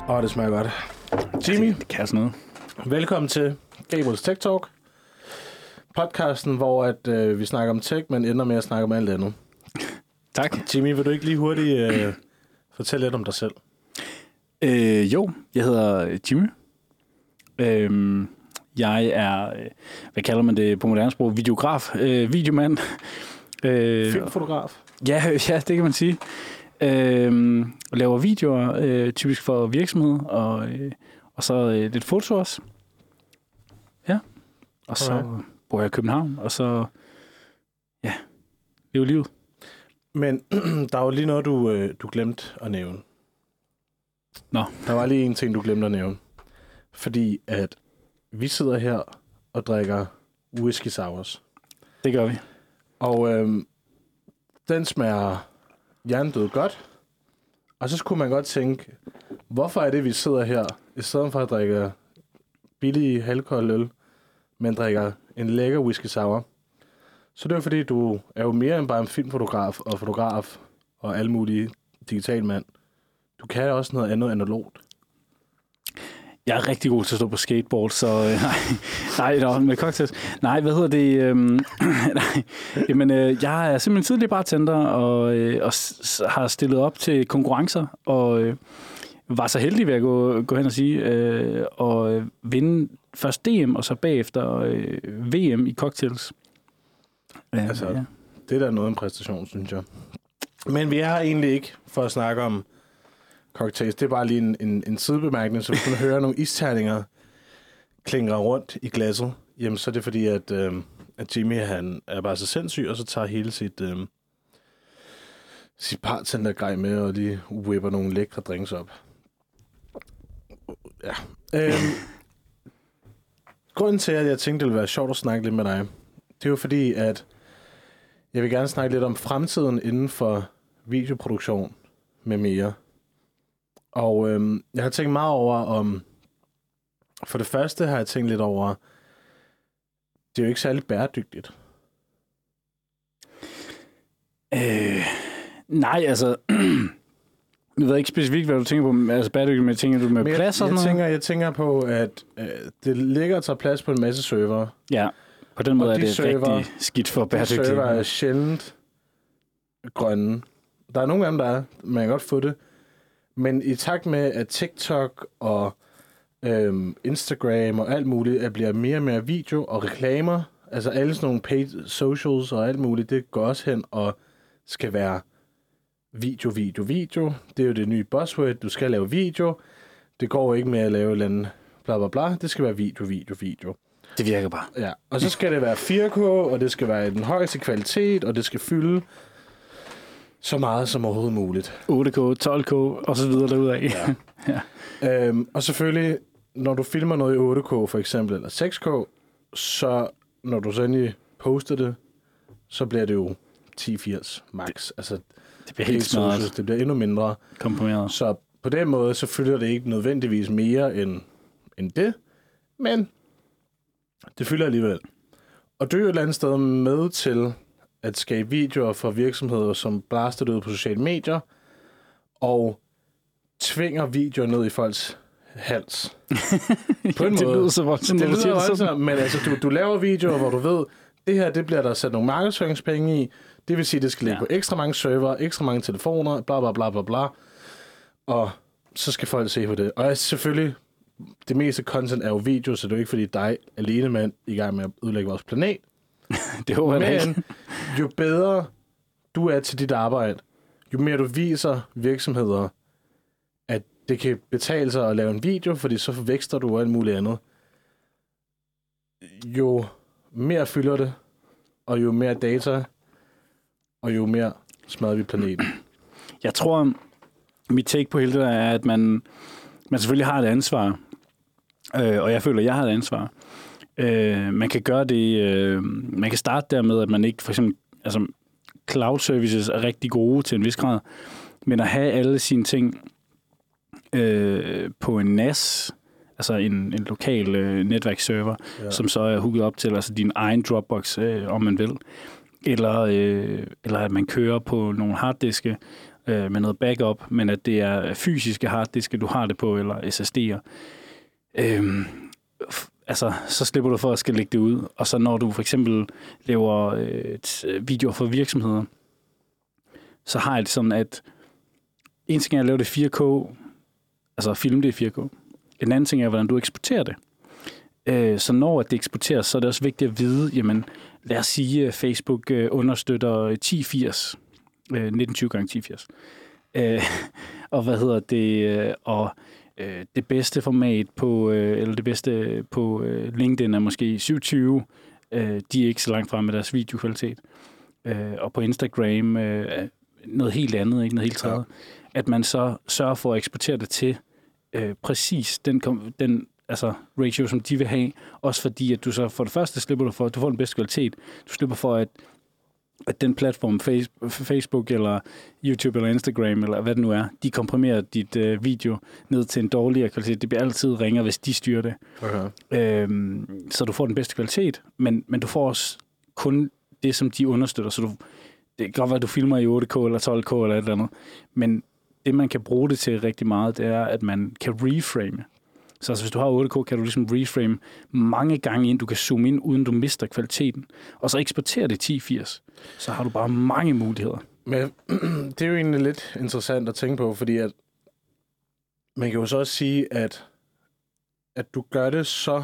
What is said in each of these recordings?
Det smager godt. Jimmy, det kan sådan noget. Velkommen til Gabriels Tech Talk. Podcasten, hvor vi snakker om tech, men ender med at snakke om alt andet. Tak. Jimmy, vil du ikke lige hurtigt fortælle lidt om dig selv? Jo, jeg hedder Jimmy. Jeg er, hvad kalder man det på moderne sprog, videograf, videomand. Filmfotograf? Ja, det kan man sige. Laver videoer, typisk for virksomheder, og så lidt foto også. Ja, og så bor jeg i København, og så, ja, lever livet. Men der er jo lige noget, du glemte at nævne. Nå. Der var lige en ting, du glemte at nævne. Fordi at vi sidder her og drikker whisky sours. Det gør vi. Og den smager hjernedød godt. Og så skulle man godt tænke, hvorfor er det, vi sidder her, i stedet for at drikke billig halvkold øl, men drikker en lækker whisky sour. Så det er fordi, du er jo mere end bare en filmfotograf og fotograf og alle mulige digital mand. Du kan også noget andet analogt. Jeg er rigtig god til at stå på skateboard, så nej, med cocktails. Nej, hvad hedder det? Nej, jamen, jeg er simpelthen tidligere bartender og har stillet op til konkurrencer, og var så heldig ved at gå hen og sige, og vinde først DM, og så bagefter VM i cocktails. Altså, det er da noget af en præstation, synes jeg. Men vi er her egentlig ikke for at snakke om cocktails. Det er bare lige en sidebemærkning, så hvis man hører nogle isterninger klingre rundt i glasset, jamen så er det fordi, at Jimmy han er bare så sindssyg, og så tager hele sit bartendergrej med, og lige whipper nogle lækre drinks op. Ja. Grunden til, at jeg tænkte, det ville være sjovt at snakke lidt med dig, det er jo fordi, at jeg vil gerne snakke lidt om fremtiden inden for videoproduktion med mere. Og jeg har tænkt meget over om... For det første har jeg tænkt lidt over... Det er jo ikke særlig bæredygtigt. Nej, altså... Jeg ved ikke specifikt, hvad du tænker på. Altså bæredygtigt, men tænker du med plads og sådan noget? Jeg tænker på, at det ligger og tager plads på en masse server. Ja, på den måde og er det rigtig skidt for bæredygtighed. De server er sjældent grønne. Der er nogle af dem, der er. Man kan godt få det. Men i takt med, at TikTok og Instagram og alt muligt bliver mere og mere video og reklamer, altså alle sådan nogle paid socials og alt muligt, det går også hen og skal være video. Det er jo det nye buzzword. Du skal lave video. Det går ikke med at lave et eller andet bla bla bla. Det skal være video. Det virker bare. Ja, og så skal det være 4K, og det skal være i den højeste kvalitet, og det skal fylde så meget som overhovedet muligt. 8K, 12K og så videre derudaf. Ja. Ja. Og selvfølgelig, når du filmer noget i 8K for eksempel, eller 6K, så når du så endelig poster det, så bliver det jo 1080 max. Altså, det bliver helt smadret. Det bliver endnu mindre. Komprimeret. Så på den måde, så fylder det ikke nødvendigvis mere end det, men det fylder alligevel. Og du er jo et eller andet sted med til at skabe videoer for virksomheder, som blaster det ud på sociale medier, og tvinger videoer ned i folks hals. På en det måde. lyder så voldsomt. Det lyder voldsomt, men altså, du laver videoer, hvor du ved, det her, det bliver der sat nogle markedsføringspenge i. Det vil sige, det skal ligge på ekstra mange server, ekstra mange telefoner, bla bla bla bla bla. Og så skal folk se på det. Og selvfølgelig, det meste content er jo video, så det er jo ikke fordi dig alene mand i gang med at ødelægge vores planet. Det håber jeg ikke. Men jo bedre du er til dit arbejde, jo mere du viser virksomheder, at det kan betale sig at lave en video, fordi så vækster du og alt muligt andet. Jo mere fylder det, og jo mere data, og jo mere smadrer vi planeten. Jeg tror, mit take på hele det der er, at man selvfølgelig har et ansvar, og jeg føler, at jeg har et ansvar. Man kan gøre det, man kan starte der med, at man ikke, for eksempel, altså cloud services er rigtig gode til en vis grad, men at have alle sine ting på en NAS, altså en lokal netværksserver, som så er hooket op til altså din egen Dropbox, om man vil, eller at man kører på nogle harddiske, med noget backup, men at det er fysiske harddiske, du har det på, eller SSD'er. Altså, så slipper du for at skal lægge det ud. Og så når du for eksempel laver videoer for virksomheder, så har jeg det sådan, at en ting er at lave det 4K, altså filme det i 4K. En anden ting er, hvordan du eksporterer det. Så når det eksporteres, så er det også vigtigt at vide, jamen, lad os sige, at Facebook understøtter 1080, 1920x1080. Og hvad hedder det, og det bedste format på, eller det bedste på LinkedIn er måske 720. De er ikke så langt frem med deres videokvalitet. Og på Instagram noget helt andet, ikke noget helt tredje. Ja. At man så sørger for at eksportere det til præcis den altså ratio, som de vil have. Også fordi, at du så for det første slipper du for, at du får den bedste kvalitet. Du slipper for, at den platform, Facebook eller YouTube eller Instagram eller hvad det nu er, de komprimerer dit video ned til en dårligere kvalitet. Det bliver altid ringere, hvis de styrer det. Okay. Så du får den bedste kvalitet, men du får også kun det, som de understøtter. Så det kan godt være, at du filmer i 8K eller 12K eller et eller andet, men det, man kan bruge det til rigtig meget, det er, at man kan reframe. Så altså, hvis du har 8K, kan du ligesom reframe mange gange ind. Du kan zoome ind, uden du mister kvaliteten. Og så eksportere det 1080. Så har du bare mange muligheder. Men det er jo egentlig lidt interessant at tænke på, fordi at man kan jo så også sige, at du gør det så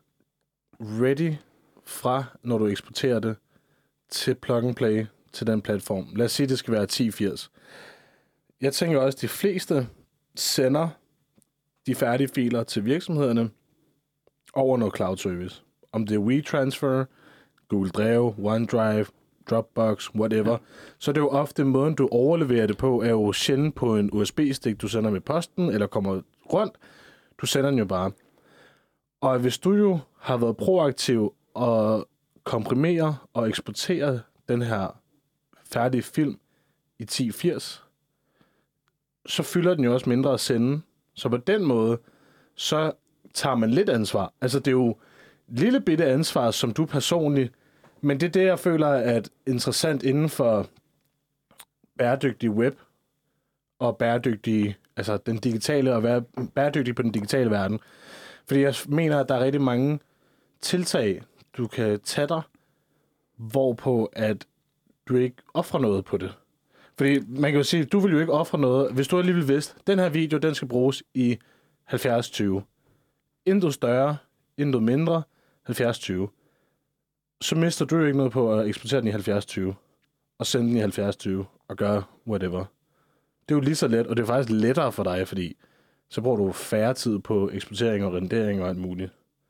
ready fra, når du eksporterer det, til plug and play til den platform. Lad os sige, at det skal være 1080. Jeg tænker også, at de fleste sender de færdige filer til virksomhederne over noget cloud service. Om det er WeTransfer, Google Drive, OneDrive, Dropbox, whatever. Ja. Så det er jo ofte måden, du overleverer det på, er jo sjældent på en USB-stik, du sender med posten, eller kommer rundt. Du sender den jo bare. Og hvis du jo har været proaktiv og komprimere og eksportere den her færdige film i 1080, så fylder den jo også mindre at sende. Så på den måde, så tager man lidt ansvar. Altså, det er jo lille bitte ansvar, som du personligt, men det er det, jeg føler er interessant inden for bæredygtig web og bæredygtig, altså den digitale, og være bæredygtig på den digitale verden. Fordi jeg mener, at der er rigtig mange tiltag, du kan tage dig, hvorpå at du ikke offrer noget på det. Fordi man kan jo sige, du vil jo ikke ofre noget, hvis du alligevel vidste, den her video, den skal bruges i 70-20. Intet større, intet mindre, 70-20. Så mister du jo ikke noget på at eksportere den i 70-20, og sende den i 70-20, og gøre whatever. Det er jo lige så let, og det er faktisk lettere for dig, fordi så bruger du færre tid på eksportering og rendering og alt muligt.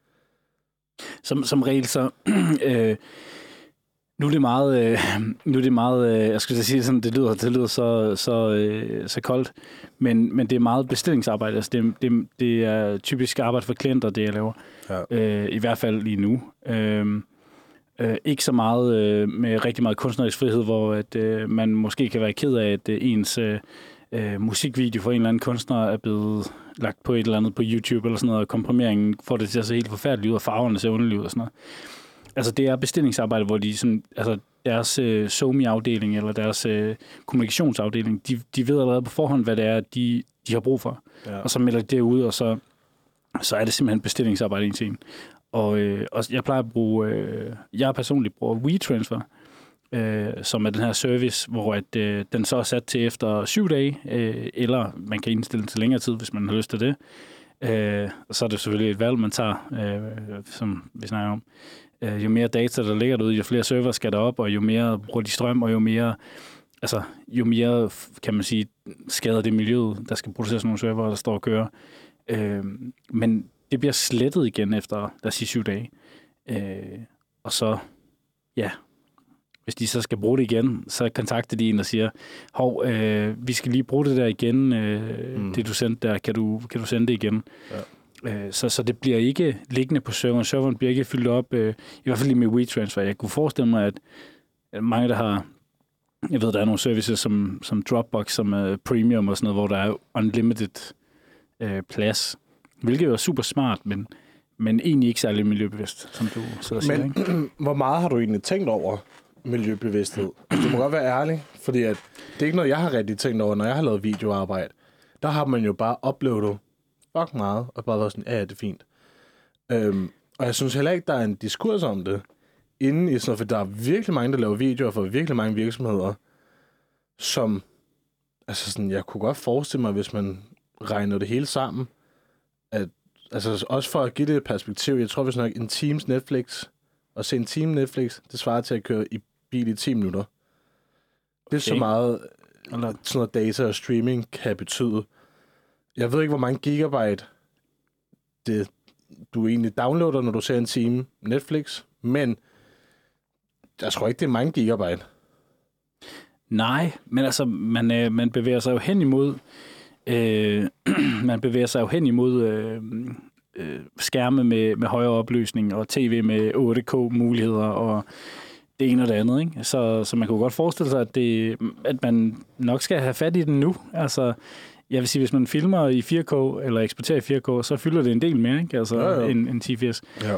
Som regel så... Nu er det meget, jeg skulle sige sådan, det lyder så koldt, men det er meget bestillingsarbejde. Altså det er typisk arbejde for klienter, det jeg laver. Ja. I hvert fald lige nu. Ikke så meget med rigtig meget kunstnerisk frihed, hvor at, man måske kan være ked af, at ens musikvideo for en eller anden kunstner er blevet lagt på et eller andet på YouTube eller sådan noget, og komprimeringen får det til at se helt forfærdeligt ud, og farverne ser underligt ud og sådan noget. Altså, det er bestillingsarbejde, hvor de sådan, altså deres SoMe-afdeling eller deres kommunikationsafdeling, de ved allerede på forhånd, hvad det er, de har brug for. Ja. Og så melder de det ud, og så er det simpelthen bestillingsarbejde en til en. Og jeg plejer at bruge, jeg personligt bruger WeTransfer, som er den her service, hvor at, den så er sat til efter 7 dage, eller man kan indstille den til længere tid, hvis man har lyst til det. Og så er det selvfølgelig et valg, man tager, som vi snakker om. Jo mere data, der ligger derude, jo flere server skal der op, og jo mere bruger de strøm, og jo mere, kan man sige, skader det miljøet, der skal producere sådan nogle server, der står og kører. Men det bliver slettet igen efter, lad os sige, 7 dage. Og så, ja, hvis de så skal bruge det igen, så kontakter de en og siger, hov, vi skal lige bruge det der igen, det du sendte der, kan du sende det igen? Ja. Så det bliver ikke liggende på serveren. Serveren bliver ikke fyldt op, i hvert fald lige med WeTransfer. Jeg kunne forestille mig, at mange, der har... Jeg ved, der er nogle services som Dropbox, som er premium og sådan noget, hvor der er unlimited plads. Hvilket jo er super smart, men egentlig ikke særlig miljøbevidst, som du sidder og siger. Men hvor meget har du egentlig tænkt over miljøbevidsthed? Du må godt være ærlig, Fordi at, det er ikke noget, jeg har rigtig tænkt over, når jeg har lavet videoarbejde. Der har man jo bare uploadet fucking meget, og bare været sådan, ja, det er fint. Og jeg synes heller ikke, der er en diskurs om det, inden i sådan, for der er virkelig mange, der laver videoer for virkelig mange virksomheder, som, altså sådan, jeg kunne godt forestille mig, hvis man regner det hele sammen, at, altså også for at give det et perspektiv, jeg tror, hvis nok en times Netflix, og se en time Netflix, det svarer til at køre i bil i 10 minutter. Det er så meget, sådan noget data og streaming kan betyde. Jeg ved ikke, hvor mange gigabyte det, du egentlig downloader, når du ser en time Netflix, men jeg tror ikke, det er mange gigabyte. Nej, men altså, man bevæger sig jo hen imod skærme med højere opløsning og tv med 8K-muligheder og det ene og det andet, ikke? Så man kunne godt forestille sig, at man nok skal have fat i den nu. Altså, jeg vil sige, hvis man filmer i 4K eller eksporterer i 4K, så fylder det en del mere, ikke? Altså, end 1080. Ja.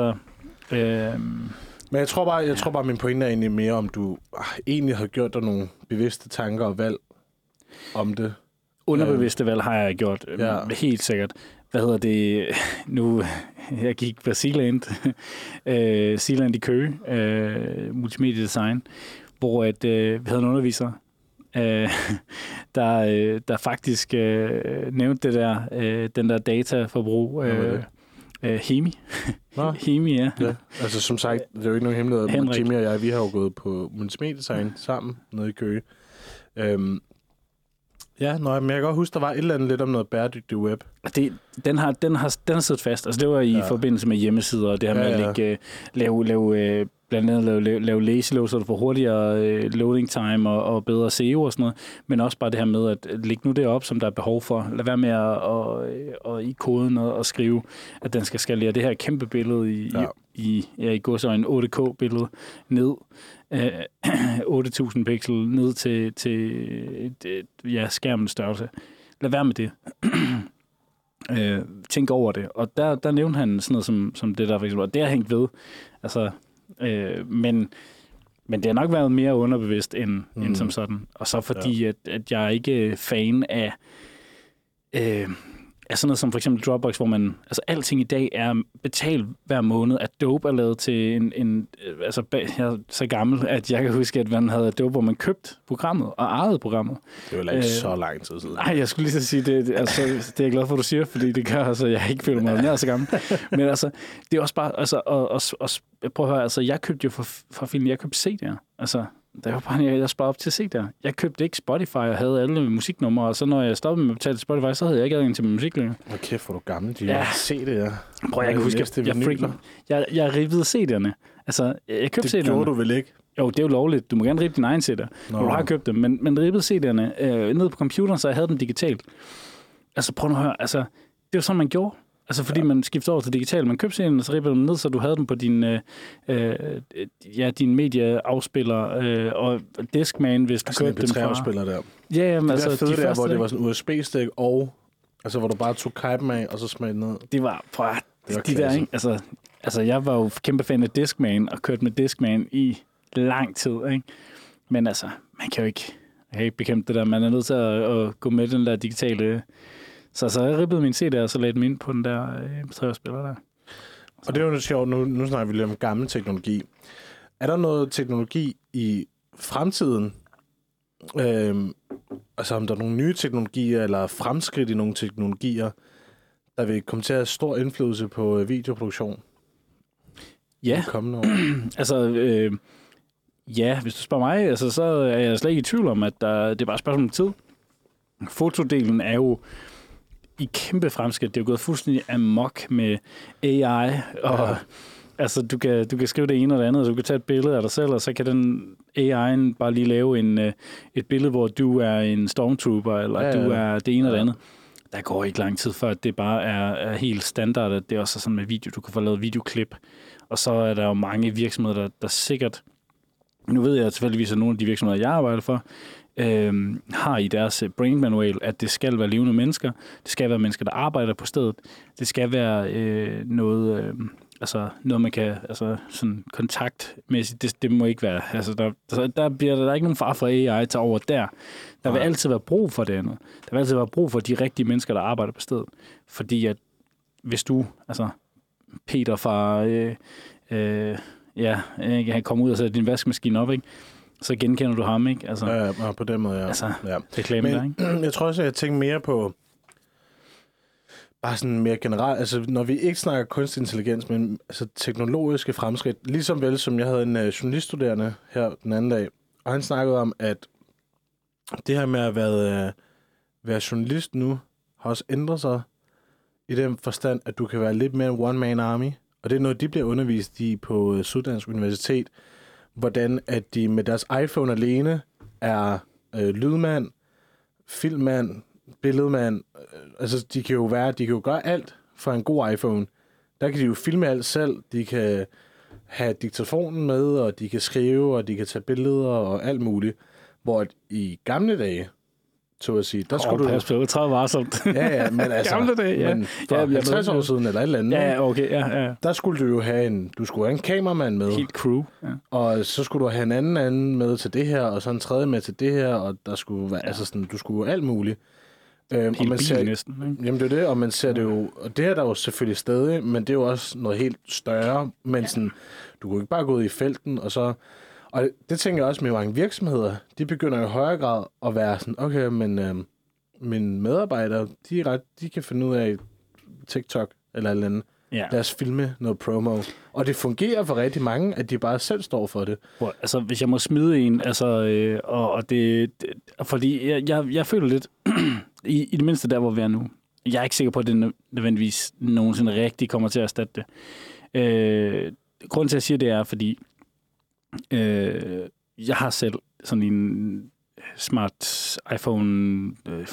Men jeg tror bare, min pointe er egentlig mere, om du egentlig har gjort dig nogle bevidste tanker og valg om det. Underbevidste valg har jeg gjort, helt sikkert. Hvad hedder det? Nu, jeg gik på Sealand i Køge, multimediedesign, hvor vi havde en underviser, der faktisk nævnte det der, den der dataforbrug. Hemi. Hemi, ja. Altså som sagt, det er jo ikke nogen hemmelighed. Jimmy og jeg, vi har jo gået på multimediedesign sammen nede i Køge. Men jeg kan godt huske, der var et eller andet lidt om noget bæredygtigt web. Den har siddet fast. Altså det var i forbindelse med hjemmesider, og det her med at lave blandt andet lave lazy load, så du får hurtigere loading time og bedre SEO og sådan noget, men også bare det her med at lægge nu det op, som der er behov for. Lad være med at i koden og skrive, at den skal skalere det her kæmpe billede i godsøjne 8K-billede ned, 8.000 pixel ned til skærmens størrelse. Lad være med det. Tænk over det. Og der nævnte han sådan noget som det der, for eksempel, og det har hængt ved. Altså, men det har nok været mere underbevidst end som sådan. Og så fordi, at jeg er ikke fan af sådan noget som for eksempel Dropbox, hvor man, altså alting i dag er betalt hver måned. Adobe er lavet til jeg er så gammel, at jeg kan huske, at man havde Adobe, hvor man købte programmet og ejede programmet. Det var ikke så lang tid siden. Nej, jeg skulle lige så sige, det er jeg glad for, at du siger, fordi det gør, altså, jeg ikke føler mig nær så gammel. Men altså, det er også bare, altså, prøv at høre, altså, jeg købte jo for film, jeg købte CD'er. Altså, det var bare, jeg sparede op til CD'er. Jeg købte ikke Spotify og havde alle musiknumre, og så når jeg stoppede med at betale Spotify, så havde jeg ikke adgang til min musik længere. Hvor kæft, hvor du gammel, de CD'er. Prøv, jeg kan huske, jeg rippede CD'erne. Altså, jeg købte CD'erne. Det gjorde du vel ikke? Jo, det er jo lovligt. Du må gerne rippe din egen CD'er, når du har købt dem. Men rippede CD'erne ned på computeren, så jeg havde dem digitalt. Altså, prøv nu at høre. Altså, det var sådan, man gjorde. Altså, fordi man skiftede over til digital. Man købte CD'erne, og så rippede dem ned, så du havde dem på din medieafspiller og Discman, hvis du købte dem fra. afspiller der. Ja, men altså, de der, hvor det var sådan en USB-stik, og altså, hvor du bare tog kajpen af, og så smagte ned. Det var de der, ikke? Altså, jeg var jo kæmpe fan af Discman, og kørte med Discman i lang tid, ikke? Men altså, man kan jo ikke bekæmpe det der. Man er nødt til at gå med den der digitale. Så jeg rippede min CD, og så lagde den ind på den der MP3-spiller der. Og det er jo sjovt, nu snakker vi lidt om gammel teknologi. Er der noget teknologi i fremtiden, altså om der er nogle nye teknologier, eller fremskridt i nogle teknologier, der vil komme til at have stor indflydelse på videoproduktion? Ja. Altså, hvis du spørger mig, altså, så er jeg slet ikke i tvivl om, at det er bare et spørgsmål om tid. Fotodelen er jo i kæmpe fremskridt. Det er jo gået fuldstændig amok med AI, og altså, du kan skrive det ene og det andet, og du kan tage et billede af dig selv, og så kan den AI'en bare lige lave et billede, hvor du er en stormtrooper, eller du er det ene og det andet. Der går ikke lang tid før, at det bare er helt standard, at det også er sådan med video. Du kan få lavet videoklip, og så er der jo mange virksomheder, der sikkert, nu ved jeg tilfældigvis, at nogle af de virksomheder, jeg arbejder for, har i deres brand manual, at det skal være levende mennesker. Det skal være mennesker, der arbejder på stedet. Det skal være altså noget, man kan, altså sådan kontaktmæssigt, det må ikke være. Altså, der bliver der ikke nogen far for AI til over der. Der vil altid være brug for det andet. Der vil altid være brug for de rigtige mennesker, der arbejder på stedet. Fordi at hvis du, altså Peter fra, han kommer ud og sætter din vaskemaskine op, ikke? Så genkender du ham, ikke? Altså, ja, på den måde, ja. Altså, ja. Reklame der, ikke? Jeg tror også, at jeg tænker mere på bare sådan mere generelt, altså når vi ikke snakker kunstig intelligens, men altså teknologiske fremskridt, ligesom vel som jeg havde en journaliststuderende her den anden dag, og han snakkede om, at det her med at være journalist nu, har også ændret sig i den forstand, at du kan være lidt mere one-man army, og det er noget, de bliver undervist i på Syddansk Universitet, hvordan at de med deres iPhone alene er lydmand, filmmand, billedmand, altså de kan jo gøre alt for en god iPhone. Der kan de jo filme alt selv, de kan have diktafonen med, og de kan skrive, og de kan tage billeder og alt muligt. Hvor i gamle dage, så at sige, der skulle du... Pas på, jeg tror varsomt. Ja, men altså... Gamle dage, ja. Men for 50 år siden, eller et eller andet, ja, okay, ja. Der skulle du jo have en kameramand med. Helt crew, ja. Og så skulle du have en anden med til det her, og så en tredje med til det her, og der skulle være, altså sådan, du skulle alt muligt. Og man ser, næsten, ikke? Jamen det er det, og man ser det jo, og det her der er jo selvfølgelig stadig, men det er jo også noget helt større, men sådan, du kunne ikke bare gå ud i felten, og det tænker jeg også med mange virksomheder, de begynder i højere grad at være sådan, okay, men mine medarbejdere, de kan finde ud af TikTok eller et eller andet. Ja. Lad os filme noget promo. Og det fungerer for rigtig mange, at de bare selv står for det. Altså, hvis jeg må smide en, altså, og det fordi jeg føler lidt, i det mindste der, hvor vi er nu, jeg er ikke sikker på, at det nødvendigvis nogensinde rigtig kommer til at erstatte det. Grunden til, at jeg siger det, er, fordi jeg har selv sådan en smart iPhone,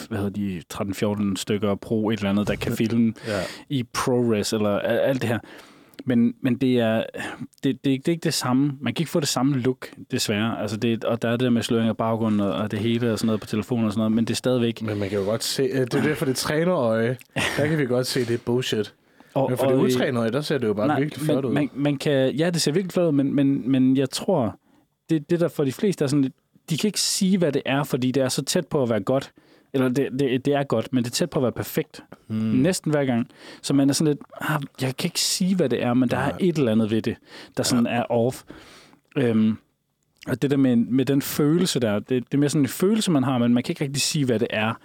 13-14 stykker Pro, et eller andet, der kan filme i ProRes, eller alt det her. Men det er ikke det samme. Man kan ikke få det samme look, desværre. Altså og der er det der med sløring af baggrunden og det hele og sådan noget på telefonen og sådan noget, men det er stadigvæk... Men man kan jo godt se... Det er derfor, det trænerøje. Der kan vi godt se, det er bullshit. Men for det utrænede, der ser det jo bare virkelig flot ud. Man kan, ja, det ser virkelig flot ud, men jeg tror, det der for de fleste er sådan lidt... De kan ikke sige, hvad det er, fordi det er så tæt på at være godt. Eller det er godt, men det er tæt på at være perfekt. Næsten hver gang. Så man er sådan lidt, jeg kan ikke sige, hvad det er, men der er et eller andet ved det, der sådan er off. Og det der med den følelse der, det er mere sådan en følelse, man har, men man kan ikke rigtig sige, hvad det er.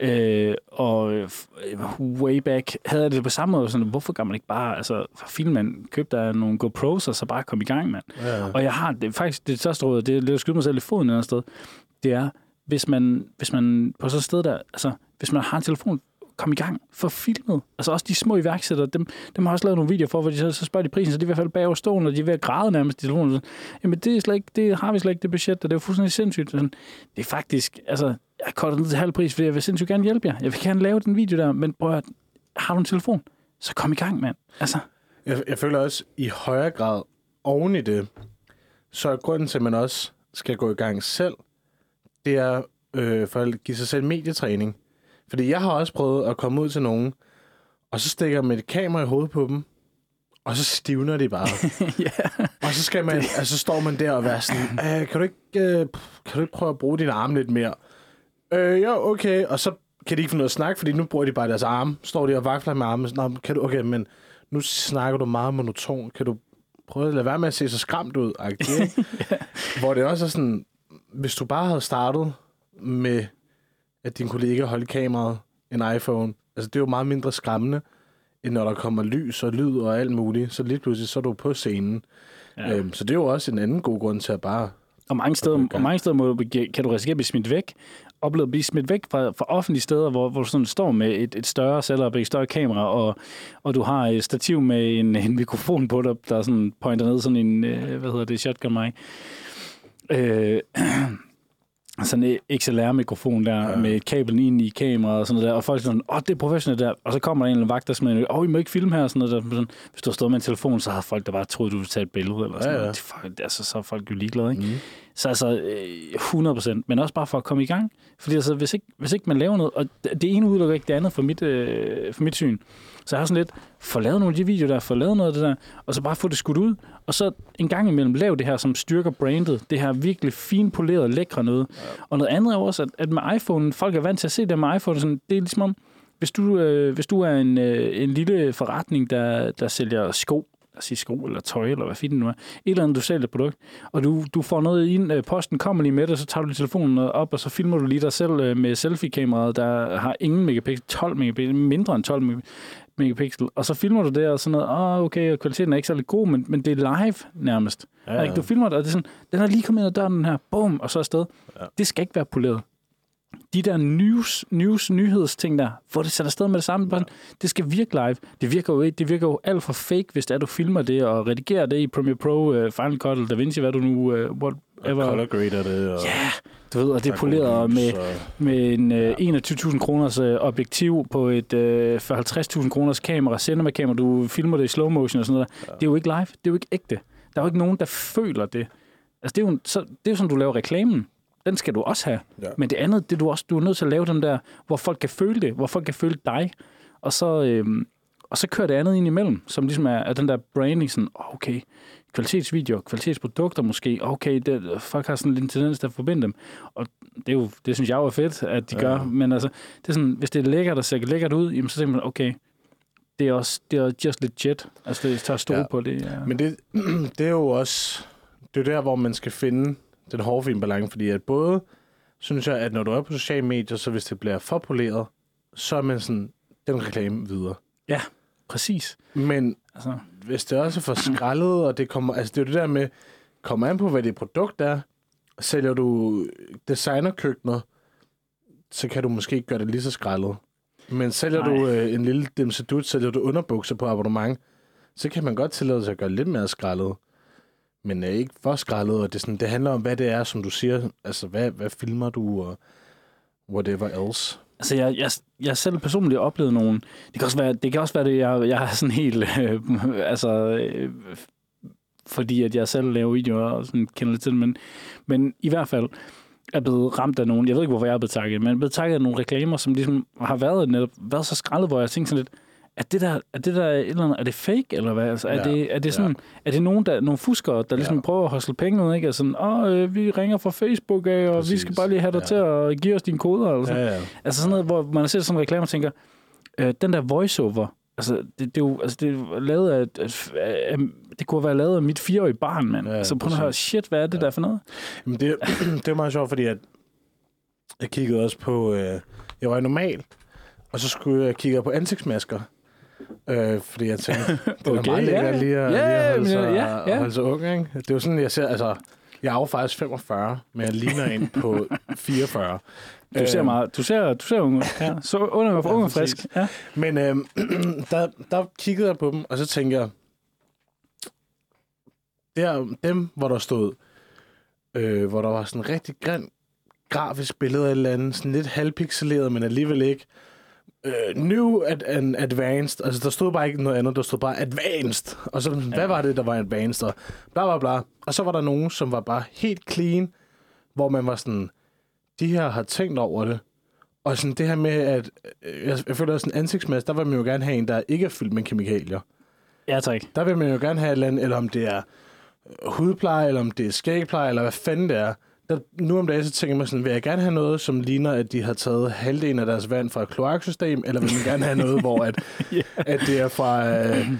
Og way back havde jeg det på samme måde, sådan, hvorfor gør man ikke bare, altså filmen købte der nogle GoPros, og så bare kom i gang, mand. Ja. Og jeg har det faktisk, det største råd, det er lidt at skyde mig selv i foden et eller andet sted, det er, hvis man på så et sted der, altså hvis man har en telefon, kom i gang, for filmet. Altså også de små iværksættere, dem har også lavet nogle videoer for, hvor de så spørger de prisen, så de er i hvert fald bag over stolen, og de er ved at græde nærmest i telefonen. Jamen det har vi slet ikke det budget, og det er jo fuldstændig sindssygt. Sådan, det er faktisk, altså, jeg korter ned til halv pris, fordi jeg vil sindssygt gerne hjælpe jer. Jeg vil gerne lave den video der, men prøv at, har du en telefon, så kom i gang, mand. Altså. Jeg føler også i højere grad oven i det, så er grunden til, at man også skal gå i gang selv, det er for at give sig selv medietræning. Fordi jeg har også prøvet at komme ud til nogen, og så stikker jeg med et kamera i hovedet på dem, og så stivner de bare. Og så skal man, altså står man der og være sådan, kan du ikke prøve at bruge dine arme lidt mere? Ja, okay. Og så kan de ikke få noget at snakke, fordi nu bruger de bare deres arme. Står de og vakler med armen. Nå, okay, men nu snakker du meget monoton. Kan du prøve at lade være med at se så skræmt ud? Hvor det også er sådan, hvis du bare havde startet med, at din kollega holdt kameraet, en iPhone, altså det er jo meget mindre skræmmende, end når der kommer lys og lyd og alt muligt, så lige pludselig så er du på scenen. Ja. Så det er jo også en anden god grund til at bare... Og mange steder kan du risikere at blive smidt væk, opleve at blive smidt væk fra offentlige steder, hvor du sådan står med et større setup, et større kamera, og du har et stativ med en mikrofon på dig, der sådan pointer ned, sådan en, shotgun mic. Sådan en XLR-mikrofon der, med et kabel ind i kameraet og sådan noget der, og folk er sådan, det er professionelt der, og så kommer der en vagt, der smider, I må ikke filme her, og sådan noget der. Sådan, hvis du har stået med en telefon, så har folk der bare troet, du ville tage et billede, eller sådan noget. Altså, så er folk jo ligeglade, ikke? Så altså 100%, men også bare for at komme i gang. Fordi altså, hvis ikke man laver noget, og det ene udelukker ikke det andet for mit syn, så jeg har sådan lidt, få lavet nogle af de videoer der, få lavet noget af det der, og så bare få det skudt ud, og så en gang imellem lave det her, som styrker brandet, det her virkelig finpolerede, lækre noget. Ja. Og noget andet er også, at med iPhone, folk er vant til at se det med iPhone, sådan, det er ligesom om, hvis du er en lille forretning, der sælger sko eller tøj, eller hvad fint nu er. Et eller andet, du sælger et produkt, og du får noget ind, posten kommer lige med det, så tager du telefonen op, og så filmer du lige dig selv med selfie-kameraet, der har ingen megapixel, 12 megapixel, mindre end 12 megapixel, og så filmer du det, og sådan noget, okay, og kvaliteten er ikke særlig god, men det er live nærmest. Ja, ja. Du filmer det, og det er sådan, den har lige kommet ind ad døren, den her, boom, og så afsted. Ja. Det skal ikke være poleret. De der nyhedsting der, hvor det sætter afsted med det samme, ja. Det skal virke live. Det virker jo alt for fake, hvis det er, du filmer det og redigerer det i Premiere Pro, Final Cut eller DaVinci, hvad du nu, whatever. Color grader det. Og du ved, og det er poleret med en 21.000 kroners objektiv på et 50.000 kroners kamera, cinema-kamera, du filmer det i slow motion og sådan noget. Ja. Det er jo ikke live, det er jo ikke ægte. Der er jo ikke nogen, der føler det. Altså, det er jo sådan, du laver reklamen. Den skal du også have. Ja. Men det andet, du er nødt til at lave dem der, hvor folk kan føle det, hvor folk kan føle dig. Og så kører det andet ind imellem, som ligesom er den der branding, sådan, okay, kvalitetsvideoer, kvalitetsprodukter måske, okay, folk har sådan en tendens til at forbinde dem. Og det synes jeg jo er fedt, at de gør. Men altså, det er sådan, hvis det er lækkert og ser lækkert ud, jamen, så tænker man, okay, det er just legit. Altså, det tager stå på det. Ja. Men det er jo også, det er der, hvor man skal finde den hårfine balance, fordi at både, synes jeg, at når du er på sociale medier, så hvis det bliver for poleret, så er man sådan, den reklame videre. Ja, præcis. Men altså, hvis det også er for skrællet, og det kommer, altså det er jo det der med, kommer an på, hvad det produkt er, sælger du designerkøkkener, så kan du måske ikke gøre det lige så skrællet. Men sælger du en lille dimsedut, sælger du underbukser på abonnement, så kan man godt tillade sig at gøre lidt mere skrællet. Men ikke for skrællet, og det handler om, hvad det er, som du siger. Altså, hvad filmer du, og whatever else. Altså, jeg selv personligt oplevet nogle. Det kan også være det, jeg har sådan helt. Fordi at jeg selv laver videoer og sådan kender lidt til det, men i hvert fald er blevet ramt af nogle. Jeg ved ikke, hvorfor jeg er blevet takket, men jeg er blevet takket af nogle reklamer, som ligesom har været så skrællet, hvor jeg tænker sådan lidt, er det der et eller andet, er det fake, eller hvad? Altså, er det sådan, er det nogle fuskere, der ligesom prøver at hustle penge ud, ikke? Altså sådan, vi ringer fra Facebook af, og vi skal bare lige have dig til at give os dine koder, eller sådan. Ja. Altså sådan noget, hvor man ser sådan en reklame og tænker, den der voiceover, altså, det er lavet af, det kunne være lavet af mit 4-årige barn, mand. Ja, så prøv at høre, shit, hvad er det der for noget? Jamen, det er meget sjovt, fordi at jeg kiggede også på, jeg var normal, og så skulle jeg kigge på ansigtsmasker. Fordi jeg tænkte, det er meget lækkert lige at holde sig ung, ikke? Det er jo sådan, jeg ser, altså, jeg er jo faktisk 45, men jeg ligner en på 44. Du ser meget, du ser ung, ja. Så ung og frisk. Ja. Men der kiggede jeg på dem, og så tænkte jeg, dem, hvor der stod, hvor der var sådan en rigtig grim grafisk billede af et eller andet, sådan lidt halvpixeleret, men alligevel ikke. New and advanced. Altså, der stod bare ikke noget andet. Der stod bare advanced. Og så, hvad var det, der var advanced? Og bla, bla, bla. Og så var der nogen, som var bare helt clean, hvor man var sådan, de her har tænkt over det. Og sådan det her med, at jeg føler, at sådan en ansigtsmaske, der vil man jo gerne have en, der ikke er fyldt med kemikalier. Ja, tak. Der vil man jo gerne have et eller andet, eller om det er hudpleje, eller om det er skægpleje, eller hvad fanden det er. Nu om dagen, så tænker man sådan, vil jeg gerne have noget, som ligner, at de har taget halvdelen af deres vand fra et kloaksystem, eller vil man gerne have noget, hvor at det er fra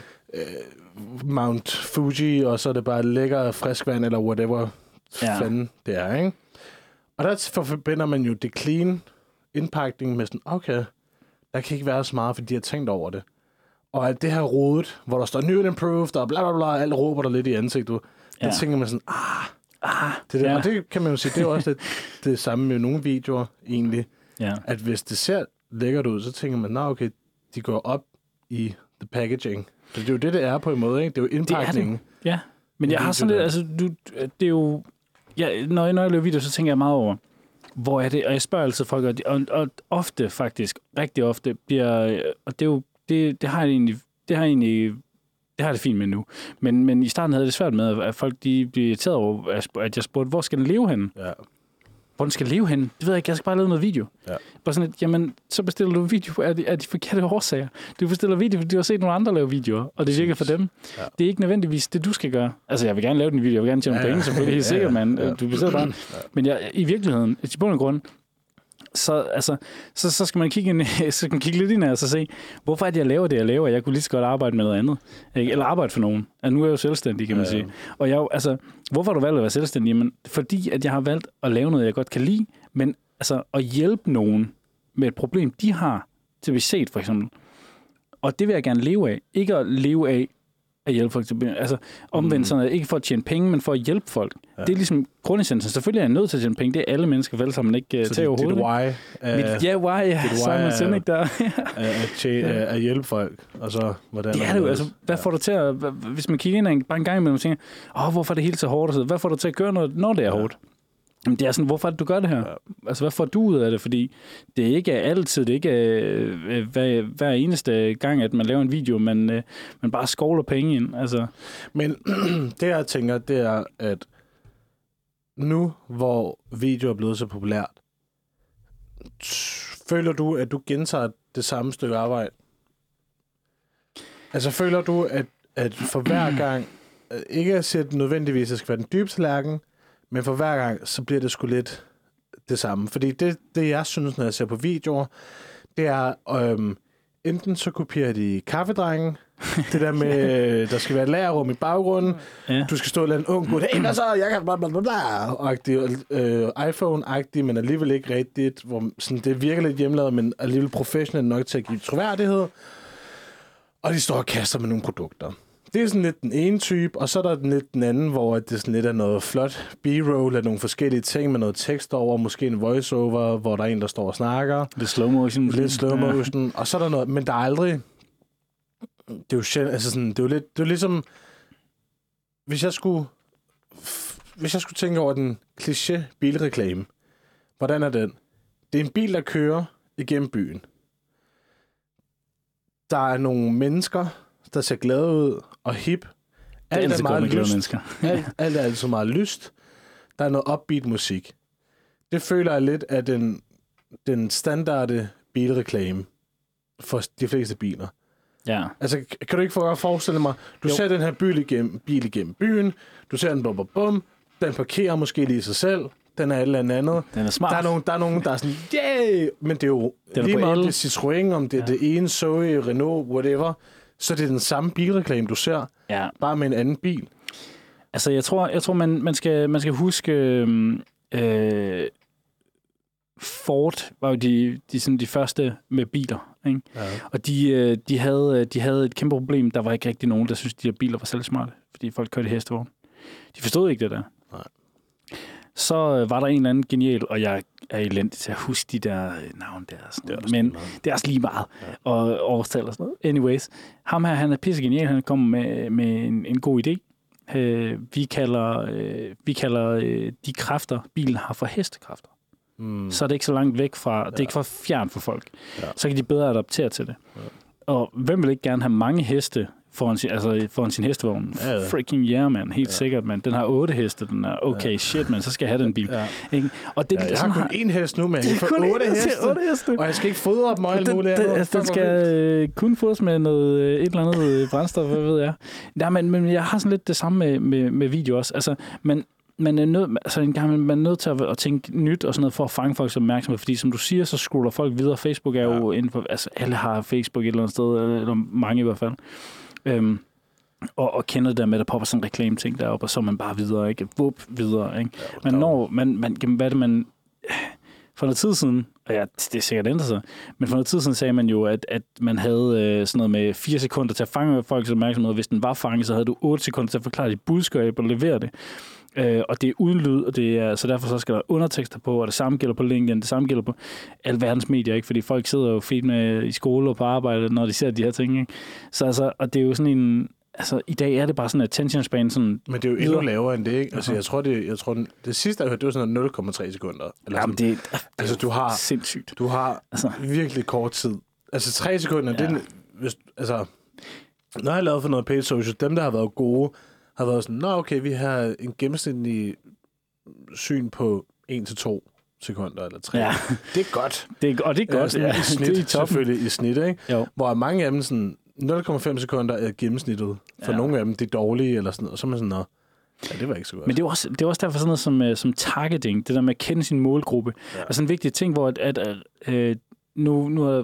Mount Fuji, og så er det bare lækker frisk vand, eller whatever fanden det er, ikke? Og der forbinder man jo det clean indpakning med sådan, okay, der kan ikke være så meget, fordi de har tænkt over det. Og at det her rodet, hvor der står new and improved, og bla bla bla, alt råber der lidt i ansigtet, der tænker man sådan, det der. Og det kan man jo sige, det er jo også det samme med nogle videoer egentlig, at hvis det ser lækkert ud, så tænker man, okay, de går op i the packaging. Så det er jo det er på en måde, ikke? Det er jo indpakningen. Ja, men jeg har sådan lidt, altså, det er jo, når jeg laver videoer, så tænker jeg meget over, hvor er det, og jeg spørger altid folk, og ofte faktisk, rigtig ofte, bliver, og det er jo, det har egentlig Det har det fint med nu. Men i starten havde det svært med, at folk de blev irriteret over, at jeg spurgte, hvor skal den leve henne? Ja. Hvor den skal leve henne? Det ved jeg ikke, jeg skal bare lave noget video. Ja. Bare sådan et, jamen, så bestiller du video af de forkerte årsager. Du bestiller video, fordi du har set nogle andre lave videoer, og det virker for dem. Ja. Det er ikke nødvendigvis det, du skal gøre. Altså, jeg vil gerne lave den video, jeg vil gerne tjene penge, selvfølgelig helt sikkert, man. Ja. Du bestiller bare. Ja. Men i virkeligheden, i bund og grund, så skal man kigge lidt ind og så se, hvorfor er det, jeg laver det, jeg laver? Jeg kunne lige så godt arbejde med noget andet. Ikke? Eller arbejde for nogen. Altså, nu er jeg jo selvstændig, kan man sige. Og hvorfor har du valgt at være selvstændig? Jamen, fordi at jeg har valgt at lave noget, jeg godt kan lide, men altså at hjælpe nogen med et problem, de har, til vi set for eksempel. Og det vil jeg gerne leve af. Ikke at leve af at hjælpe folk. Altså omvendt sådan, ikke for at tjene penge, men for at hjælpe folk. Ja. Det er ligesom grundessensen. Selvfølgelig er jeg nødt til at tjene penge. Det er alle mennesker, vel, som man ikke tager overhovedet. Simon Sinek der. At hjælpe folk. Og så, hvordan det er det jo. Altså, hvad får du til at... Hvis man kigger ind bare en gang imellem og tænker, hvorfor er det helt så hårdt? Hvad får du til at gøre noget, når det er hårdt? Men det er sådan, hvorfor er det, du gør det her? Ja. Altså, hvad får du ud af det? Fordi det er ikke altid, det er ikke hver eneste gang, at man laver en video, man bare skovler penge ind. Altså. Men det, jeg tænker, det er, at nu, hvor video er blevet så populært, føler du, at du gentager det samme stykke arbejde? Altså, føler du, at for hver gang, ikke at sige, at nødvendigvis det skal være den dybe tallerken, men for hver gang, så bliver det sgu lidt det samme. Fordi det jeg synes, når jeg ser på videoer, det er, enten så kopierer de kaffedrengen, det der med, der skal være et lagerrum i baggrunden, du skal stå og lade en ung gut, hey, hvad så, jeg kan iPhone-agtigt, men alligevel ikke rigtigt, hvor sådan, det virker lidt hjemmelavet, men alligevel professionelt nok til at give troværdighed. Og de står og kaster med nogle produkter. Det er sådan lidt den ene type, og så er der lidt den anden, hvor det sådan lidt er noget flot b-roll af nogle forskellige ting med noget tekst over, måske en voiceover, hvor der er en, der står og snakker. Lidt slow motion. Lidt slow motion. Ja. Og så er der noget, men der er aldrig... Det er jo sjældent, altså sådan, det er jo ligesom... Hvis jeg skulle tænke over den kliché bilreklame, hvordan er den? Det er en bil, der kører igennem byen. Der er nogle mennesker, der ser glade ud og hip. Alt er meget lyst. Alt er altså meget lyst. Der er noget upbeat musik. Det føler jeg lidt af den standarde bilreklame for de fleste biler. Ja. Altså, kan du ikke forestille mig, du ser den her bil igennem byen, du ser den bum, den parkerer måske lige sig selv, den er et eller andet. Den er smart. Der er nogen, der er sådan, yeah! Men det er jo lige meget om det er Citroën, om det er det ene Zoe, Renault, whatever. Så det er den samme bilreklame, du ser, bare med en anden bil. Altså, jeg tror man skal huske, Ford var jo de første med biler, ikke? Ja. Og de havde et kæmpe problem. Der var ikke rigtig nogen, der syntes, de her biler var særlig smarte, fordi folk kørte i hestevogn. De forstod ikke det der. Nej. Så var der en eller anden genial, og jeg er elendig til at huske de der navn der. Men det er også lige meget. Ja. Og årstal og sådan noget. Anyways, ham her, han er pisse genial. Han kommer med en god idé. Vi kalder de kræfter, bilen har for hestekræfter. Så er det ikke så langt væk fra, det er ikke for fjern for folk. Ja. Så kan de bedre adaptere til det. Ja. Og hvem vil ikke gerne have mange heste foran sin hestevogn? Ja. Freaking yeah, man. Helt sikkert, man. Den har 8 heste. Den er okay, shit, man. Så skal jeg have den bil. Ja. Ikke? Og det, jeg har kun én hest nu, men jeg får 8 heste. Og jeg skal ikke fodre dem og alt muligt. Den skal kun fodres med et eller andet brændstof, hvad ved jeg. Ja, men jeg har sådan lidt det samme med video også. Altså, man er nødt til at tænke nyt og sådan noget for at fange folks opmærksomhed, fordi som du siger, så scroller folk videre. Facebook er jo inden for, altså alle har Facebook et eller andet sted, eller mange i hvert fald. Og kender det der med, at der popper sådan en reklame-ting deroppe, og så er man bare videre, ikke? Videre, ikke? Men når hvad er det, man... For noget tid siden, og det er sikkert ændret sig, men for noget tid siden sagde man jo, at man havde sådan noget med 4 sekunder til at fange folks opmærksomhed. Hvis den var fanget, så havde du 8 sekunder til at forklare dit budskab og levere det. Og det er uden lyd, og så derfor så skal der undertekster på, og det samme gælder på LinkedIn, det samme gælder på alverdens medier, ikke? Fordi folk sidder jo fedt med i skole og på arbejde, når de ser de her ting, ikke? Så altså, og det er jo sådan en... Altså, i dag er det bare sådan en attention span, sådan... Men det er jo endnu lavere end det, ikke? Altså, jeg tror, det sidste, jeg hørte, det var sådan 0,3 sekunder. Eller jamen, det altså, du har... Sindssygt. Du har virkelig kort tid. Altså, 3 sekunder, det er... Altså... Når jeg har lavet for noget paid social, dem, der har været gode, har været sådan, okay, vi har en gennemsnitlig syn på 1-2 sekunder eller 3. Ja. Det er godt. Det er godt, ja. I snit, det er selvfølgelig i snit, ikke? Jo. Hvor mange af dem sådan, 0,5 sekunder er gennemsnittet. For nogle af dem, det er dårlige eller sådan noget. Og så er man sådan, ja, det var ikke så godt. Men det er også derfor sådan noget som targeting, det der med at kende sin målgruppe. Ja. Altså en vigtig ting, hvor nu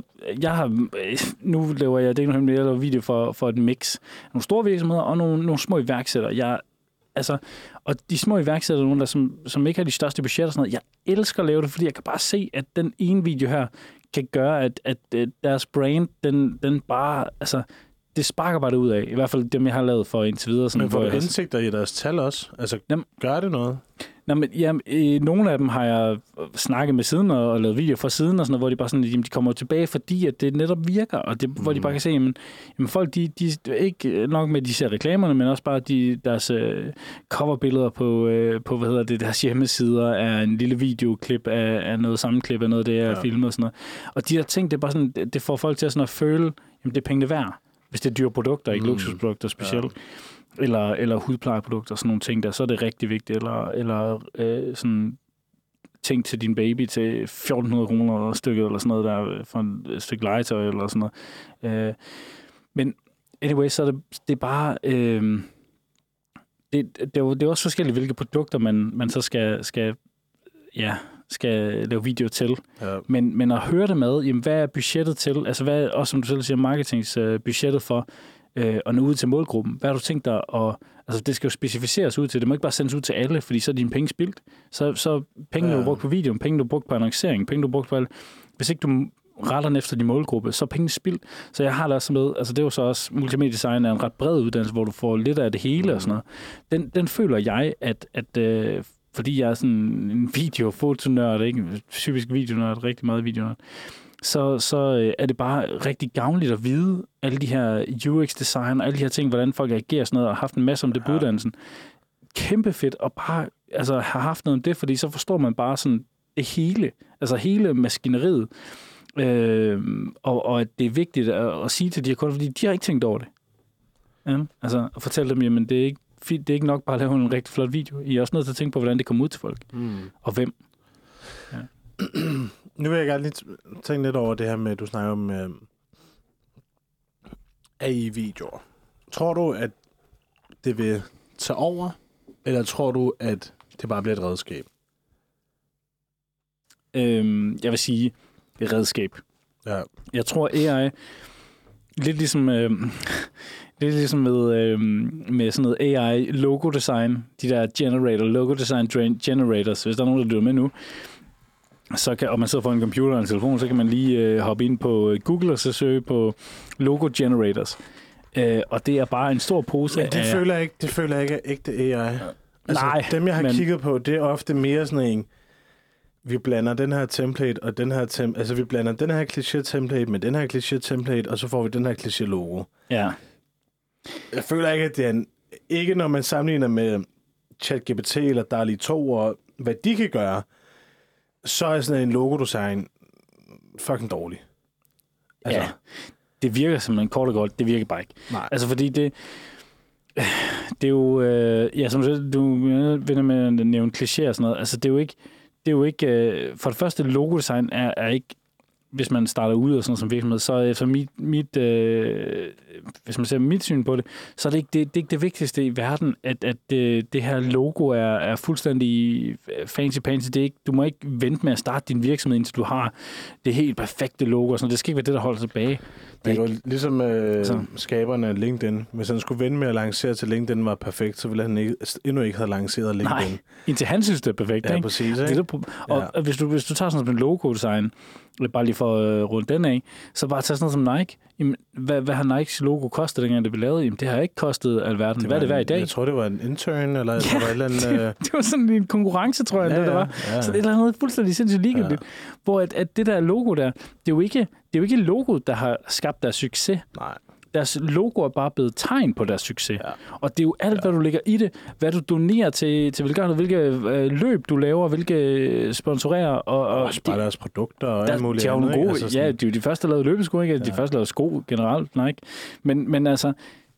laver jeg, det ikke noget, jeg laver video for et mix. Nogle store virksomheder og nogle små iværksættere. Og de små iværksættere, nogle der, som ikke har de største budgetter og sådan noget, jeg elsker at lave det, fordi jeg kan bare se, at den ene video her kan gøre, at deres brand, den bare, altså, det sparker bare det ud af. I hvert fald dem, jeg har lavet for indtil videre. Sådan, men får du indsigter i deres tal også? Altså, gør det noget? Nogle af dem har jeg snakket med siden og lavet videoer fra siden, og sådan noget, hvor de bare sådan, de kommer tilbage, fordi at det netop virker, og det, hvor de bare kan se, jamen folk, de ikke nok med, at de ser reklamerne, men også bare deres coverbilleder på deres hjemmesider er en lille videoklip af noget sammenklip af noget, det er filmet og sådan noget. Og de der ting, det er bare sådan, det får folk til at, sådan at føle, jamen det er pengene værd, hvis det er dyre produkter, ikke luksusprodukter specielt. Ja. Eller hudplejeprodukter og sådan nogle ting der, så er det rigtig vigtigt. Eller sådan ting til din baby til 1.400 kroner stykket, eller sådan noget der, for et stykke legetøj, eller sådan noget. Men anyway, så er det bare... Det er også forskelligt, hvilke produkter man så skal lave video til. Ja. Men at høre det med, jamen, hvad er budgettet til? Altså, hvad er, også som du selv siger, marketingsbudgettet for at nå ud til målgruppen? Hvad har du tænkt dig at... Altså, det skal jo specificeres ud til. Det må ikke bare sendes ud til alle, fordi så er dine penge spildt. Så penge, du har brugt på videoen, penge, du har brugt på annoncering, penge, du har brugt på alt. Hvis ikke du retter den efter din målgruppe, så er pengene spildt. Så jeg har det også med... Altså, det er jo så også... Multimediedesign er en ret bred uddannelse, hvor du får lidt af det hele og sådan noget. Den føler jeg, at fordi jeg er sådan en fotonørd, ikke? Typisk videonørd, rigtig meget videonørd, så er det bare rigtig gavnligt at vide alle de her UX-design og alle de her ting, hvordan folk reagerer sådan noget, og haft en masse om det på uddannelsen. Kæmpe fedt at bare have haft noget om det, fordi så forstår man bare sådan det hele, altså hele maskineriet, og at det er vigtigt at sige til de her kunder, fordi de har ikke tænkt over det. Ja? Altså at fortælle dem, jamen det er ikke nok bare at lave en rigtig flot video. I er også nødt til at tænke på, hvordan det kommer ud til folk. Og hvem. Ja. Nu vil jeg gerne lige tænke lidt over det her med, at du snakker om AI-videoer. Tror du, at det vil tage over, eller tror du, at det bare bliver et redskab? Jeg vil sige, et redskab. Ja. Jeg tror, AI, lidt ligesom med sådan noget AI logo-design, de der logo-design generators, hvis der er nogen, der lytter med nu, og man sidder foran en computer eller en telefon, så kan man lige hoppe ind på Google og så søge på logo generators. Og det er bare en stor pose af... Det føler jeg ikke er ægte AI. Altså, nej, dem jeg har kigget på, det er ofte mere sådan en, vi blander den her template og den her altså vi blander den her kliché-template med den her kliché-template, og så får vi den her kliché-logo. Ja. Jeg føler ikke, at det er ikke når man sammenligner med ChatGPT eller DALL-E 2 og hvad de kan gøre, så er sådan en logo-design fucking dårlig. Altså. Ja, det virker simpelthen kort og godt, det virker bare ikke. Nej. Altså fordi det er jo, som du vender med at nævne klichéer og sådan noget, altså det er jo ikke for det første, logo-design er ikke, hvis man starter ud og sådan noget som virksomhed, så efter hvis man ser mit syn på det, så er det ikke det vigtigste i verden, at det her logo er fuldstændig fancy-pansy. Det er ikke, du må ikke vente med at starte din virksomhed, indtil du har det helt perfekte logo. Og sådan. Det skal ikke være det, der holder tilbage. Det er ligesom skaberne af LinkedIn. Hvis han skulle vente med at lancere til LinkedIn var perfekt, så ville han endnu ikke have lanceret LinkedIn. Nej, indtil han synes, det er perfekt. Ja, ikke? præcis. Ikke? Og hvis du tager sådan en logo-design, bare lige for at runde den af, så bare tage sådan noget som Nike. Jamen, hvad har Nikes logo kostet, dengang det blev lavet? Jamen, det har ikke kostet alverden. Hvad er det værd i dag? Jeg tror, det var en intern, eller ja, et eller andet... det var sådan en konkurrence, tror jeg, det var. Ja. Så det er eller andet fuldstændig sindssygt ligegyldigt. Ja. Hvor at det der logo der, det er jo ikke logoet, der har skabt deres succes. Nej. deres logo er bare blevet tegn på deres succes. Ja. Og det er jo alt, hvad du lægger i det, hvad du donerer til hvilke løb du laver, hvilke sponsorerer. Og også bare deres produkter og alt muligt andet. Gode, altså sådan... Ja, de er jo de første, der lavede løbesko, ikke? De første, der lavede sko generelt, nej. Men altså,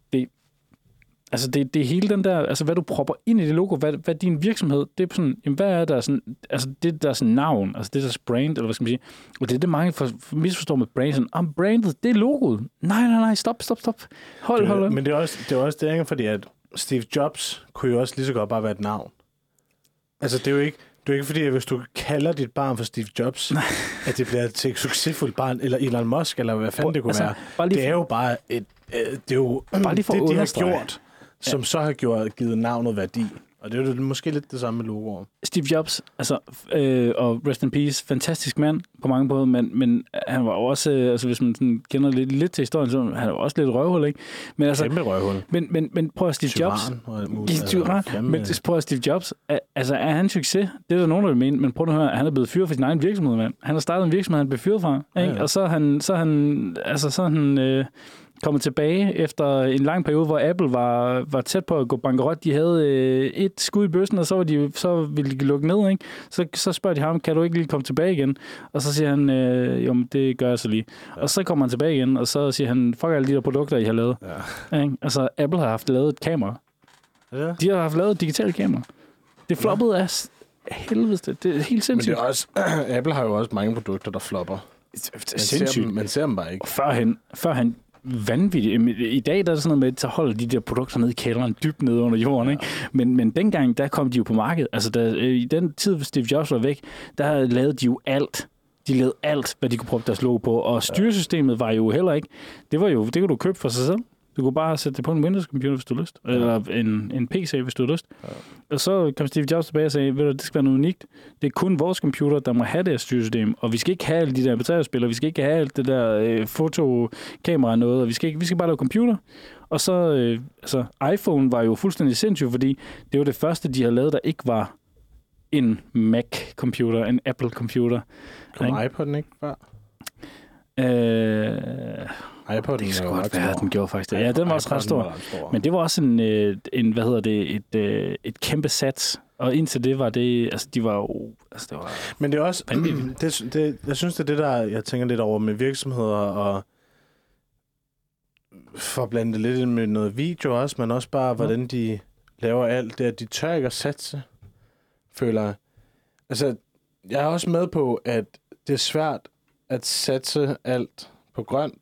det er hele den der, altså hvad du propper ind i det logo, hvad din virksomhed, det er sådan, jamen, hvad er der sådan, altså det der sådan navn, altså det der brand, eller hvad skal man sige, og det er det mange misforstår med brand, sådan, brandet, det er logoet. Nej, stop. Hold. Men det er også det, ikke? Fordi at Steve Jobs kunne jo også lige så godt bare være et navn. Altså det er jo ikke fordi, at hvis du kalder dit barn for Steve Jobs, at det bliver til et succesfuldt barn, eller Elon Musk, eller hvad fanden det kunne være. Det er jo bare det er jo bare det, de har gjort, som så har givet navnet værdi. Og det er jo måske lidt det samme med logoer. Steve Jobs, altså, og rest in peace, fantastisk mand på mange måder, men han var også, altså hvis man sådan kender lidt til historien, så han var også lidt røvhul, ikke? Men altså, kæmpe røvhul. Men prøv at Steve Jobs. Men prøv at Steve Jobs, altså er han succes? Det er der nogen, der vil mene, men prøv at høre, han er blevet fyret for sin egen virksomhed, mand. Han har startet en virksomhed, han blev fyret fra, ikke? Ja. Og så er han kommet tilbage efter en lang periode, hvor Apple var tæt på at gå bankerot. De havde et skud i bøssen, og så ville de lukke ned, ikke? Så spørger de ham, kan du ikke lige komme tilbage igen? Og så siger han, jo, det gør jeg så lige. Ja. Og så kommer han tilbage igen, og så siger han, fuck alle de der produkter, I har lavet. Ja. Ikke? Altså, Apple har haft lavet et kamera. Ja. De har haft lavet et digitalt kamera. Det floppede af helvede. Det er helt sindssygt. Men det er også, Apple har jo også mange produkter, der flopper. Man ser dem bare ikke. Og førhen vanvittigt. I dag der er det sådan noget med, at så holder de der produkter nede i kælderen, dybt nede under jorden. Ikke? Men dengang, der kom de jo på markedet. Altså, i den tid, hvor Steve Jobs var væk, der lavede de jo alt. De lavede alt, hvad de kunne proppe deres logo på. Og styresystemet var jo heller ikke... Det kunne du købe for sig selv. Du kunne bare sætte det på en Windows-computer, hvis du har lyst. Eller en PC, hvis du har lyst. Ja. Og så kom Steve Jobs tilbage og sagde, ved du, det skal være noget unikt. Det er kun vores computer, der må have det her styresystem. Og vi skal ikke have alle de der batterispillere. Vi skal ikke have alt det der fotokamera og noget. Og vi skal bare lave computer. Og så, iPhone var jo fuldstændig sindssygt, fordi det var det første, de har lavet, der ikke var en Mac-computer, en Apple-computer. Kom iPod'en ikke før? iPod'en det kan godt være, den gjorde faktisk det. Ja, den var også ret stor. Men det var også en hvad hedder det, et kæmpe sats. Og indtil det var det, altså de var jo... Altså, det var men det er også... jeg synes, det er det, der jeg tænker lidt over med virksomheder, og for at blande det lidt ind med noget video også, men også bare, hvordan de laver alt det, at de tør ikke at satse, føler jeg. Altså, jeg er også med på, at det er svært at satse alt på grønt.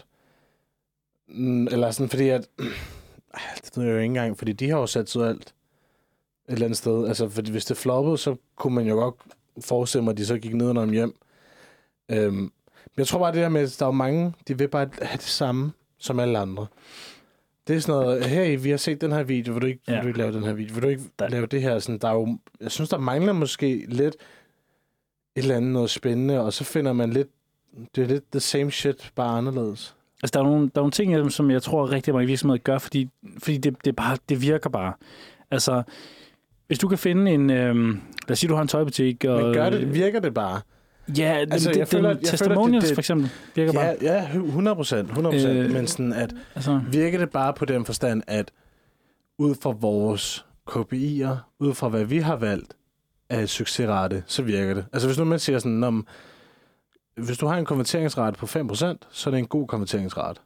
Eller sådan, fordi at... det ved jeg jo ikke engang, fordi de har jo satset alt et eller andet sted. Altså, fordi hvis det floppede, så kunne man jo godt forestille mig, at de så gik ned og hjem. Men jeg tror bare det der med, at der er mange, de vil bare have det samme som alle andre. Det er sådan noget, hey, vi har set den her video, vil du ikke lave den her video? Vil du ikke lave det her? Sådan, der er jo, jeg synes, der mangler måske lidt et eller andet noget spændende, og så finder man lidt, det er lidt the same shit, bare anderledes. Altså, der er nogle ting, som jeg tror rigtig mange virksomheder gør, fordi det virker bare. Altså, hvis du kan finde en... lad os sige, du har en tøjbutik... Og, men virker det bare? Ja, altså, testimonials for eksempel virker bare. Ja, 100%. Men sådan, at virker det bare på den forstand, at ud fra vores KPI'er, ud fra hvad vi har valgt af succesrate, så virker det. Altså, hvis nu man siger sådan, hvis du har en konverteringsrate på 5%, så er det en god konverteringsrate.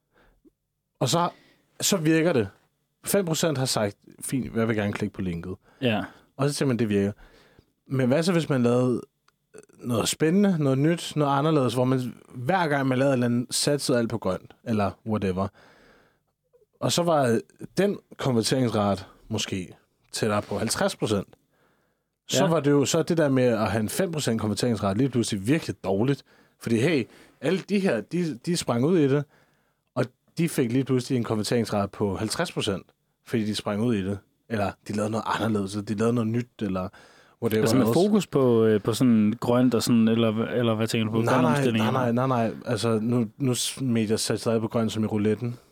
Og så virker det. 5% har sagt, fint, jeg vil gerne klikke på linket. Ja. Og så siger man, det virker. Men hvad så, hvis man lavede noget spændende, noget nyt, noget anderledes, hvor man hver gang man lavede et eller andet, satsede alt på grønt, eller whatever. Og så var den konverteringsrate måske tættere på 50%. Så var det jo så det der med at have en 5% konverteringsrate lige pludselig virkelig dårligt. Fordi hey, alle de her, de sprang ud i det, og de fik lige pludselig en konverteringsrate på 50%, fordi de sprang ud i det. Eller de lavede noget anderledes, de lavede noget nyt, eller whatever. Altså med fokus på sådan grønt og sådan, eller hvad tænker du på? Nej. Altså nu medier sat sig på grønt som i rouletten.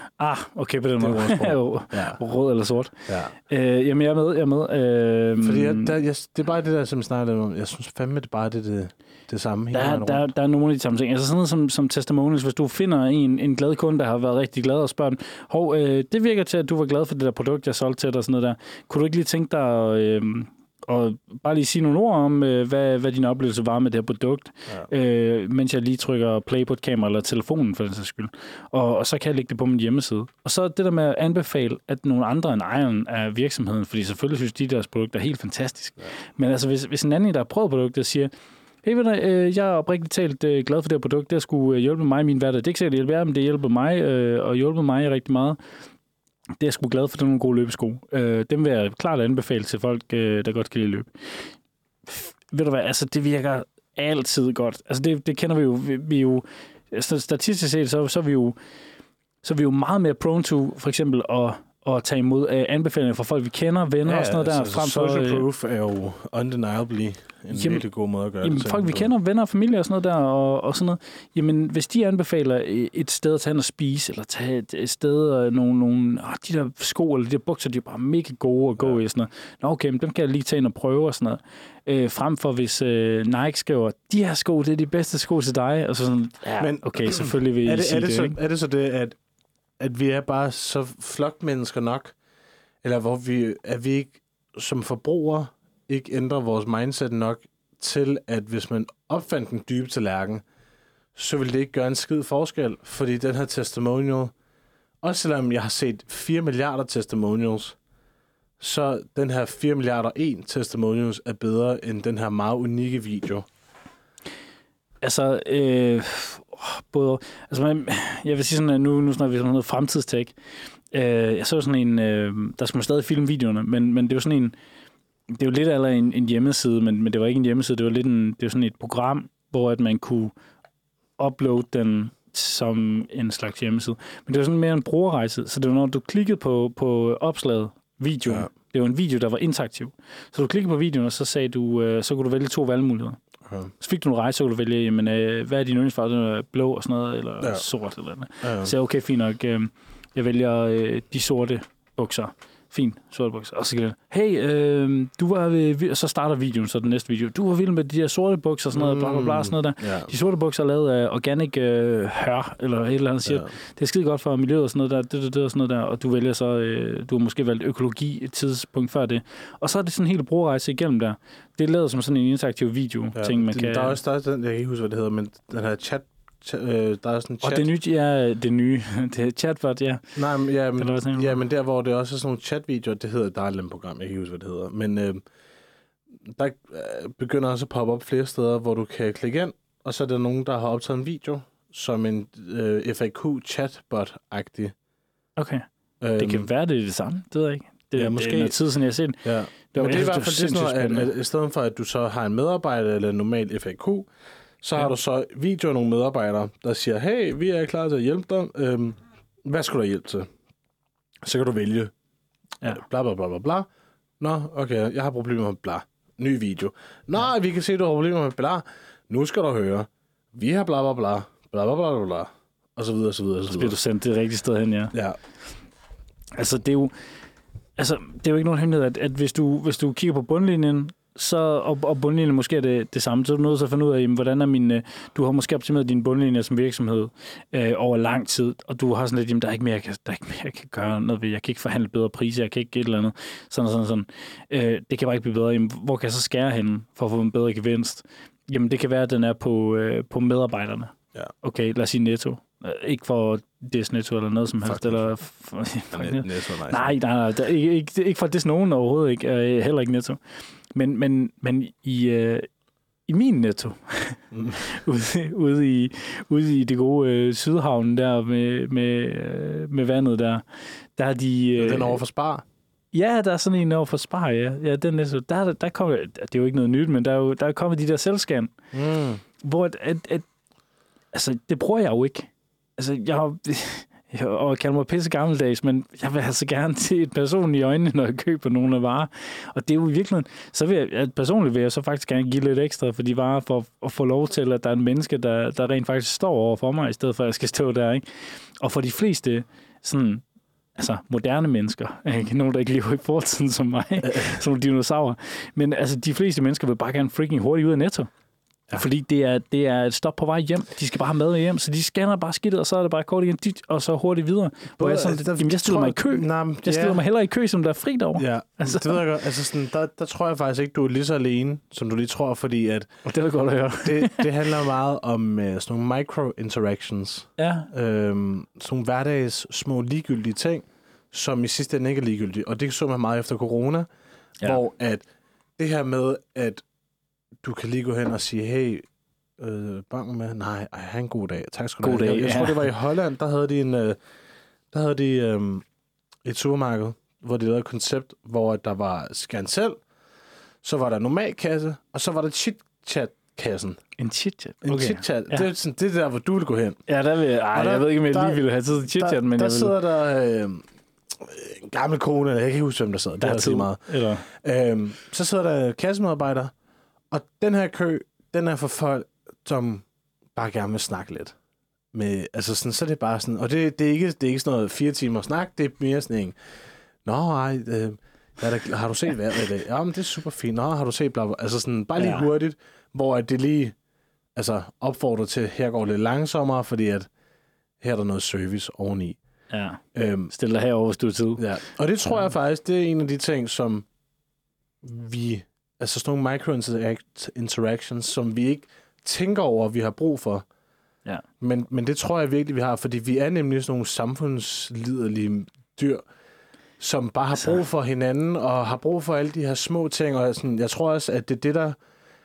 Okay, på den Det er måde. ordsprog. Ja. Rød eller sort. Ja. Jamen, jeg er med. Fordi det er bare det der, som jeg snakkede om. Jeg synes fandme, det er bare det samme. Der er nogle af de samme ting. Altså sådan noget som testimonials, hvis du finder en glad kunde, der har været rigtig glad og spørger den, det virker til, at du var glad for det der produkt, jeg solgte til dig og sådan noget der. Kunne du ikke lige tænke dig og bare lige sige nogle ord om, hvad din oplevelse var med det her produkt, mens jeg lige trykker play på et kamera eller telefonen for den sags skyld. Og så kan jeg lægge det på min hjemmeside. Og så det der med at anbefale, at nogle andre end ejeren af virksomheden, fordi selvfølgelig synes de deres produkt er helt fantastisk. Ja. Men altså hvis en anden, der har prøvet produktet, siger, hey, ved du, jeg er oprigtigt talt glad for det her produkt, det har skulle hjælpe mig i min hverdag. Det er ikke sikkert, det hjælper jer, men det hjælper mig, og hjælper mig rigtig meget. Det er jeg sgu glad for, det er nogle gode løbesko. Dem vil jeg klart anbefale til folk, der godt kan lide løb. Ved du hvad, altså det virker altid godt. Altså det kender vi jo. Vi er jo statistisk set, så er vi jo meget mere prone to, for eksempel, at tage imod anbefalinger fra folk, vi kender, venner og sådan noget der. Altså, social proof er jo undeniably en virkelig god måde at gøre det. Folk, vi kender, venner og familie og sådan noget der, og sådan noget. Jamen, hvis de anbefaler et sted at tage hen og spise, eller tage et sted, de der sko eller de der bukser, de er bare mega gode at gå i, sådan noget. Nå, okay, men dem kan jeg lige tage ind og prøve og sådan noget. Frem for hvis Nike skriver, de her sko, det er de bedste sko til dig, og så sådan, men, okay, selvfølgelig vil I sige det. Er det så det, at vi er bare så flokmennesker nok, eller hvor vi ikke som forbrugere ikke ændrer vores mindset nok til, at hvis man opfandt den dybe tallerken, så vil det ikke gøre en skid forskel, fordi den her testimonial, også selvom jeg har set 4 milliarder testimonials, så den her 4 milliarder 1 testimonials er bedre end den her meget unikke video. Altså, jeg vil sige sådan, at nu snakker vi sådan noget fremtidstech. Jeg så sådan en, der skal man stadig filme videoerne, men det er jo sådan en, det er jo lidt eller en hjemmeside, men det var ikke en hjemmeside, det var sådan et program, hvor at man kunne uploade den som en slags hjemmeside. Men det var sådan mere en brugerrejse, så det var når du klikkede på opslaget, videoen, det var en video, der var interaktiv. Så du klikkede på videoen, og så sagde du, så kunne du vælge 2 valgmuligheder. Så fik du en rejse, så kunne du vælge, jamen, hvad er din yndlingsfarve? Blå og sådan noget, eller sort eller noget. Så okay, fint nok. Jeg vælger de sorte bukser. Fint, sorte bukser. Og så kan hey, du var ved, og så starter videoen, så den næste video. Du var vild med de der sorte bukser, sådan noget, bla bla bla, sådan noget der. Yeah. De sorte bukser er lavet af organic hør, eller et eller andet siger. Det er skide godt for miljøet og sådan noget der, det og sådan noget der, og du vælger så, du har måske valgt økologi et tidspunkt før det. Og så er det sådan en hel brugerrejse igennem der. Det er lavet som sådan en interaktiv video, ting man kan... Der er også den, jeg kan ikke huske, hvad det hedder, men den her chat, der er sådan en chat. Og det nye, det er chatbot, ja. Nej, men der, hvor det også er sådan nogle chatvideoer, det hedder, der er et eller andet program, jeg kan ikke huske, hvad det hedder. Men der begynder også at poppe op flere steder, hvor du kan klikke ind, og så er der nogen, der har optaget en video, som en FAQ-chatbot-agtig. Okay. Det kan være, det er det samme, det ved jeg ikke. Det er måske noget tid, siden jeg har set. Ja. Men det er i hvert fald sådan noget, at i stedet for, at du så har en medarbejder eller en normal FAQ, så har du så video af nogle medarbejdere, der siger, hey, vi er klar til at hjælpe dig. Hvad skal du hjælpe til? Så kan du vælge. Bla, bla, bla, bla, bla. Nå, okay, jeg har problemer med bla. Ny video. Nå, vi kan se, du har problemer med bla. Nu skal du høre. Vi har bla, bla, bla. Bla, bla, bla, bla. Og så videre, så videre, så videre. Så bliver du sendt det rigtige sted hen, ja. Ja. Altså, det er jo ikke nogen hemmelighed, at hvis du kigger på bundlinjen, så, og bundlinjen måske er det samme, så er du nødt til at finde ud af, jamen, hvordan er du har måske optimeret din bundlinje som virksomhed over lang tid, og du har sådan lidt, jamen, der er ikke mere, jeg kan gøre noget ved, jeg kan ikke forhandle bedre priser, jeg kan ikke et eller andet, sådan. Det kan bare ikke blive bedre. Jamen, hvor kan jeg så skære henne for at få en bedre gevinst? Jamen, det kan være, at den er på medarbejderne. Ja. Okay, lad os sige Netto. Ikke for Dis Netto eller noget som helst. Eller Netto, nej. Ikke for Dis nogen overhovedet ikke. Heller ikke Netto. Men i min Netto, ude i det gode Sydhavnen der med vandet der er de... den over for Spar? Ja, der er sådan en over for Spar, ja. Ja, den Netto. Der kommer, det er jo ikke noget nyt, men der er kommet de der selvscan, hvor altså, det bruger jeg jo ikke. Altså, jeg kalder mig pisse gammeldags, men jeg vil altså gerne se et person i øjnene, når jeg køber nogle af varer. Og det er jo i virkeligheden, personligt vil jeg så faktisk gerne give lidt ekstra for de varer, for at få lov til, at der er en menneske, der rent faktisk står over for mig, i stedet for at jeg skal stå der, ikke? Og for de fleste sådan, altså moderne mennesker, ikke? Nogen, der ikke lever i fortiden som mig, som nogle dinosaurer. Men altså, de fleste mennesker vil bare gerne freaking hurtigt ud af Netto. Ja. Fordi det er et stop på vej hjem. De skal bare have mad med hjem, så de scanner bare skidtet, og så er det bare kort igen, og så hurtigt videre. Hvor jeg sådan, jeg stiller mig i kø. Jeg stiller mig hellere i kø, som der er fri derovre. Ja, altså. Det ved jeg godt. Altså sådan, der tror jeg faktisk ikke, du er lige så alene, som du lige tror, fordi at... Det er godt at høre. det handler meget om sådan nogle micro-interactions. Ja. Sådan nogle hverdags små ligegyldige ting, som i sidste ende ikke er ligegyldige. Og det så man meget efter corona, hvor at det her med, at du kan lige gå hen og sige, hey, bank med, nej, have en god dag. Tak skal du have. Jeg tror, det var i Holland, der havde de et supermarked, hvor de lavede et koncept, hvor der var scan selv, så var der normal kasse, og så var der chit-chat-kassen. En chit-chat? En chit-chat. Ja. Det er der, hvor du vil gå hen. Ja, der vil jeg ved ikke, om jeg lige ville have tid til chit-chat, men der jeg vil... sidder der en gammel kone, jeg kan ikke huske, hvem der sidder. Der er tid. Meget. Eller... så sidder der kassemedarbejder, og den her kø, den er for folk, som bare gerne vil snakke lidt. Med, altså sådan, så er det bare sådan, og det er ikke sådan noget 4 timer snak, det er mere sådan en, har du set vejret i dag? Ja, men det er super fint. Har du set bla bla? Altså sådan, bare lige hurtigt, hvor det lige opfordrer til, her går det langsommere, fordi at her er der noget service oveni. Ja, stil dig herover, hvis du er tid. Ja, og det tror jeg faktisk, det er en af de ting, som vi, altså sådan nogle micro-interactions, som vi ikke tænker over, vi har brug for. Ja. Men det tror jeg virkelig, vi har, fordi vi er nemlig sådan nogle samfundsliderlige dyr, som bare har brug for hinanden, og har brug for alle de her små ting, og sådan, jeg tror også, at det er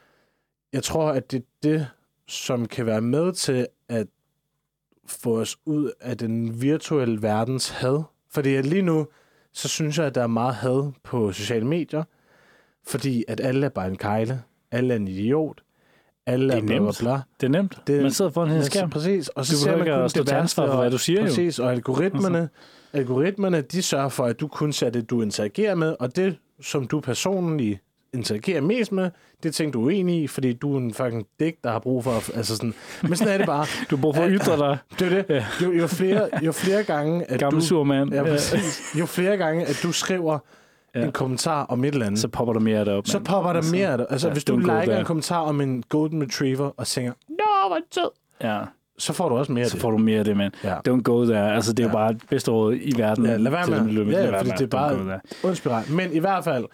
det, som kan være med til at få os ud af den virtuelle verdens had. Fordi lige nu, så synes jeg, at der er meget had på sociale medier, fordi at alle er bare en kejle, alle er en idiot, alle er bla bla bla. Det er nemt. Man sidder foran en skærm. Præcis. Og så du behøver ikke at stå til ansvar for, hvad du siger. Præcis, og algoritmerne, de sørger for, at du kun ser det, du interagerer med, og det, som du personligt interagerer mest med, det er ting, du er uenig i, fordi du er en fucking dæk, der har brug for... Altså sådan, men sådan er det bare. Du har brug for at ytre dig. Det er det. Jo flere gange, at Gammel surmand. Ja, præcis. Jo flere gange, at du skriver en kommentar om et eller andet, så popper der mere af det op. Så popper der mere af det. Altså, hvis du liker en kommentar om en golden retriever, og tænker, hvor sød. Ja. Så får du også mere af det. Så får du mere af det, mand. Ja. Don't go there. Altså, det er jo bare det bedste råd i verden. Ja, lad være med. Ja, fordi det er bare ondspiral. Men i hvert fald,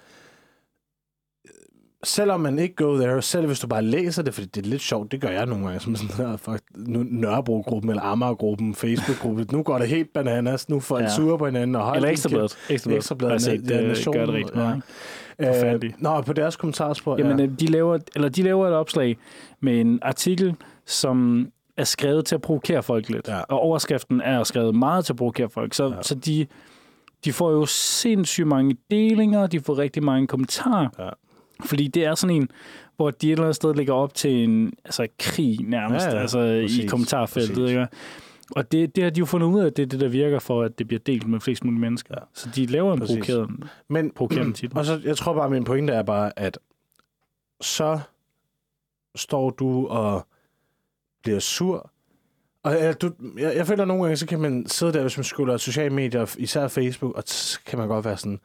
selvom man ikke go there, selv hvis du bare læser det, fordi det er lidt sjovt, det gør jeg nogle gange, som sådan her, Nørrebro-gruppen eller Amager-gruppen, Facebook-gruppen, nu går det helt bananas, nu får en sure på hinanden. Og eller Ekstrabladet. Ekstrabladet. Det gør det rigtig meget. Nå, på deres kommentarspor. Jamen, de laver et opslag med en artikel, som er skrevet til at provokere folk lidt. Ja. Og overskriften er skrevet meget til at provokere folk. Så de får jo sindssygt mange delinger, de får rigtig mange kommentarer. Ja. Fordi det er sådan en, hvor de et eller andet sted ligger op til en krig nærmest, i kommentarfeltet. Ikke? Og det har de jo fundet ud af, at det er det, der virker for, at det bliver delt med flest mulige mennesker. Ja. Så de laver en provokerende titel. Og så, jeg tror bare, min pointe er bare, at så står du og bliver sur. Og jeg føler nogle gange, så kan man sidde der, hvis man scroller sociale medier, især Facebook, og så kan man godt være sådan,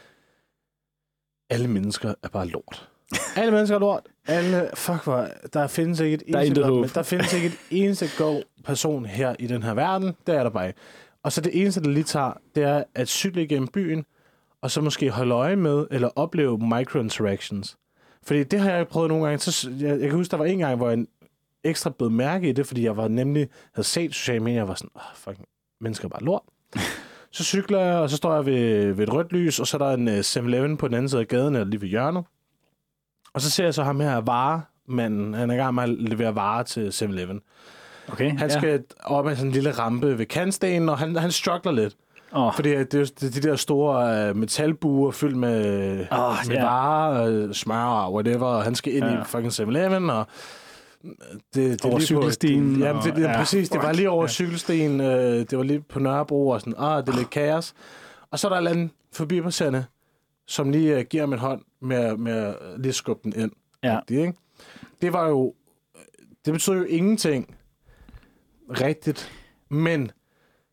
alle mennesker er bare lort. Alle mennesker er lort. Der findes ikke et eneste god person her i den her verden. Det er der bare. Og så det eneste, der lige tager, det er at cykle igennem byen, og så måske holde øje med, eller opleve micro-interactions. Fordi det har jeg prøvet nogle gange. Så jeg kan huske, der var en gang, hvor jeg ekstra blev mærke i det, fordi jeg havde set sociale medier, og var sådan, fucking, mennesker er bare lort. Så cykler jeg, og så står jeg ved et rødt lys, og så er der en 7-Eleven på den anden side af gaden, eller lige ved hjørnet. Og så ser jeg så ham her varemanden. Han er i gang med at levere varer til 7-Eleven. Okay, han skal op ad sådan en lille rampe ved kantstenen, og han struggler lidt. Fordi det er de der store metalbuer fyldt med varer, smør og whatever, og han skal ind i fucking 7-Eleven, og det over cykelstien. Præcis. Det var lige over cykelstien. Det var lige på Nørrebro, og sådan, det er lidt kaos. Og så er der en eller anden forbipasserende, som lige giver ham en hånd med at lige skubbe den ind. Ja. Det var jo... Det betyder jo ingenting rigtigt, men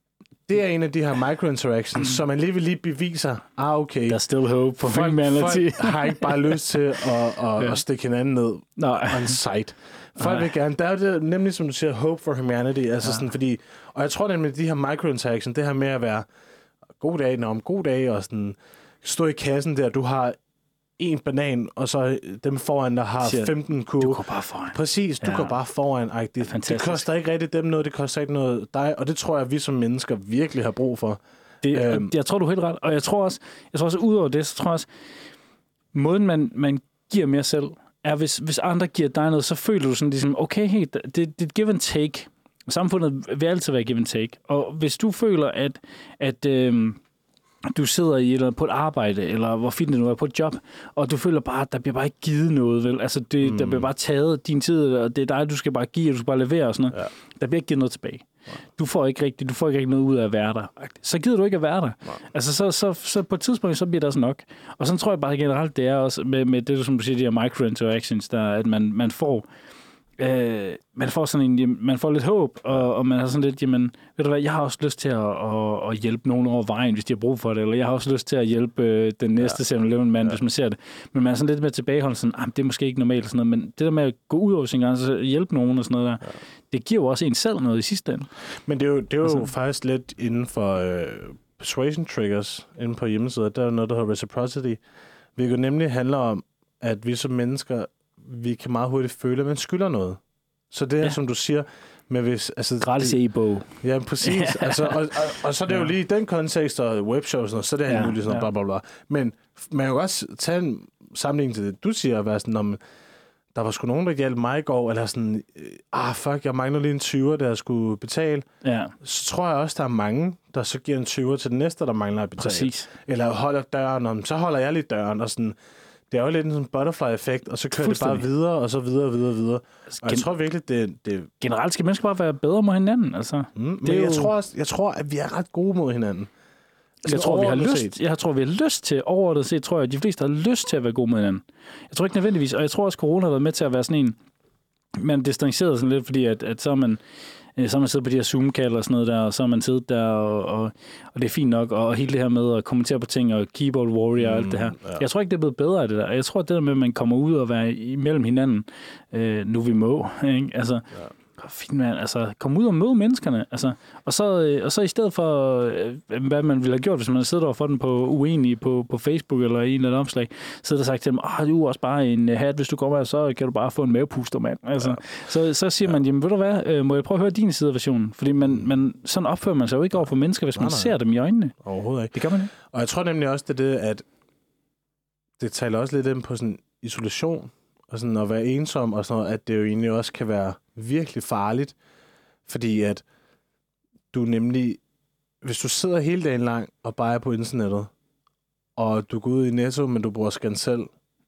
det er en af de her microinteractions, som lige beviser, okay, there's still hope for humanity. Folk har ikke bare lyst til at stikke hinanden ned on sight. Folk vil gerne, der er det nemlig, som du siger, hope for humanity, altså sådan, fordi, og jeg tror nemlig, de her microinteractions, det her med at være god dag, og sådan, stå i kassen der, du har en banan, og så dem foran, der har 15 kurve. Du går bare foran. Præcis, du går bare foran. Det koster ikke rigtig dem noget, det koster ikke noget dig, og det tror jeg, vi som mennesker virkelig har brug for. Jeg tror, du er helt ret, og jeg tror også ud over det, så tror jeg også, måden man giver mere selv, er, hvis andre giver dig noget, så føler du sådan ligesom, okay, hey, det er give and take. Samfundet vil altid være give and take. Og hvis du føler, at du sidder på et arbejde, eller hvor fint det nu er, på et job, og du føler bare, at der bliver bare ikke givet noget, vel? Altså, der bliver bare taget din tid, og det er dig, du skal bare give, og du skal bare levere og sådan noget. Ja. Der bliver ikke givet noget tilbage. Du får ikke rigtig noget ud af at være der. Så gider du ikke at være der. Nej. Altså, så på et tidspunkt, så bliver der sådan nok. Og sådan tror jeg bare generelt, det er også med det, som du siger, de her micro-interactions, der, at man får sådan en, man får lidt håb, og man har sådan lidt, jamen, ved du hvad, jeg har også lyst til at hjælpe nogen over vejen, hvis de har brug for det, eller jeg har også lyst til at hjælpe den næste 7-Eleven-mand, hvis man ser det. Men man er sådan lidt med tilbageholden, sådan, det er måske ikke normalt, sådan noget, men det der med at gå ud over sin gang, så hjælpe nogen og sådan noget der, det giver jo også en selv noget i sidste ende. Men det er jo faktisk lidt inden for persuasion triggers, inde på hjemmesiden, der er noget, der hedder reciprocity, hvilket nemlig handler om, at vi som mennesker, vi kan meget hurtigt føle, at man skylder noget. Så det her, som du siger, med hvis... Altså, gratis e-bog. Ja, præcis. Altså, og så er det jo lige i den kontekst, og webshows, og så er det her muligt, sådan bla bla bla. Men man kan jo også tage en sammenligning til det, du siger, at være sådan, om der var sgu nogen, der hjalp mig i går, eller sådan, jeg mangler lige en 20'er, der jeg skulle betale. Ja. Så tror jeg også, der er mange, der så giver en 20'er til den næste, der mangler at betale. Præcis. Eller holder døren om, så holder jeg lige døren, og sådan... Det er jo lidt en sådan butterfly-effekt, og så kører det bare videre, og så videre. Og jeg tror virkelig, det... Generelt skal mennesker bare være bedre mod hinanden, altså. Men jeg tror, at vi er ret gode mod hinanden. Jeg tror, vi har lyst til, overordnet set, tror jeg, at de fleste har lyst til at være gode mod hinanden. Jeg tror ikke nødvendigvis, og jeg tror også, corona har været med til at være sådan en, man distancerede sådan lidt, fordi at så har man siddet på de her Zoom-kald og sådan noget der, og så har man siddet der, og det er fint nok, og hele det her med at kommentere på ting, og keyboard warrior og alt det her. Ja. Jeg tror ikke, det er blevet bedre af det der. Jeg tror, at det der med, at man kommer ud og være imellem hinanden, nu vi må, ikke? Altså, fint mand, altså, kom ud og møde menneskerne, altså, og så i stedet for, hvad man ville have gjort, hvis man havde siddet over for den på uenige på Facebook eller en eller anden opslag, så havde der sagt til dem, du er også bare en hat, hvis du kommer her, så kan du bare få en mavepuster, mand. Altså, så siger man, jamen ved du hvad, må jeg prøve at høre din side af versionen? Fordi man sådan opfører man sig jo ikke over for mennesker, hvis man ser dem i øjnene. Overhovedet ikke. Det gør man ikke. Og jeg tror nemlig også, det at det taler også lidt ind på sådan isolation, og sådan at være ensom, og sådan noget, at det jo egentlig også kan være virkelig farligt, fordi at du nemlig, hvis du sidder hele dagen lang og bare er på internettet, og du går ud i Netto, men du bruger scan selv,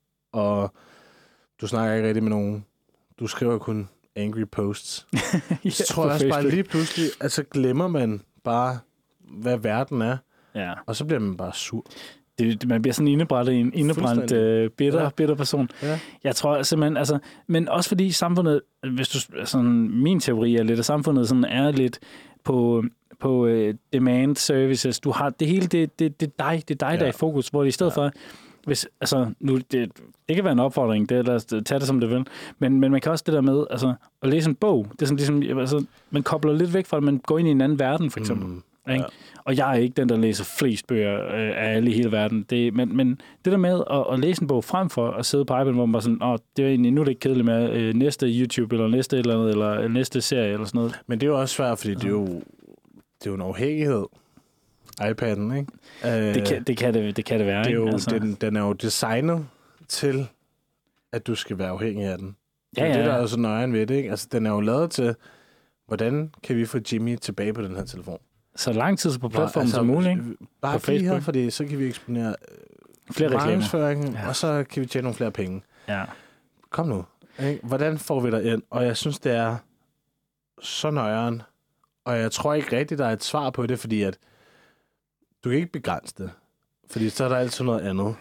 og du snakker ikke rigtig med nogen, du skriver kun angry posts, så tror jeg også bare lige pludselig, at så glemmer man bare, hvad verden er, og så bliver man bare sur. Man bliver sådan indebrændt bitter person. Ja. Jeg tror simpelthen, altså, men også fordi samfundet, hvis du, sådan, min teori er lidt, at samfundet sådan er lidt på demand services. Du har det hele, det er dig, der er i fokus, hvor det i stedet for, hvis, altså, nu, det kan være en opfordring, det er, tag det som det vil, men man kan også det der med, altså, at læse en bog, det er sådan ligesom, altså, man kobler lidt væk fra det, man går ind i en anden verden, for eksempel. Ja. Og jeg er ikke den, der læser flest bøger af alle i hele verden. Men det der med at læse en bog frem for at sidde på iPad, hvor man bare sådan, det er egentlig, nu er det ikke kedeligt med næste YouTube, eller næste et eller andet, eller næste serie, eller sådan noget. Men det er jo også svært, fordi det er jo en afhængighed. iPad'en, ikke? Det kan det være, det er jo, ikke? Altså. Den er jo designet til, at du skal være afhængig af den. Ja. Det der er jo så nøjeren ved det, ikke? Altså, den er jo lavet til, hvordan kan vi få Jimmy tilbage på den her telefon? Så lang tid på platformen som muligt, ikke? Bare på Facebook. Her, fordi så kan vi eksponere flere reklamer, og så kan vi tjene nogle flere penge. Ja. Kom nu. Ikke? Hvordan får vi dig ind? Og jeg synes, det er så nøjeren. Og jeg tror ikke rigtigt, der er et svar på det, fordi at du kan ikke begrænse det. Fordi så er der altid noget andet.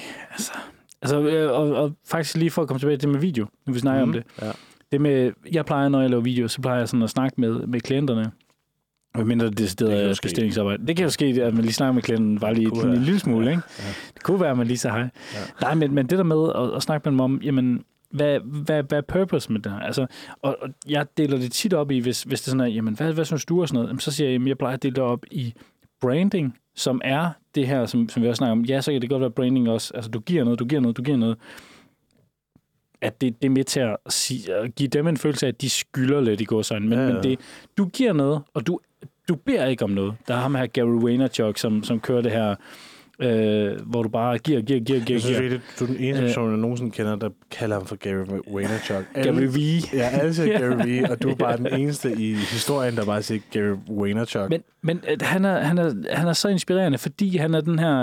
Altså og faktisk lige for at komme tilbage til det med video, nu vi snakker om det. Ja. Det med, jeg plejer, når jeg laver video, så plejer jeg sådan at snakke med klienterne. Mindre det decideret bestillingsarbejde. Det kan jo ske, at man lige snakker med klienten bare lige en lille smule, ikke? Ja. Det kunne være, at man lige så hej. Ja. Nej, men det der med at snakke med dem om, jamen, hvad er purpose med det her? Altså, og jeg deler det tit op i, hvis det er sådan, at, jamen, hvad synes du og sådan noget? Jamen, så siger jeg, jamen, jeg plejer at dele det op i branding, som er det her, som vi også snakker om. Ja, så kan det godt være branding også. Altså, du giver noget. At det er med til at give dem en følelse af, at de skylder lidt i gåsøjne. Men det, du giver noget, og du beder ikke om noget. Der er ham her Gary Vaynerchuk, som kører det her, hvor du bare giver. Jeg synes, du er den eneste person, jeg nogensinde kender, der kalder ham for Gary Vaynerchuk. Gary V. Ja, alle siger Gary V, og du er bare den eneste i historien, der bare siger Gary Vaynerchuk. Men han er så inspirerende, fordi han er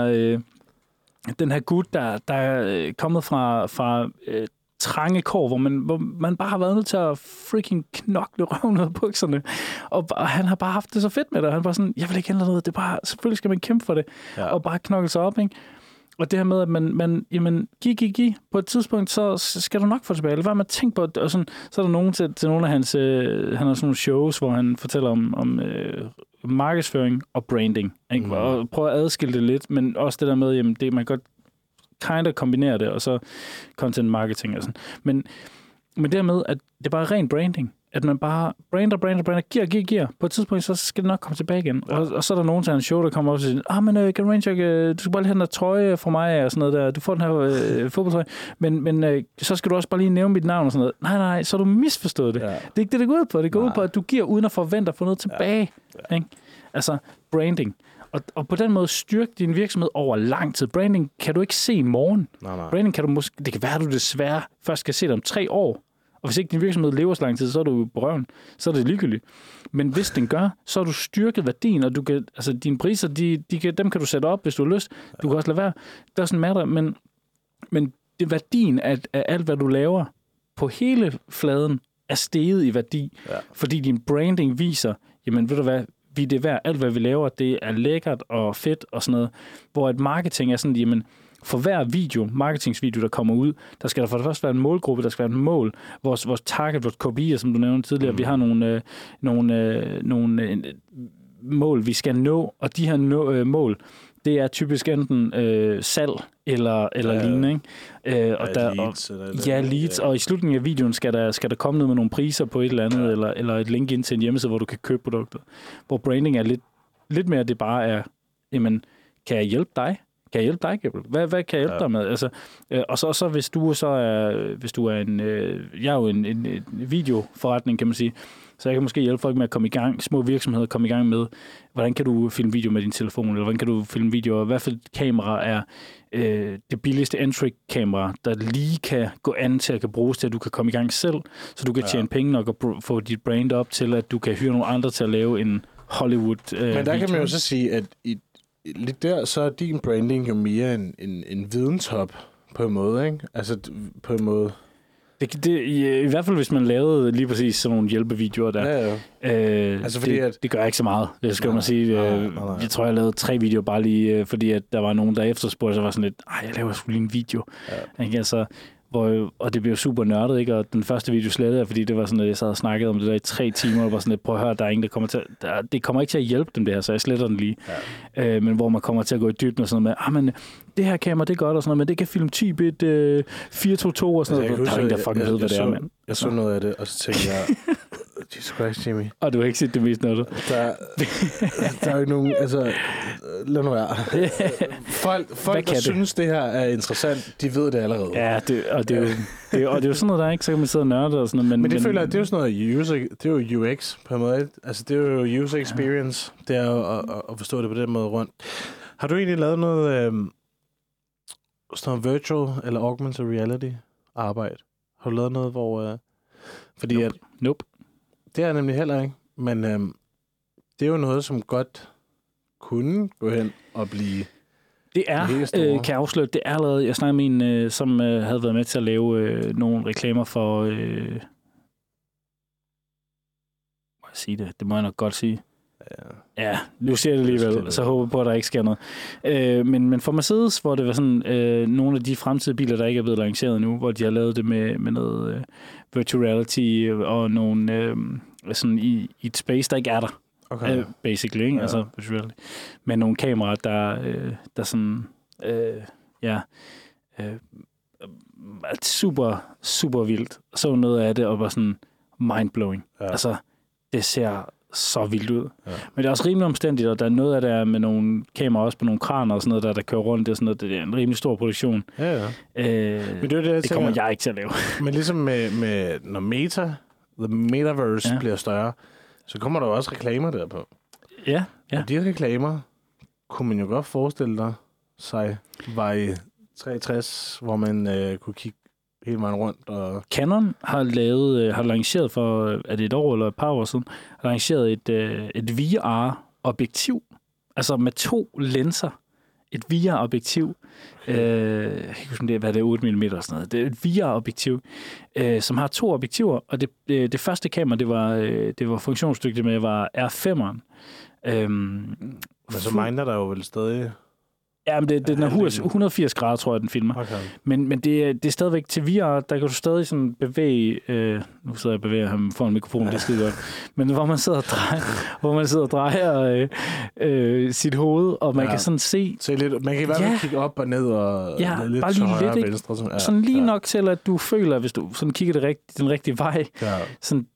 den her gut, der er kommet fra trange kår, hvor man bare har været nødt til at freaking knokle røven ud af bukserne. Og han har bare haft det så fedt med det. Han var sådan, jeg vil ikke ændre noget. Det er bare, selvfølgelig skal man kæmpe for det. Ja. Og bare knokle sig op, ikke? Og det her med, at man giv. På et tidspunkt, så skal du nok få tilbage. Eller hvad man tænker på, og sådan, så er der nogen til nogle af hans, han har sådan nogle shows, hvor han fortæller om markedsføring og branding. Ikke? Og prøver at adskille det lidt, men også det der med, jamen, det man godt kind of kombinere det, og så content marketing og sådan. Men det her med, at det er bare ren branding. At man bare brander, giver. På et tidspunkt, så skal det nok komme tilbage igen. Ja. Og så er der nogen til en show, der kommer op og siger, men Gary Vaynerchuk, du skal bare lige have den der trøje fra mig, og sådan noget der. Du får den her fodboldtrøje. Men så skal du også bare lige nævne mit navn og sådan noget. Nej, så har du misforstået det. Ja. Det er ikke det, det går ud på. Det går ud på, at du giver uden at forvente at få noget tilbage. Ja. Ikke? Altså, branding. Og på den måde styrke din virksomhed over lang tid. Branding kan du ikke se i morgen. Nej. Branding kan du det kan være, at du desværre først skal se det om 3 år. Og hvis ikke din virksomhed lever så lang tid, så er du på røven. Så er det ligegyldigt. Men hvis den gør, så har du styrket værdien, og du kan, altså dine priser, dem kan du sætte op, hvis du har lyst. Du kan også lade være. Det er sådan matter, men det værdien af alt, hvad du laver på hele fladen, er steget i værdi. Ja. Fordi din branding viser, jamen ved du hvad, det er værd. Alt, hvad vi laver, det er lækkert og fedt og sådan noget. Hvor et marketing er sådan, jamen, for hver marketingsvideo, der kommer ud, der skal der for det første være en målgruppe, der skal være et mål. Vores target, vores KPI'er, som du nævnte tidligere, vi har nogle mål, vi skal nå, og de her mål, det er typisk enten salg eller lignende, ikke? Leads. Og i slutningen af videoen skal der komme ned med nogle priser på et eller andet, eller et link ind til en hjemmeside, hvor du kan købe produktet. Hvor branding er lidt mere, det bare er, jamen, kan jeg hjælpe dig? Kan jeg hjælpe dig, Gabriel? Hvad kan jeg hjælpe dig med? Altså, og så hvis du er en... jeg er jo en videoforretning, kan man sige. Så jeg kan måske hjælpe folk med at komme i gang, små virksomheder komme i gang med, hvordan kan du filme video med din telefon, eller hvordan kan du filme video, hvad for et kamera er det billigste entry-kamera, der lige kan gå an til at kan bruges til, at du kan komme i gang selv, så du kan tjene penge nok og få dit brand op til, at du kan hyre nogle andre til at lave en Hollywood Men der video. kan man jo så sige, at lidt der, så er din branding jo mere en videnshop på en måde, ikke? Altså på en måde. I hvert fald, hvis man lavede lige præcis sådan nogle hjælpevideoer der. Ja. Altså fordi det gør ikke så meget, det skal man sige. Nej. Jeg tror, jeg lavede 3 videoer bare lige, fordi at der var nogen, der efterspurgte, så var sådan lidt, jeg laver sgu lige en video. Ja. Ikke? Altså, og det blev super nørdet, ikke? Og den første video slettede jeg, fordi det var sådan, at jeg sad og snakkede om det der i 3 timer, og var sådan lidt, prøv at høre, der er ingen, der kommer til det kommer ikke til at hjælpe dem det her, så jeg sletter den lige. Ja. Men hvor man kommer til at gå i dybden og sådan noget med, men det her kamera, det er godt og sådan noget, men det kan filme 10-bit 422 og sådan noget. Der er ingen, der fucking ved, hvad det er, mand. Jeg så noget af det, og så tænkte jeg, Jesus Christ, Jimmy. Og du har ikke set det mest noget. Der er jo ikke nogen, altså, lad nu være. Folk der synes, det her er interessant, de ved det allerede. Ja, og det er jo sådan noget, der ikke, så kan man sidde og nørde og sådan noget. Men det føler jeg, det er jo sådan noget det er jo UX på en måde. Altså, det er jo user experience. Det er jo at forstå det på den måde rundt. Har du egentlig lavet noget sådan noget virtual eller augmented reality arbejde? Har du lavet noget, hvor... fordi Nope. Det er nemlig heller ikke. Men det er jo noget, som godt kunne gå hen og blive... Det er, kan jeg afsløre, det er allerede... Jeg snakkede med en, som havde været med til at lave nogle reklamer for... må jeg sige det? Det må jeg nok godt sige. Ja, nu siger jeg det alligevel, så håber på, at der ikke sker noget. Men for Mercedes, hvor det var sådan nogle af de fremtidige biler, der ikke er blevet lanceret nu, hvor de har lavet det med noget virtual reality og nogle sådan i et space, der ikke er der. basically, ikke? Ja. Altså visuelt. Med nogle kameraer, der sådan, super, super vildt. Så noget af det, og var sådan mindblowing. Ja. Altså, det ser så vildt ud. Ja. Men det er også rimelig omstændigt, og der er noget af det er med nogle kameraer, også på nogle kraner og sådan noget, der kører rundt. Det er sådan noget, det er en rimelig stor produktion. Ja. Men det kommer jeg ikke til at lave. Men ligesom med når The Metaverse bliver større, så kommer der jo også reklamer derpå. Ja. Og de reklamer kunne man jo godt forestille sig var i 63, hvor man kunne kigge hele vejen rundt. Og Canon har lanceret for, er det et år eller et par år siden, har lanceret et VR-objektiv, altså med 2 linser. Et VR-objektiv. Jeg kan ikke huske, hvad det er, 8 mm og sådan noget. Det er et VR-objektiv, som har 2 objektiver, og det første kamera, det var funktionsdygtigt med, var R5'eren. Men så miner der jo vel stadig... Ja, men den er 180 grader, tror jeg, den filmer. Okay. Men det er stadigvæk til VR, der kan du stadig sådan bevæge... nu sidder jeg og bevæger ham foran mikrofonen, det er skide godt. Men hvor man sidder og drejer, sit hoved, og man kan sådan se lidt, man kan i hvert fald kigge op og ned, og lidt bare til lige højre og lidt, venstre. Sådan lige nok til, at du føler, hvis du sådan kigger den rigtige vej, sådan,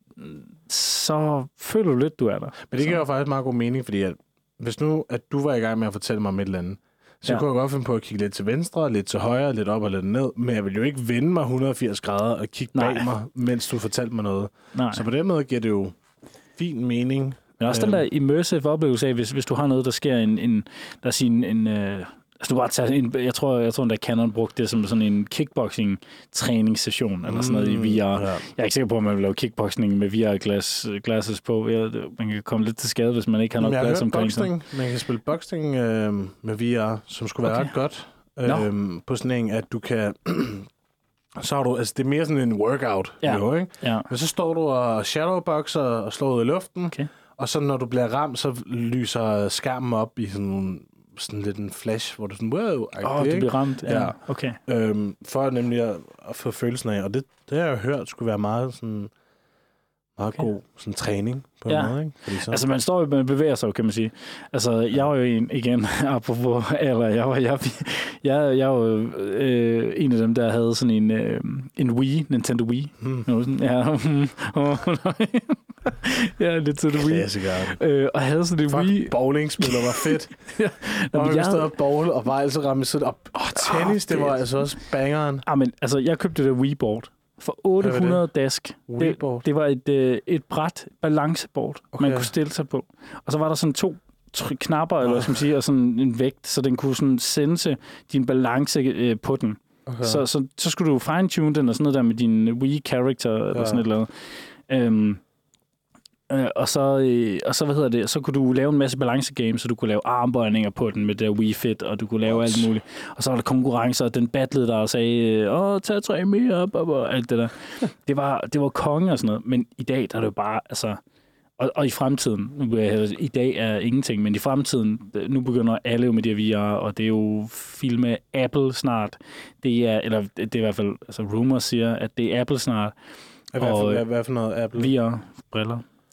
så føler du lidt, du er der. Men det giver jo faktisk meget god mening, fordi at, hvis nu, at du var i gang med at fortælle mig om et eller andet, så kunne jeg godt finde på at kigge lidt til venstre, lidt til højre, lidt op og lidt ned, men jeg vil jo ikke vende mig 180 grader og kigge bag mig, mens du fortalte mig noget. Nej. Så på den måde giver det jo fin mening. Men også den der immersive oplevelse af, hvis du har noget, der sker altså du bare tager jeg tror der Canon brugte det som sådan en kickboxing-træningssession, eller sådan noget i VR. Ja. Jeg er ikke sikker på, at man vil lave kickboxing med VR-glasses på. Man kan komme lidt til skade, hvis man ikke har noget glas omkring sig. Man kan spille boxing med VR, som skulle være ret godt. På sådan en, at du kan... Så har du, altså det er mere sådan en workout, jo, ikke? Ja. Men så står du og shadowboxer og slår ud i luften, og så når du bliver ramt, så lyser skærmen op i sådan lidt en flash, hvor du sådan, wow, det bliver ramt. Ja. Okay. For nemlig at få følelsen af, og det har jeg jo hørt, skulle være meget sådan meget god sådan træning på en måde, ikke? Fordi så... Altså man bevæger sig, kan man sige. Altså jeg var jo igen, apropos alder, jeg var jo en af dem, der havde sådan en Wii, Nintendo Wii. Ja, lidt til det Wii. Og havde sådan en Wii. Bowlingspiller var fedt. Og vi stod og bowl og bare altså ramme sådan op. Tennis, det var altså også bangeren. Men altså, jeg købte det der Wii-board for 800 dask. Det var et bræt balanceboard, man kunne stille sig på. Og så var der sådan 2 knapper, eller hvad skal man sige, og sådan en vægt, så den kunne sådan sense din balance på den. Okay. Så skulle du fine-tune den og sådan noget der med din Wii-character, eller sådan et eller andet. Og så hvad hedder det? Så kunne du lave en masse balancegames, så du kunne lave armbøjninger på den med det Wii Fit, og du kunne lave alt muligt. Og så var der konkurrencer, og den battlede der og sagde, tag 3 mere op, og alt det der. Det var konge og sådan noget. Men i dag, der er det jo bare, altså... Og i fremtiden, i dag er ingenting, men i fremtiden, nu begynder alle jo med det her VR, og det er jo filme Apple snart. Det er i hvert fald, altså rumors siger, at det er Apple snart. Hvad for noget Apple? VR-briller.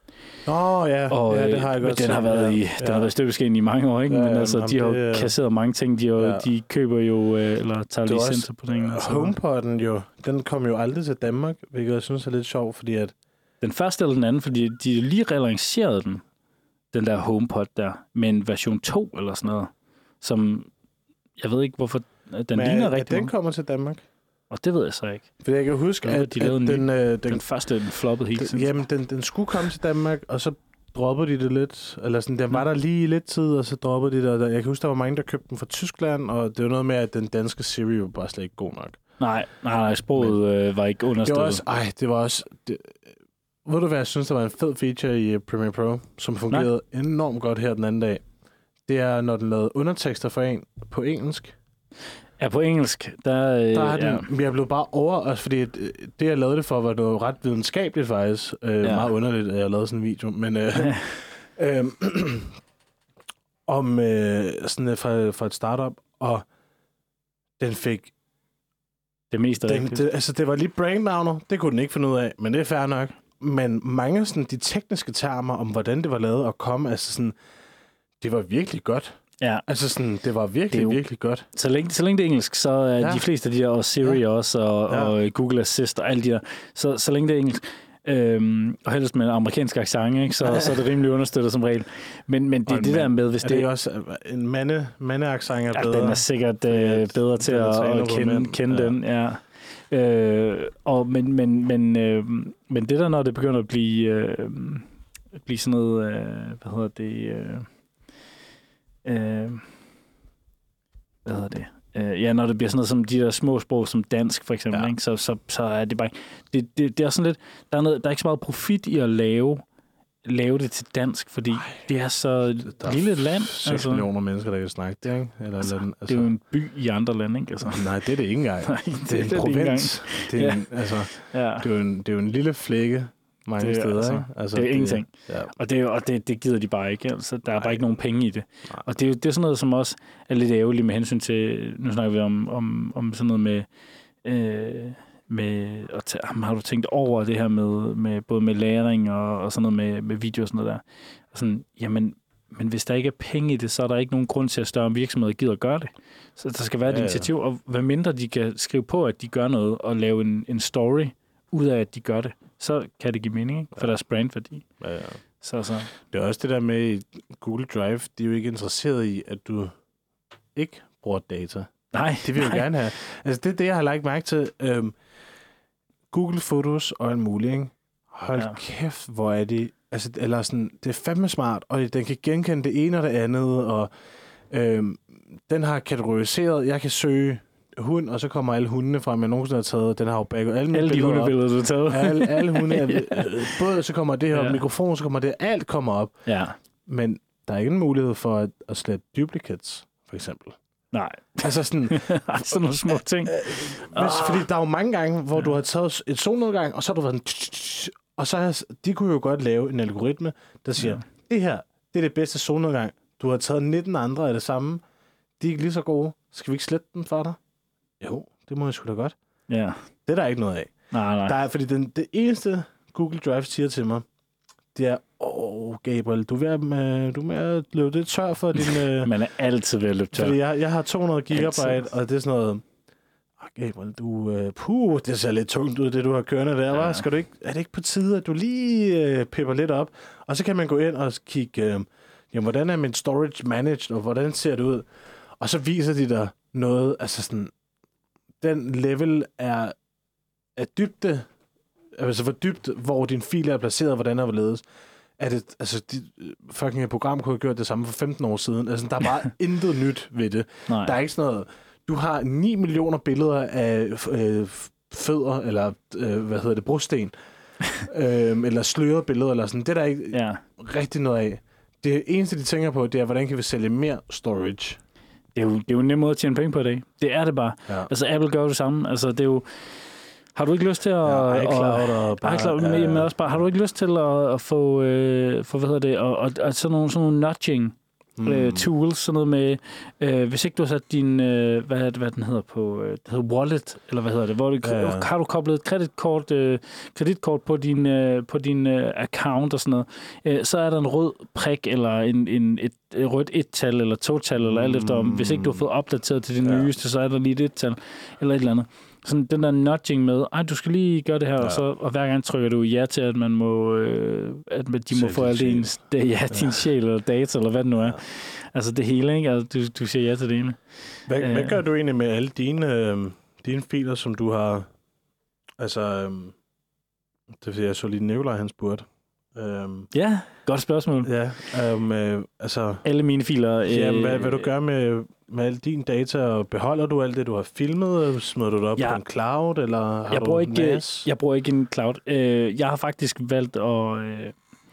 Ja, det har jeg godt set. Den har været i støbeskeen i mange år, ikke? Men altså, de har jo kasseret mange ting. De køber jo, eller tager licenser på ting. HomePod'en jo, den kom jo aldrig til Danmark, hvilket jeg synes er lidt sjovt, fordi at... Den første eller den anden, fordi de lige relancerede den der HomePod der, med en version 2 eller sådan noget, som, jeg ved ikke, hvorfor den ligner rigtig den kommer til Danmark? Og det ved jeg så ikke. For jeg kan huske, at den første, den floppede helt tiden. Jamen, den skulle komme til Danmark, og så droppede de det lidt. Eller sådan, den var der lige lidt tid, og så droppede de det. Jeg kan huske, der var mange, der købte den fra Tyskland, og det var noget med, at den danske Siri var bare slet ikke god nok. Nej, sproget var ikke understøttet. Det var også... Ved du hvad, jeg synes, der var en fed feature i Premiere Pro, som fungerede enormt godt her den anden dag? Det er, når den lavede undertekster for en på engelsk. Ja, på engelsk, der har den... Jeg blev bare overrasket, fordi det, jeg lavede det for, var noget ret videnskabeligt faktisk. Meget underligt, at jeg lavede sådan en video. Men om sådan fra et startup, og den fik... Det meste rigtigt. Det var lige brandnavnet, det kunne den ikke finde ud af, men det er fair nok. men mange af sådan, de tekniske termer om, hvordan det var lavet at komme, altså sådan, det var virkelig godt. Ja. Altså sådan, det var virkelig, virkelig godt. Så længe det er engelsk, så er de fleste af de der, og Siri også, og Google Assist og alle de der, så længe det er engelsk, og helst med en amerikansk accent, ikke? Så er det rimelig understøttet som regel. Men det er det der med, hvis det... Er det også en mandeaccent er bedre? Den er sikkert bedre til at kende den, ja. Men det der, når det begynder at blive sådan noget, hvad hedder det? Når det bliver sådan noget som de der små sprog, som dansk for eksempel, ikke? Så er det bare... Det er sådan lidt... Der er ikke så meget profit i at lave det til dansk, fordi det er så lille et land. 6 millioner mennesker, der kan snakke det, ikke? Eller det er jo en by i andre lande, ikke? Altså. Nej, det er det ikke engang. Det er en provins. Det er jo en lille flække mange steder. Altså, det er ingenting. Ja. Og det gider de bare ikke. Altså, der er bare ikke nogen penge i det. Nej. Og det er sådan noget, som også er lidt ærgerligt med hensyn til... Nu snakker vi om sådan noget har du tænkt over det her med både med læring og sådan noget med video og sådan noget der? Og sådan, jamen, men hvis der ikke er penge i det, så er der ikke nogen grund til, at større virksomheder gider at gøre det. Så der skal være et initiativ, og hvad mindre de kan skrive på, at de gør noget, og lave en story ud af, at de gør det, så kan det give mening, ikke? For deres brandværdi. Ja. Så. Det er også det der med Google Drive, de er jo ikke interesseret i, at du ikke bruger data. Nej. Det vil jo gerne have. Altså det er det, jeg har lagt mærke til. Google Fotos og alt muligt, ikke? Hold kæft, hvor er det... Altså, eller sådan, det er fandme smart, og den kan genkende det ene og det andet, og den har kategoriseret. Jeg kan søge hund, og så kommer alle hundene frem, jeg nogensinde har taget. Den har jo bagget alle de hundebilleder, du har taget. Alle hunde. Både så kommer det her mikrofon, så kommer det, alt kommer op. Ja. Men der er ikke en mulighed for at slette duplicates, for eksempel. Nej. Altså sådan... sådan nogle små ting. Fordi der er jo mange gange, hvor du har taget et solnedgang, og så har du været... Og så de kunne jo godt lave en algoritme, der siger, det her, det er det bedste solnedgang. Du har taget 19 andre af det samme. De er ikke lige så gode. Skal vi ikke slette dem for dig? Jo, det må jeg sgu da godt. Ja. Det er der ikke noget af. Nej. Der er, fordi det eneste Google Drive siger til mig, det er, Gabriel, du er med at løbe det tør for din... Man er altid ved at løbe tør. Fordi jeg har 200 gigabyte, og det er sådan noget... Gabriel, det ser lidt tungt ud, det du har kørende der, hva'? Skal du ikke, er det ikke på tide, at du lige pipper lidt op? Og så kan man gå ind og kigge, hvordan er min storage managed, og hvordan ser det ud? Og så viser de dig noget, altså sådan... Den level er dybde, altså hvor dybt, hvor din fil er placeret, hvordan er hvorledes. Fucking program kunne have gjort det samme for 15 år siden. Altså, der er bare intet nyt ved det. Nej. Der er ikke sådan noget... Du har 9 millioner billeder af fødder, eller brosten, eller slørede billeder, eller sådan. Det er der ikke rigtig noget af. Det eneste, de tænker på, det er, hvordan kan vi sælge mere storage? Det er jo en nem måde at tjene penge på i dag. Det er det bare. Ja. Altså, Apple gør det samme. Altså, det er jo... Har du ikke lyst til at... Men også bare, har du ikke lyst til at få sådan nogle nudging tools, sådan noget med, hvis ikke du har sat din, hvad den hedder på, det hedder wallet, eller hvad hedder det, hvor har du koblet kreditkort på din account og sådan noget, så er der en rød prik, eller et rødt et-tal, eller to-tal, eller alt efter, hvis ikke du har fået opdateret til det nyeste, så er der lige et et-tal, eller et eller andet. Sådan den der nudging med, du skal lige gøre det her, og hver gang trykker du ja til, at man må, at de må få alt din sjæl eller data, eller hvad det nu er. Ja. Altså det hele, ikke? Altså, du siger ja til det ene. Hvad gør du egentlig med alle dine filer, som du har, altså, det vil sige, jeg så lige Nikolaj, han spurgte. Ja, godt spørgsmål. Ja, altså... Alle mine filer... hvad vil du gøre med alle dine data, og beholder du alt det, du har filmet? Smider du det op på en cloud, eller har jeg bruger ikke en cloud. Jeg har faktisk valgt at...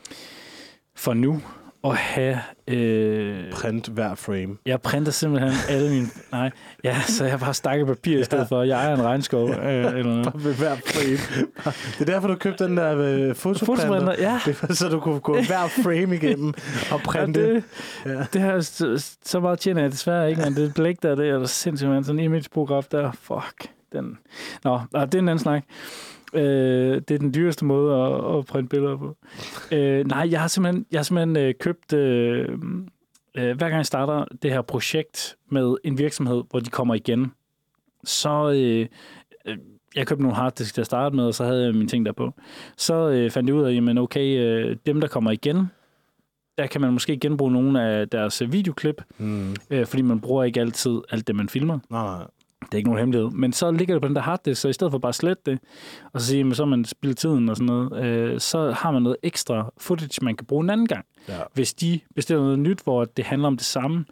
for nu... at have... print hver frame. Jeg printer simpelthen alle mine... Nej, så jeg bare stakker papir i stedet for. Jeg ejer en regnskov. Eller noget. Hver frame. Det er derfor, du købte den der fotoprinter. Ja. Det var, så du kunne gå hver frame igennem og printe. Det her så meget tjener jeg desværre ikke, men det blæk der, det er sindssygt, man. Sådan en imageprogram der. Fuck. Det er en anden snak. Det er den dyreste måde at printe billeder på. Nej, jeg har simpelthen købt... hver gang jeg starter det her projekt med en virksomhed, hvor de kommer igen, så... jeg købte nogle harddisk til at starte med, og så havde jeg mine ting derpå. Så fandt jeg ud af, jamen okay, dem der kommer igen, der kan man måske genbruge nogle af deres videoklip, fordi man bruger ikke altid alt det, man filmer. Nej. Det er ikke nogen hemmelighed. Men så ligger det på den der harddisk, så i stedet for bare at slette det, og så sige, så man spilder tiden og sådan noget, så har man noget ekstra footage, man kan bruge en anden gang. Ja. Hvis de bestiller noget nyt, hvor det handler om det samme.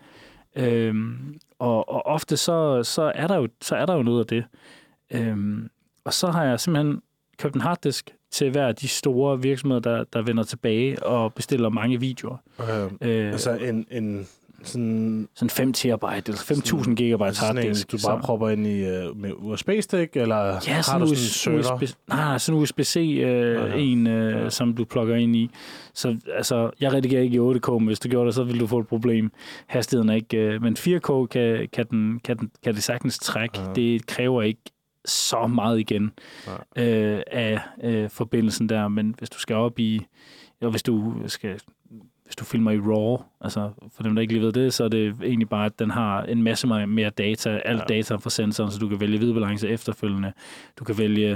Og ofte så er der jo noget af det. Og så har jeg simpelthen købt en harddisk til hver af de store virksomheder, der vender tilbage og bestiller mange videoer. Altså en sådan 5 terabyte eller 5.000 gigabyte harddisk. Du bare propper ind i med USB-stik, eller har du sådan en server? Nej, sådan en USB-C som du plugger ind i. Så altså, jeg redigerer ikke i 8K, men hvis du gjorde det, så ville du få et problem. Hastigheden er ikke... men 4K kan det sagtens trække. Det kræver ikke så meget igen af forbindelsen der, men hvis du skal op i... Eller hvis du filmer i RAW, altså for dem, der ikke lige ved det, så er det egentlig bare, at den har en masse mere data, alt data fra sensoren, så du kan vælge hvidbalance efterfølgende. Du kan vælge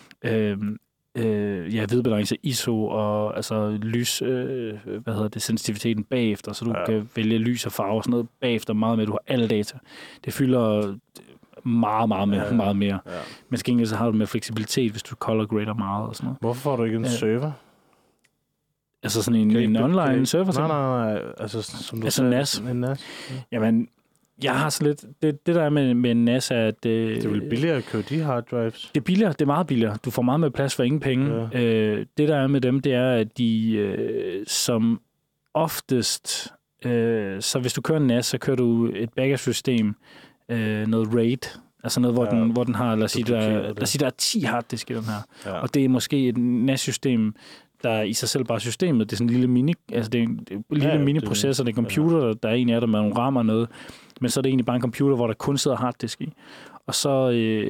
hvidbalance ISO og altså lys, sensitiviteten bagefter, så du kan vælge lys og farve og sådan noget bagefter meget mere. Du har alle data. Det fylder meget mere. Ja. Men til gengæld så har du mere fleksibilitet, hvis du color grader meget og sådan noget. Hvorfor får du ikke en server? Altså sådan en online server? Nej. Altså, som du sagde, NAS. En NAS. Ja. Jamen, jeg har så lidt... Det der er med en NAS er, at... det er vel billigere at købe de hard drives? Det er billigere. Det er meget billigere. Du får meget mere plads for ingen penge. Ja. Det der er med dem, det er, at de som oftest... så hvis du kører en NAS, så kører du et backup-system, noget RAID, altså noget, hvor den har... Lad os sige, der er 10 harddisk i den her. Ja. Og det er måske et NAS-system, der er i sig selv bare systemet. Det er sådan en lille mini-processor, det er en computer, der er en af dem med nogle rammer og noget, men så er det egentlig bare en computer, hvor der kun sidder harddisk i. Og så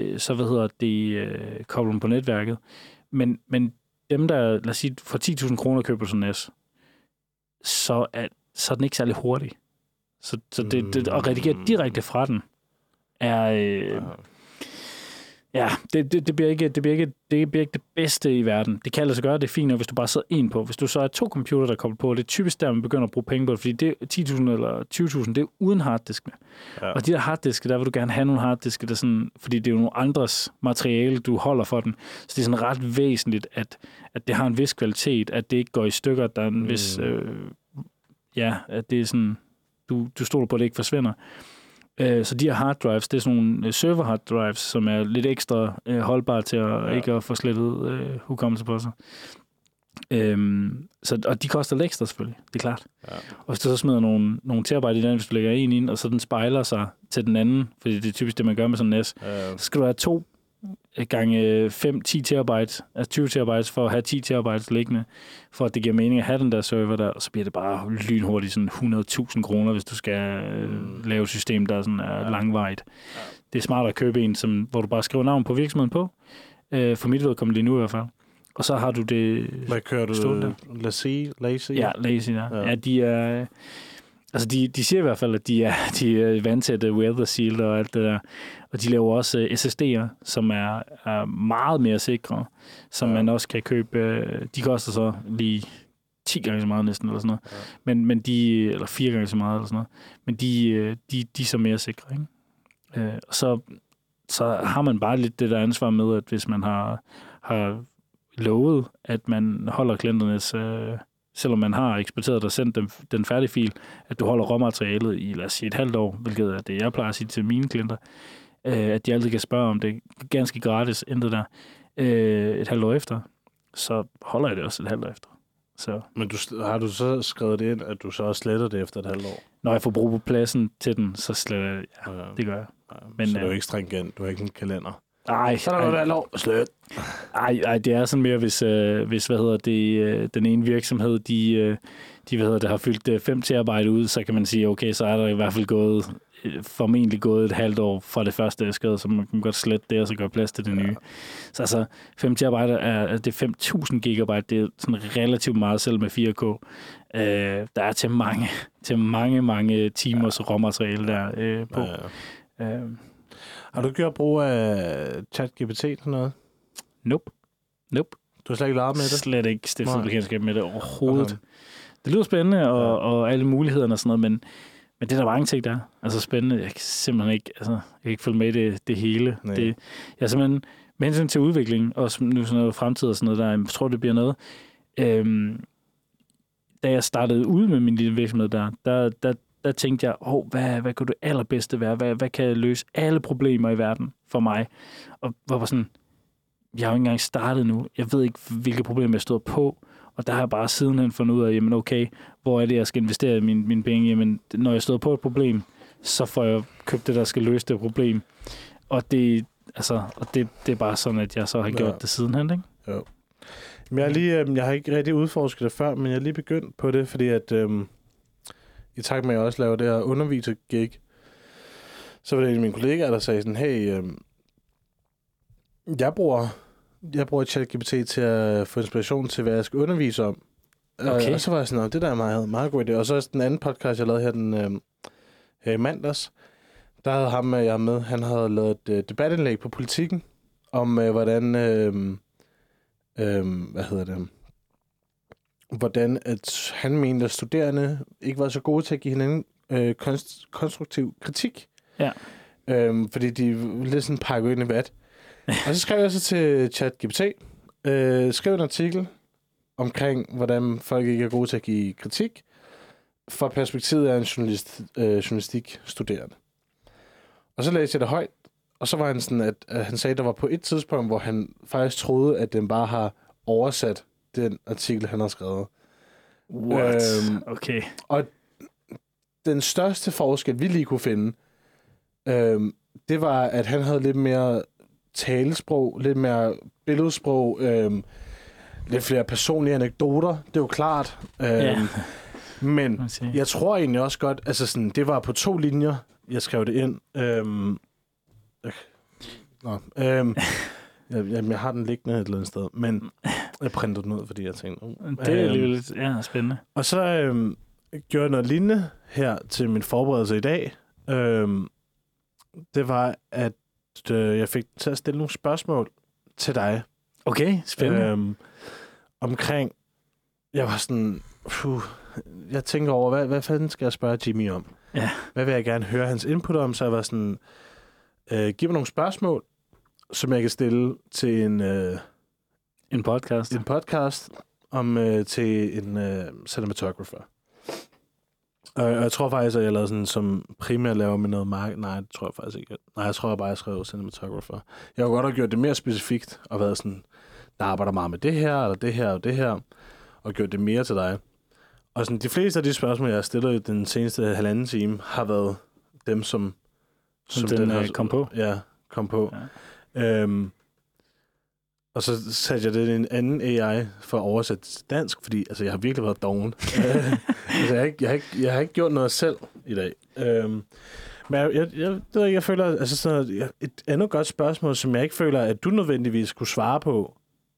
kobler man på netværket. Men dem, der, lad os sige, for 10.000 kroner køber sådan en NAS, så er den ikke særlig hurtig. Så det at redigere direkte fra den, er... Ja, det bliver ikke det bedste i verden. Det kan altså gøre, det er fint, hvis du bare sidder en på. Hvis du så er 2 computer, der kobler på, det er typisk der, man begynder at bruge penge på det, fordi det 10.000 eller 20.000, det er uden harddisk. Ja. Og de der harddiske, der vil du gerne have nogle harddiske, der sådan, fordi det er jo nogle andres materiale, du holder for den. Så det er sådan ret væsentligt, at det har en vis kvalitet, at det ikke går i stykker, der er en vis... at det er sådan... Du stoler på, at det ikke forsvinder. Så de her hard drives, det er sådan nogle server hard drives, som er lidt ekstra holdbare til at ikke at få slettet hukommelse på sig. Og de koster lidt ekstra selvfølgelig, det er klart. Ja. Og hvis du så smider nogle terabyte i den, hvis du lægger en ind, og så den spejler sig til den anden, fordi det er typisk det, man gør med sådan en NAS, så skal du have 2 gange 10 terabyte, altså 20 terabyte for at have 10 terabyte liggende, for at det giver mening at have den der server der, og så bliver det bare lynhurtigt sådan 100.000 kroner, hvis du skal lave et system, der sådan er langvejt. Ja. Det er smart at købe en, hvor du bare skriver navn på virksomheden på, for mit vedkommende lige nu i hvert fald. Og så har du det... Hvad kører du? Lazy? Ja, Lazy, ja. De er... Altså, de siger i hvert fald, at de er vant til at weather sealed og alt det der. Og de laver også SSD'er, som er meget mere sikre, som man også kan købe. De koster så lige 10 gange så meget næsten, eller sådan noget. Men de, eller 4 gange så meget, eller sådan noget. Men de er så mere sikre, ikke? Så har man bare lidt det der ansvar med, at hvis man har lovet, at man holder klienternes... selvom man har eksporteret og sendt den færdige fil, at du holder råmaterialet i, lad os sige, et halvt år, hvilket er det, jeg plejer at sige til mine klienter, at de altid kan spørge om det ganske gratis, intet der, et halvt år efter, så holder jeg det også et halvt år efter. Så. Men har du så skrevet det ind, at du så sletter det efter et halvt år? Når jeg får brug på pladsen til den, så sletter jeg det. Ja, det gør jeg. Ja, men, så det er jo ikke stringent, du har ikke en kalender? Nej, så er der noget lov. Slet. Ej, det er sådan mere, hvis den ene virksomhed, de har fyldt 5 terabyte ud, så kan man sige, okay, så er der i hvert fald gået formentlig gået et halvt år fra det første, jeg skrev, så man kan godt slette det, og så gøre plads til det nye. Så altså, 5 terabyte det er 5.000 gigabyte, det er sådan relativt meget selv med 4K. Der er til mange timers råmateriale der på. Ja. Har du gjort brug af ChatGPT eller noget? Nope. Du har slet ikke lavet med det? Slet ikke stiftet bekendtskab med det overhovedet. Okay. Det lyder spændende, og alle mulighederne og sådan noget, men det er der mange ting, der er. Altså spændende. Jeg kan simpelthen ikke, jeg kan ikke følge med i det hele. Jeg er simpelthen, med hensyn til udvikling, og nu sådan noget fremtid og sådan noget, jeg tror, det bliver noget. Da jeg startede ud med min lille virksomhed der tænkte jeg, hvad kunne det allerbedste være? Hvad kan løse alle problemer i verden for mig? Og hvor var sådan, jeg har jo ikke engang startet nu. Jeg ved ikke, hvilke problemer jeg stod på. Og der har jeg bare sidenhen fundet ud af, jamen okay, hvor er det, jeg skal investere mine penge? Jamen, når jeg stod på et problem, så får jeg købt det, der skal løse det problem. Og det er bare sådan, at jeg så har gjort det sidenhen, ikke? Jo. Jeg har ikke rigtig udforsket det før, men jeg er lige begyndt på det, fordi at i takt med, at jeg også laver det her underviser-gig, så var det en af mine kollegaer, der sagde sådan, hey, jeg bruger ChatGPT til at få inspiration til, hvad jeg skal undervise om. Okay. Og så var jeg sådan, det der er meget, meget god idé. Og så den anden podcast, jeg lavede her i mandags, der havde ham, jeg med, han havde lavet et debatindlæg på Politikken, om hvordan, hvordan at han mente, at studerende ikke var så gode til at give hinanden konstruktiv kritik. Ja. Fordi de lidt sådan pakker ind i vat. Og så skrev jeg så til ChatGPT, skrev en artikel omkring, hvordan folk ikke er gode til at give kritik, fra perspektivet af en journalistikstuderende. Og så læste jeg det højt, og så var han sådan, at han sagde, at der var på et tidspunkt, hvor han faktisk troede, at den bare har oversat den artikel, han har skrevet. What? Okay. Og den største forskel, vi lige kunne finde, det var, at han havde lidt mere talesprog, lidt mere billedsprog, lidt flere personlige anekdoter, det er jo klart. Men jeg tror egentlig også godt, altså sådan, det var på 2 linjer, jeg skrev det ind. Jeg har den liggende et eller andet sted, men jeg printede den ud, fordi jeg tænkte... det er alligevel lidt spændende. Og så gjorde jeg noget lignende her til min forberedelse i dag. Det var, at jeg fik til at stille nogle spørgsmål til dig. Okay, spændende. Omkring... Jeg var sådan... jeg tænker over, hvad fanden skal jeg spørge Jimmy om? Ja. Hvad vil jeg gerne høre hans input om? Så jeg var sådan... giv mig nogle spørgsmål, som jeg kan stille til en podcast. En podcast til en cinematographer. Og jeg tror faktisk, at jeg lavede sådan, som primært laver med noget marked. Nej, det tror jeg faktisk ikke. Nej, jeg tror bare, jeg skrev cinematographer. Jeg kunne godt have gjort det mere specifikt, og været sådan, der arbejder meget med det her, eller det her, og det her, og gjort det mere til dig. Og sådan, de fleste af de spørgsmål, jeg har stillet den seneste 1,5 time, har været dem, som den kom på? Ja, kom på. Ja. Og så satte jeg det i en anden AI for at oversætte til dansk, fordi altså, jeg har virkelig været doven. Altså, jeg har ikke gjort noget selv i dag. Men jeg føler, altså sådan et andet godt spørgsmål, som jeg ikke føler, at du nødvendigvis kunne svare på,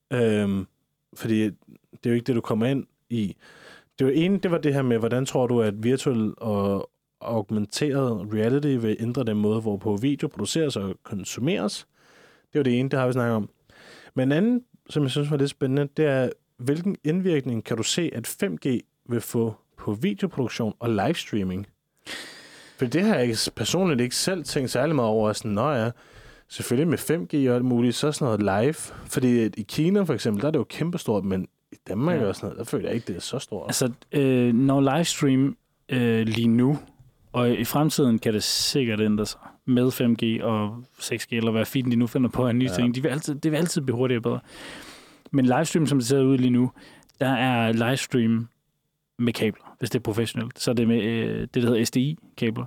fordi det er jo ikke det, du kommer ind i. Det var det her med, hvordan tror du, at virtuel og augmenteret reality vil ændre den måde, hvorpå video produceres og konsumeres. Det var det ene, det har vi snakket om. Men en anden, som jeg synes var lidt spændende, det er, hvilken indvirkning kan du se, at 5G vil få på videoproduktion og livestreaming? For det har jeg personligt ikke selv tænkt særlig meget over. Sådan, selvfølgelig med 5G og alt muligt, så er sådan noget live. Fordi i Kina for eksempel, der er det jo kæmpestort, men i Danmark og sådan noget, der føler jeg ikke, det er så stort. Altså, når livestream lige nu, og i fremtiden kan det sikkert ændre sig med 5G og 6G, eller hvad fint de nu finder på en ny ting. Det vil altid blive hurtigere bedre. Men livestream, som det ser ud lige nu, der er livestream med kabler, hvis det er professionelt. Så er det med det, der hedder SDI-kabler.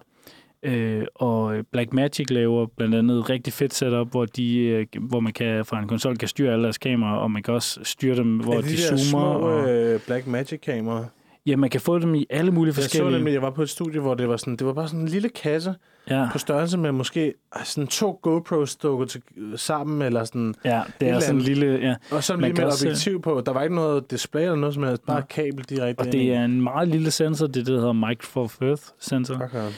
Og Blackmagic laver blandt andet rigtig fedt setup, hvor man kan fra en konsol kan styre alle deres kameraer, og man kan også styre dem, hvor de zoomer. Små Blackmagic-kameraer? Ja, man kan få dem i alle mulige forskellige... Jeg var på et studie, hvor det var bare sådan en lille kasse på størrelse med måske sådan 2 GoPros stukket sammen, eller sådan... Ja, det er sådan en lille... Ja. Og så lige med et objektiv på. Der var ikke noget display eller noget som helst, bare kabel direkte. Og det er en meget lille sensor, det hedder Micro Four Thirds sensor,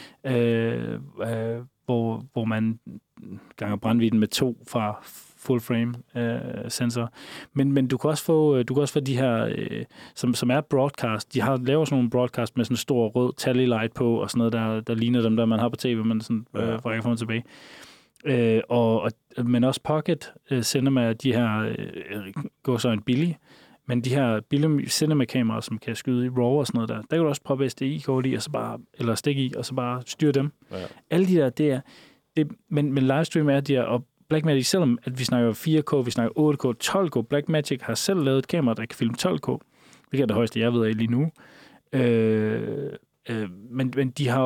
hvor man ganger brændvidden med 2 fra full frame sensor. Men du kan også få de her, som er broadcast. De laver sådan nogle broadcast med sådan en stor rød tally light på, og sådan noget, der ligner dem, der man har på tv, man sådan rækker frem tilbage. Men også Pocket Cinema, de her går så en billig, men de her billige cinema-kameraer, som kan skyde i RAW og sådan noget der kan du også proppe SDI-kort i, og så bare, eller stik i, og så bare styre dem. Ja. Alle de der, det er... Men livestream er de her, og Blackmagic, selvom at vi snakker 4K, vi snakker 8K, 12K, Blackmagic har selv lavet et kamera, der kan filme 12K. Det er det højeste, jeg ved af lige nu. Men de har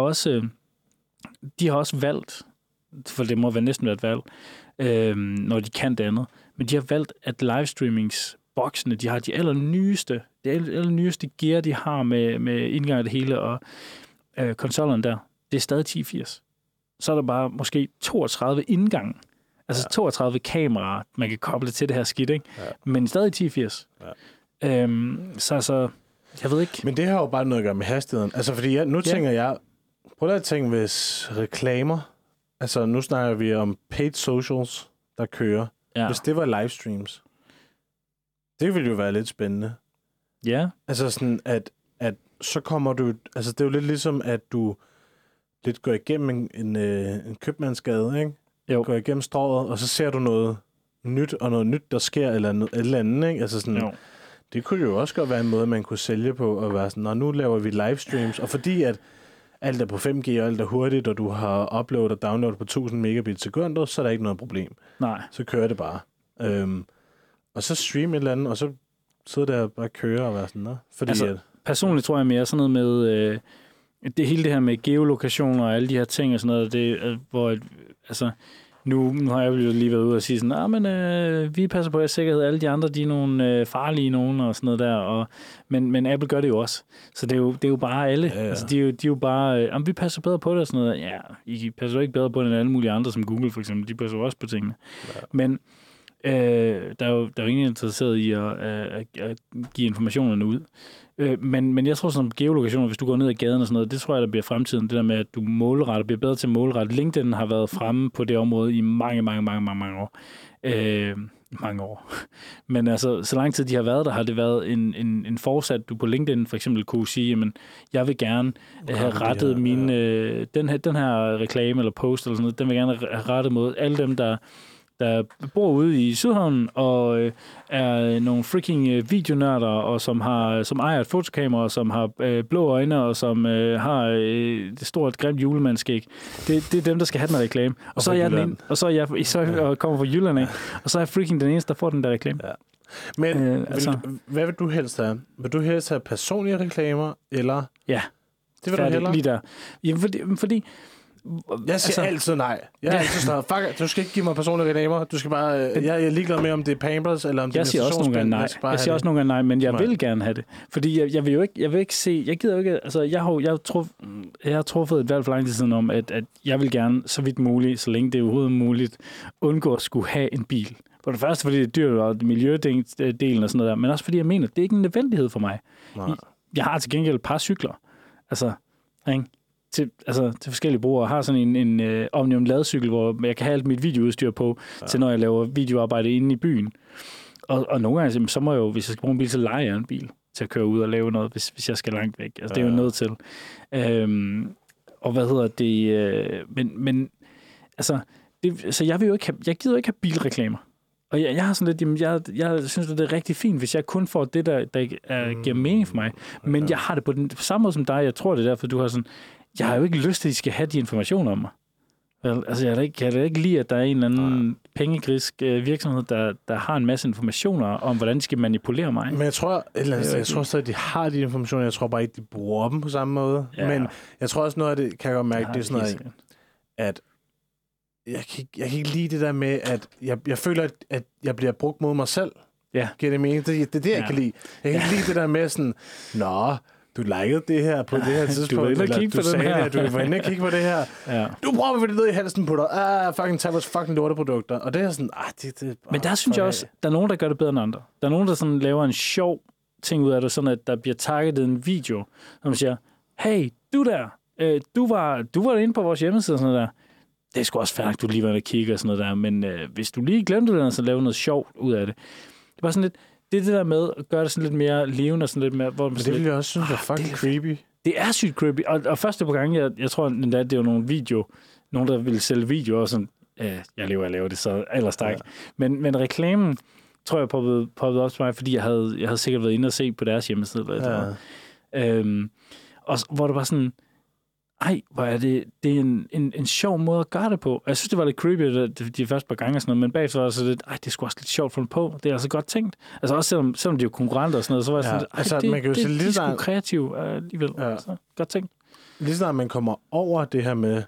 også valgt, for det må næsten være et valg, når de kan det andet, men de har valgt, at livestreamingsboksene, de har det allernyeste gear, de har med indgang af det hele, og konsollerne der, det er stadig 1080. Så er der bare måske 32 indgange. Altså 32 kameraer, man kan koble til det her skidt, ikke? Ja. Men stadig 1080. Ja. Så jeg ved ikke. Men det har jo bare noget at gøre med hastigheden. Altså, fordi nu tænker jeg, prøv at tænke, hvis reklamer, altså nu snakker vi om paid socials, der kører. Ja. Hvis det var livestreams, det ville jo være lidt spændende. Ja. Altså sådan, at så kommer du, altså det er jo lidt ligesom, at du lidt går igennem en købmandsgade, ikke? Jo. Går igennem strået, og så ser du noget nyt, og noget nyt, der sker, eller noget et eller andet, ikke? Altså sådan, det kunne jo også godt være en måde, man kunne sælge på, og være sådan, nu laver vi livestreams, og fordi at alt er på 5G, og alt er hurtigt, og du har uploadet og downloadet på 1000 megabit sekundet, så er der ikke noget problem. Nej. Så kører det bare. Og så stream et eller andet, og så sidder der og bare kører og være sådan, fordi altså, personligt tror jeg mere sådan noget med... det hele det her med geolokationer og alle de her ting og sådan noget, det, hvor altså, nu har jeg jo lige været ude og sige sådan, men vi passer på jeres sikkerhed, alle de andre, de er nogle farlige nogen og sådan noget der, men Apple gør det jo også. Så det er jo bare alle. Ja. Altså, de er jo bare, vi passer bedre på det og sådan noget. Ja, I passer jo ikke bedre på det end alle mulige andre, som Google for eksempel, de passer jo også på tingene. Ja. Men der er jo ingen interesseret i at give informationerne ud. Men jeg tror sådan geolokationer, hvis du går ned ad gaden og sådan noget, det tror jeg, der bliver fremtiden. Det der med, at du bliver bedre til at målrette. LinkedIn har været fremme på det område i mange år. Mange år. Men altså, så lang tid de har været der, har det været en forsat, du på LinkedIn for eksempel kunne sige, jamen, jeg vil gerne have rettet den her reklame eller post eller sådan noget, den vil jeg gerne have rettet mod alle dem, der bor ude i Sydhavnen og er nogle freaking videonørder, og som ejer et fotokamera, og som har blå øjne, og som har et stort grimt julemandskæg. Det er dem, der skal have den reklame. Og så er jeg den ene, og så er jeg kommer fra Jylland af, og så er jeg freaking den eneste, der får den der reklame. Ja. Men hvad vil du helst have? Vil du helst have personlige reklamer, eller? Ja. Det vil du hellere? Lige der. Jamen, fordi jeg siger altid nej. Jeg er altid sådan, fuck, du skal ikke give mig personlige reklamer. Du skal bare, jeg er ligeglad med, om det er Pampers, eller om det er jeg siger også nogle gange nej. Jeg siger også nogle gange nej, men jeg vil gerne have det. Fordi jeg vil ikke se, jeg gider jo ikke, altså jeg har truffet et valg for lang tid siden om, at jeg vil gerne, så vidt muligt, så længe det er overhovedet muligt, undgå at skulle have en bil. For det første, fordi det er dyrt, og miljødelen og sådan noget der, men også fordi jeg mener, det er ikke en nødvendighed for mig. Jeg har til gengæld et par cykler. Altså, ikke? Til forskellige brugere. Jeg har sådan en Omnium ladcykel, hvor jeg kan have alt mit videoudstyr på, til når jeg laver videoarbejde inde i byen. Og nogle gange, så må jeg jo, hvis jeg skal bruge en bil, så leger jeg en bil til at køre ud og lave noget, hvis jeg skal langt væk. Altså, det er jo noget til. Og hvad hedder det? Men altså, så jeg vil jo ikke jeg gider ikke have bilreklamer. Og jeg har sådan lidt, jeg synes, det er rigtig fint, hvis jeg kun får det, der giver mening for mig. Men jeg har det på den samme måde som dig. Jeg tror, det er derfor, du har sådan, jeg har jo ikke lyst til, at de skal have de informationer om mig. Altså, jeg kan da ikke lide, at der er en eller anden pengegrisk virksomhed, der har en masse informationer om, hvordan de skal manipulere mig. Men jeg tror stadig, at de har de informationer. Jeg tror bare ikke, de bruger dem på samme måde. Ja. Men jeg tror også noget af det, kan jeg godt mærke, det er sådan noget, at jeg kan ikke lide det der med, at jeg føler, at jeg bliver brugt mod mig selv. Ja. Giver det mening? Det er det, jeg kan lide. Jeg kan ikke lide det der med sådan, du likede det her på det her tidspunkt. Du var inde og kigge på den her. Du var inde og kigge på det her. Ja. Du prøver vi det ned i halsen på dig. Fucking tag vores fucking lorteprodukter. Og det er sådan, det Men der synes jeg også, der er nogen, der gør det bedre end andre. Der er nogen, der sådan laver en sjov ting ud af det, sådan at der bliver targetet en video, som siger, hey, du der, du var inde på vores hjemmeside og sådan noget der. Det er sgu også færdigt, du lige var inde og kigge og sådan noget der, men hvis du lige glemte det, så lave noget sjovt ud af det. Det var sådan lidt, det er det der med at gøre det sådan lidt mere levende og sådan lidt mere... Hvor man det ville jeg også synes var fucking creepy. Det er sygt creepy, og første på gange, jeg tror endda, det er jo nogen, der ville sælge videoer og sådan, jeg laver det så allerstak. Ja. Men reklamen, tror jeg, poppede op til mig, fordi jeg havde sikkert været inde og set på deres hjemmeside. Eller og hvor det var sådan, hvor er det er en sjov måde at gøre det på. Jeg synes, det var lidt creepy de første par gange og sådan noget, men bagefter var det så lidt, det er sgu også lidt sjovt fundet på. Det er altså godt tænkt. Altså også selvom de er konkurrenter og sådan noget, så var jeg sådan, man kan jo det er sgu kreativt alligevel. Ja. Så, godt tænkt. Lige snart man kommer over det her med,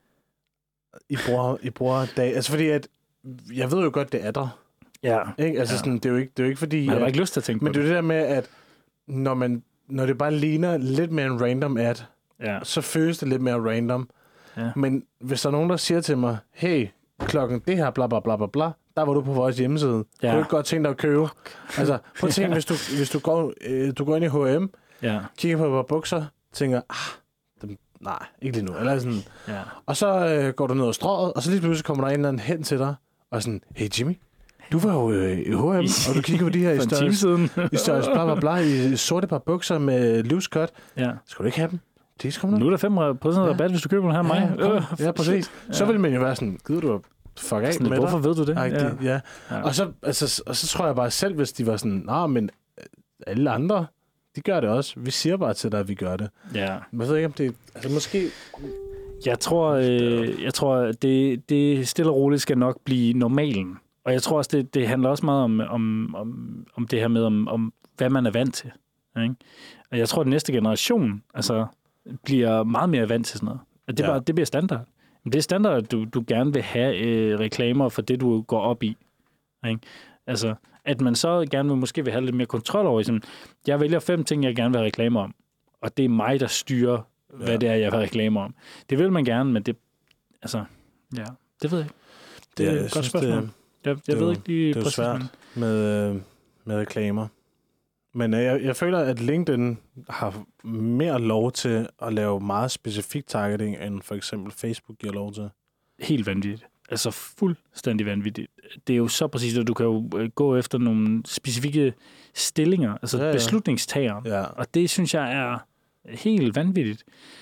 I bruger dag, altså fordi at, jeg ved jo godt, det er der. Ja. Ikke? Altså sådan, det er jo ikke fordi... Man har ikke lyst til at tænke på det. Men det er det der med, at når det bare ligner lidt mere en random ad, så føles det lidt mere random. Ja. Men hvis der er nogen, der siger til mig, hey, klokken det her, bla bla bla bla bla, der var du på vores hjemmeside. Kunne du ikke godt tænke dig at købe? Altså, prøv at tænke, hvis du går ind i H&M, kigger på et par bukser, tænker, nej, ikke lige nu. Eller sådan. Ja. Og så går du ned ad strået, og så lige pludselig kommer der en eller anden hen til dig, og sådan, hey Jimmy, du var jo i H&M, og du kigger på de her i størrelse bla bla bla, i sorte par bukser med loose cut. Ja. Skal du ikke have dem? Nu er der 5% rabat, hvis du køber den her mig. Ja, præcis. Så vil man jo være sådan, gider du fuck af med dig? Hvorfor ved du det? Ja. Og så tror jeg bare selv, hvis de var sådan, men alle andre, de gør det også. Vi siger bare til dig, at vi gør det. Ja. Jeg ved ikke, om det... Altså måske... Jeg tror det stille og roligt skal nok blive normalen. Og jeg tror også, det handler også meget om det her med, om hvad man er vant til. Ikke? Og jeg tror, at den næste generation bliver meget mere vant til sådan noget. Det bliver standard. Men det er standard, at du gerne vil have reklamer for det, du går op i. Ikke? Altså, at man så gerne måske vil have lidt mere kontrol over. Ligesom, jeg vælger 5 ting, jeg gerne vil have reklamer om. Og det er mig, der styrer, hvad det er, jeg vil have reklamer om. Det vil man gerne, men det... Altså, det ved jeg ikke. Det er et godt spørgsmål. Jeg ved ikke lige det er præcis, svært med reklamer. Men jeg føler, at LinkedIn har mere lov til at lave meget specifik targeting, end for eksempel Facebook giver lov til. Helt vanvittigt. Altså fuldstændig vanvittigt. Det er jo så præcis, at du kan jo gå efter nogle specifikke stillinger, altså beslutningstagere. Ja. Og det synes jeg er helt vanvittigt.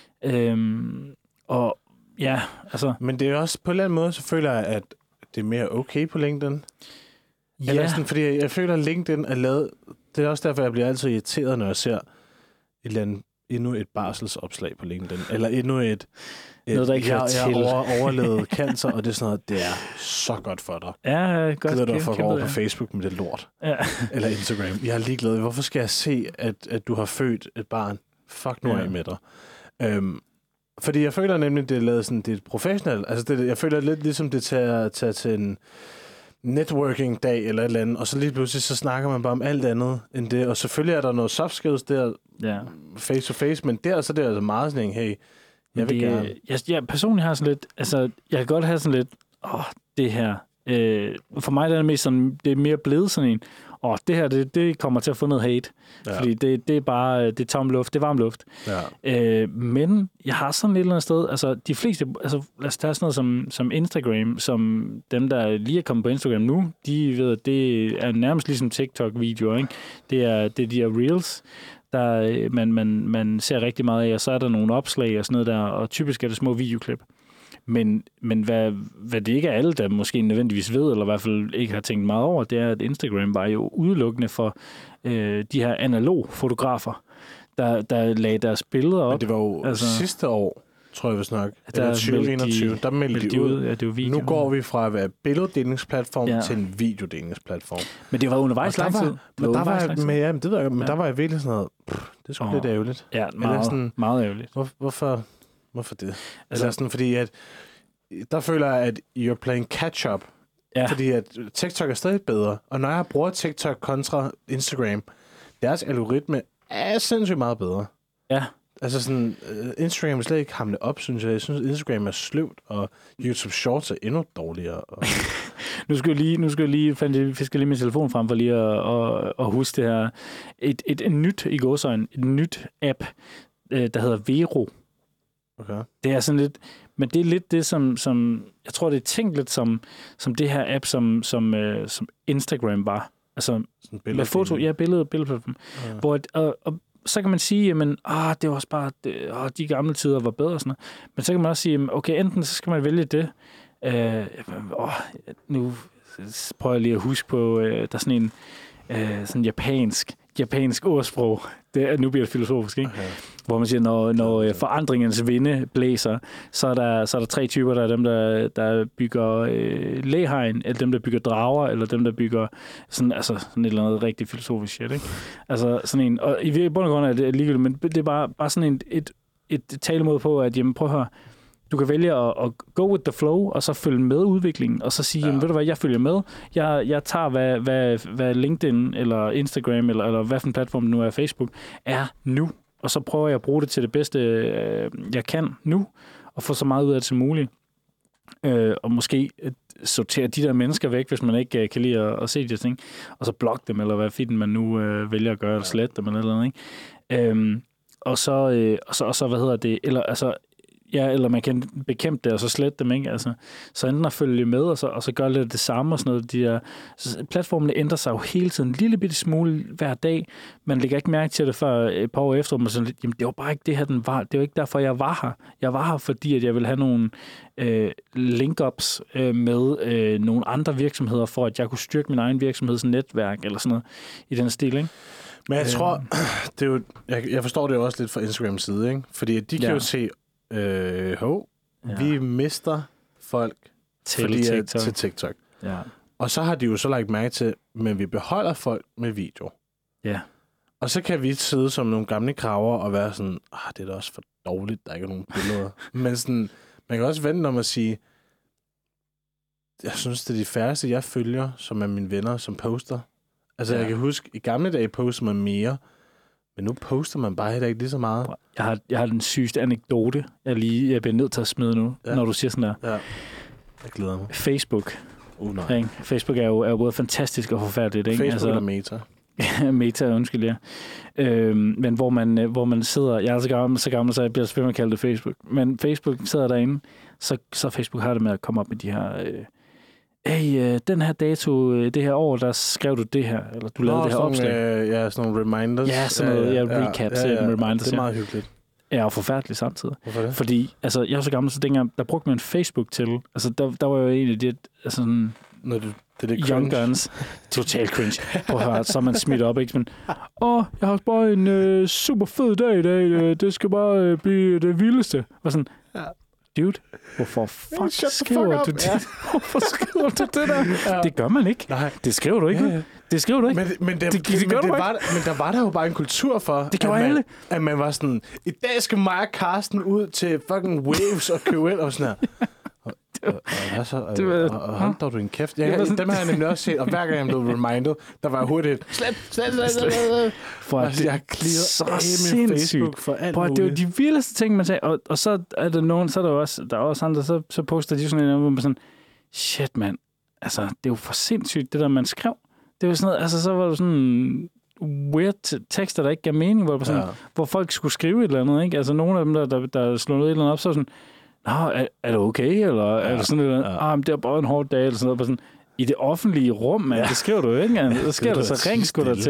Men det er også på en eller anden måde, så føler jeg, at det er mere okay på LinkedIn. Ja. Eller sådan, fordi jeg føler, at LinkedIn er lavet... Det er også derfor, jeg bliver altid irriteret, når jeg ser endnu et barselsopslag på LinkedIn. Eller endnu et noget, der ikke jeg overlevet cancer, og det er sådan noget, det er så godt for dig. Ja, godt. Gider du at få over på Facebook med det lort? Ja. Eller Instagram. Jeg er ligeglad. Hvorfor skal jeg se, at du har født et barn? Fuck nu af med dig. Fordi jeg føler nemlig, det er lavet sådan, det er professionelt. Altså jeg føler lidt ligesom det tager til en networking-dag eller et eller andet, og så lige pludselig så snakker man bare om alt andet end det. Og selvfølgelig er der noget soft skills der, face-to-face, men der så er det altså meget sådan en, hey, jeg vil gerne. Jeg personligt har sådan lidt, altså jeg kan godt have sådan lidt, det her. For mig er det mest sådan, det er mere blevet sådan en, det her, det kommer til at få noget hate. Ja. Fordi det er bare, det er tom luft, det er varm luft. Ja. Men jeg har sådan et eller andet sted, altså de fleste, lad os tage sådan noget som Instagram, som dem, der lige er kommet på Instagram nu, de ved, at det er nærmest ligesom TikTok-videoer, ikke? Det er de her reels, der man ser rigtig meget af, og så er der nogle opslag og sådan noget der, og typisk er det små videoklip. Men hvad det ikke er alle, der måske nødvendigvis ved, eller i hvert fald ikke har tænkt meget over, det er, at Instagram var jo udelukkende for de her analog fotografer, der lagde deres billeder op. Men det var jo sidste år, tror jeg, vi snakker. Eller 2021, der meldte de ud. Ja, det var video. Nu går vi fra at være billedddelingsplatform til en videodelingsplatform. Men det var undervejs lang tid. Der var jeg virkelig sådan noget, det er sgu lidt ærgerligt. Ja, meget ærgerligt. Hvorfor det? Altså sådan, fordi at der føler jeg, at you're playing catch-up. Ja. Fordi at TikTok er stadig bedre. Og når jeg bruger TikTok kontra Instagram, deres algoritme er sindssygt meget bedre. Ja. Altså sådan, Instagram vil slet ikke hamle op, synes jeg. Jeg synes, Instagram er sløvt, og YouTube Shorts er endnu dårligere. Og... Nu skal jeg lige fiske lige min telefon frem for lige at huske det her. Et nyt i gåseøjne, et nyt app, der hedder Vero. Okay. Det er sådan lidt, men det er lidt det, som jeg tror, det er tænkt lidt som det her app, som Instagram var. Altså med foto, billedplatform. Ja. Hvor og så kan man sige, jamen, det var også bare, de gamle tider var bedre og sådan noget. Men så kan man også sige, okay, enten så skal man vælge det. Nu prøver jeg lige at huske på, der er sådan en sådan japansk ordsprog. Nu bliver det filosofisk, ikke? Okay. Hvor man siger, når forandringens vinde blæser, så er der 3 typer. Der er dem, der bygger læhegn, eller dem, der bygger drager, eller dem, der bygger sådan et eller andet rigtig filosofisk shit, ikke? Altså sådan en, og i bund og grund er det ligegyldigt, men det er bare sådan et talemåde på, at jamen, prøv at høre, du kan vælge at go with the flow, og så følge med udviklingen, og så sige, jamen, ved du hvad, jeg følger med. Jeg tager, hvad LinkedIn, eller Instagram, eller hvad for en platform nu er, Facebook, er nu. Og så prøver jeg at bruge det til det bedste, jeg kan nu, og få så meget ud af det som muligt. Og måske sortere de der mennesker væk, hvis man ikke kan lide at se de ting, og så blokke dem, eller hvad fint man nu vælger at gøre, eller slette dem, eller noget, ikke? Og så, hvad hedder det, eller altså, ja, eller man kan bekæmpe det, og så slette dem, ikke? Altså, så enten at følge med, og så gøre lidt det samme og sådan noget. De der, platformene ændrer sig jo hele tiden, en lille bitte smule hver dag. Man lægger ikke mærke til det før et par år efter, og man sådan lidt, jamen det var bare ikke det her, den var. Det var ikke derfor, jeg var her. Jeg var her, fordi at jeg ville have nogle link-ups med nogle andre virksomheder, for at jeg kunne styrke min egen virksomhedsnetværk, eller sådan noget i den stil, ikke? Men jeg tror, det er jo, jeg forstår det jo også lidt fra Instagrams side, ikke? Fordi de kan jo se, vi mister folk til TikTok. Ja. Og så har de jo så lagt mærke til, men vi beholder folk med video. Ja. Og så kan vi sidde som nogle gamle kraver og være sådan, det er da også for dårligt, der ikke er nogen billeder. Men sådan, man kan også vente om at sige, jeg synes, det er de færreste, jeg følger, som er mine venner, som poster. Altså, jeg kan huske, i gamle dage postede man mere, men nu poster man bare heller ikke lige så meget. Jeg har den sygeste anekdote, jeg bliver nødt til at smide nu, når du siger sådan der. Ja, jeg glæder mig. Facebook. Nej. Ikke? Facebook er jo både fantastisk og forfærdeligt. Ikke? Facebook eller Meta? Meta, undskyld, ja. Men hvor man sidder, jeg er så gammel, så jeg bliver selvfølgelig kaldt det Facebook. Men Facebook sidder derinde, så Facebook har det med at komme op med de her... den her dato, det her år, der skrev du det her, eller du lavede det her opslag. Sådan nogle reminders. Ja, sådan noget, recaps, reminders. Det er meget hyggeligt. Ja, og forfærdeligt samtidig. Hvorfor det? Fordi, altså, jeg var så gammel, så dengang, der brugte man Facebook til, altså, der var jo en af de, altså sådan... Det Young Guns. Total cringe. Prøv at høre, så er man smidt op, ikke? Men, jeg har bare en super fed dag i dag. Det skal bare blive det vildeste. Og sådan, dude, hvorfor skriver du det? Ja. Hvorfor skriver du det der? Ja. Det gør man ikke. Nej. Det skriver du ikke. Ja. Det skriver du ikke. Men der var der jo bare en kultur for, det alle. At man var sådan, i dag skal mig og Karsten ud til fucking Waves og købe ind og sådan her. Og hold dog du en kæft. Dem har jeg nemlig også set, og hver gang jeg blev reminded, der var hurtigt slet. For at jeg så sindssygt for alt muligt. Det er jo de vildeste ting, man sagde. Og så er der nogen, så er der også andre, så poster de sådan en, hvor man sådan, shit mand, altså det er jo for sindssygt, det der man skrev. Det var sådan noget, altså så var der sådan weird tekster, der ikke gav mening, hvor folk skulle skrive et eller andet, ikke? Altså nogle af dem, der slog noget et eller andet op, så sådan, er det okay, eller er det sådan noget, det er bare en hård dag, eller sådan noget, sådan, i det offentlige rum, man, det skriver du ikke, så sker der så ring sgu der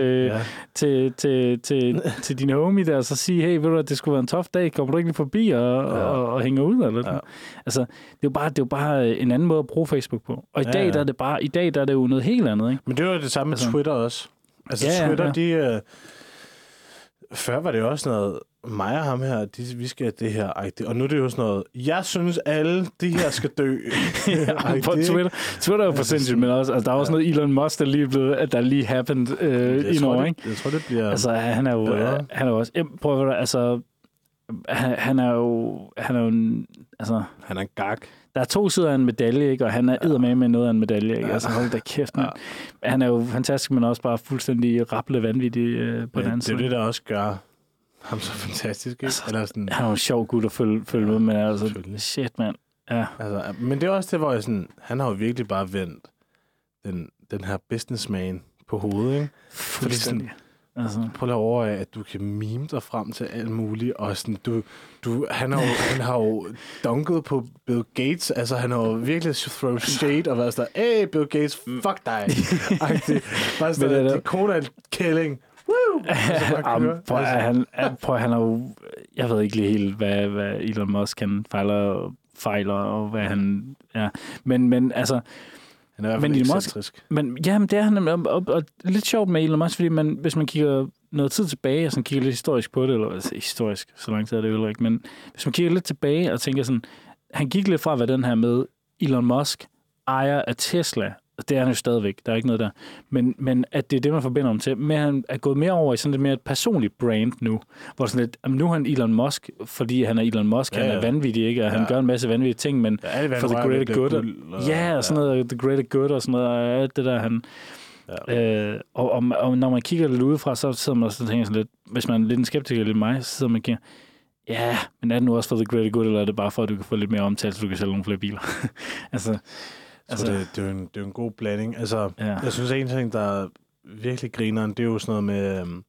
til din homie der, og så sige, hey, ved du, at det skulle være en tough dag, kommer du ikke lige forbi og hænger ud, eller sådan. Altså, det er jo bare en anden måde at bruge Facebook på. Og i dag, der er det jo noget helt andet, ikke? Men det var det samme med Twitter også. Altså, Twitter, de... Før var det jo også noget, mig og ham her, vi skal det her, og nu er det jo sådan noget, jeg synes alle de her skal dø. På Twitter er jo for sindssygt, men også, altså, der er også noget Elon Musk, der lige er blevet, at der lige happened i Norge, ikke? Jeg tror, det bliver altså, han er jo også, prøv at høre, altså, han er jo altså... Han er en gag. Der er 2 sider af en medalje, ikke? Og han er eddermame med noget af en medalje, ikke? Altså, hold da kæft, man. Han er jo fantastisk, men også bare fuldstændig rapple vanvittig på den anden side. Det er det, der også gør ham så fantastisk, ikke? Altså, Eller sådan, han er jo en sjov gut at følge med, men altså, shit, mand. Ja. altså, men det er også det, hvor jeg sådan, han har jo virkelig bare vendt den her businessman på hovedet, ikke? Fordi sådan, altså. prøv at overveje, at du kan mime dig frem til alt muligt, og sådan, han har jo dunket på Bill Gates, altså han har jo virkelig throw shade og været sådan, hey Bill Gates, fuck dig. Bare sådan, det er kona en kælling. Woo! Han er jo, jeg ved ikke lige helt, hvad Elon Musk kan fejler, og hvad han, ja. Men altså, han er i hvert fald ekscentrisk. Men det er han, og lidt sjovt med Elon Musk, fordi hvis man kigger noget tid tilbage, og sådan kigger lidt historisk på det, eller altså, historisk, så langt er det jo ikke, men hvis man kigger lidt tilbage og tænker sådan, han gik lidt fra, hvad den her med Elon Musk ejer af Tesla, det er han jo stadigvæk, der er ikke noget der, men at det er det, man forbinder ham til, men han er gået mere over i sådan lidt mere et personligt brand nu, hvor sådan lidt, nu er han Elon Musk, fordi han er Elon Musk, han er vanvittig, ikke, og han gør en masse vanvittige ting, men for the greater good, og sådan noget, the greater good, og sådan noget, alt det der, han... Ja. Og når man kigger lidt udefra, så sidder man også og tænker sådan lidt, hvis man er lidt en skeptiker, lidt mig, så sidder man og kigger, ja, men er det nu også for the greater good, eller er det bare for, at du kan få lidt mere omtale, så du kan sælge nogle flere biler? altså, det er jo en god blanding. Altså, jeg synes, en ting, der er virkelig grineren, det er jo sådan noget med...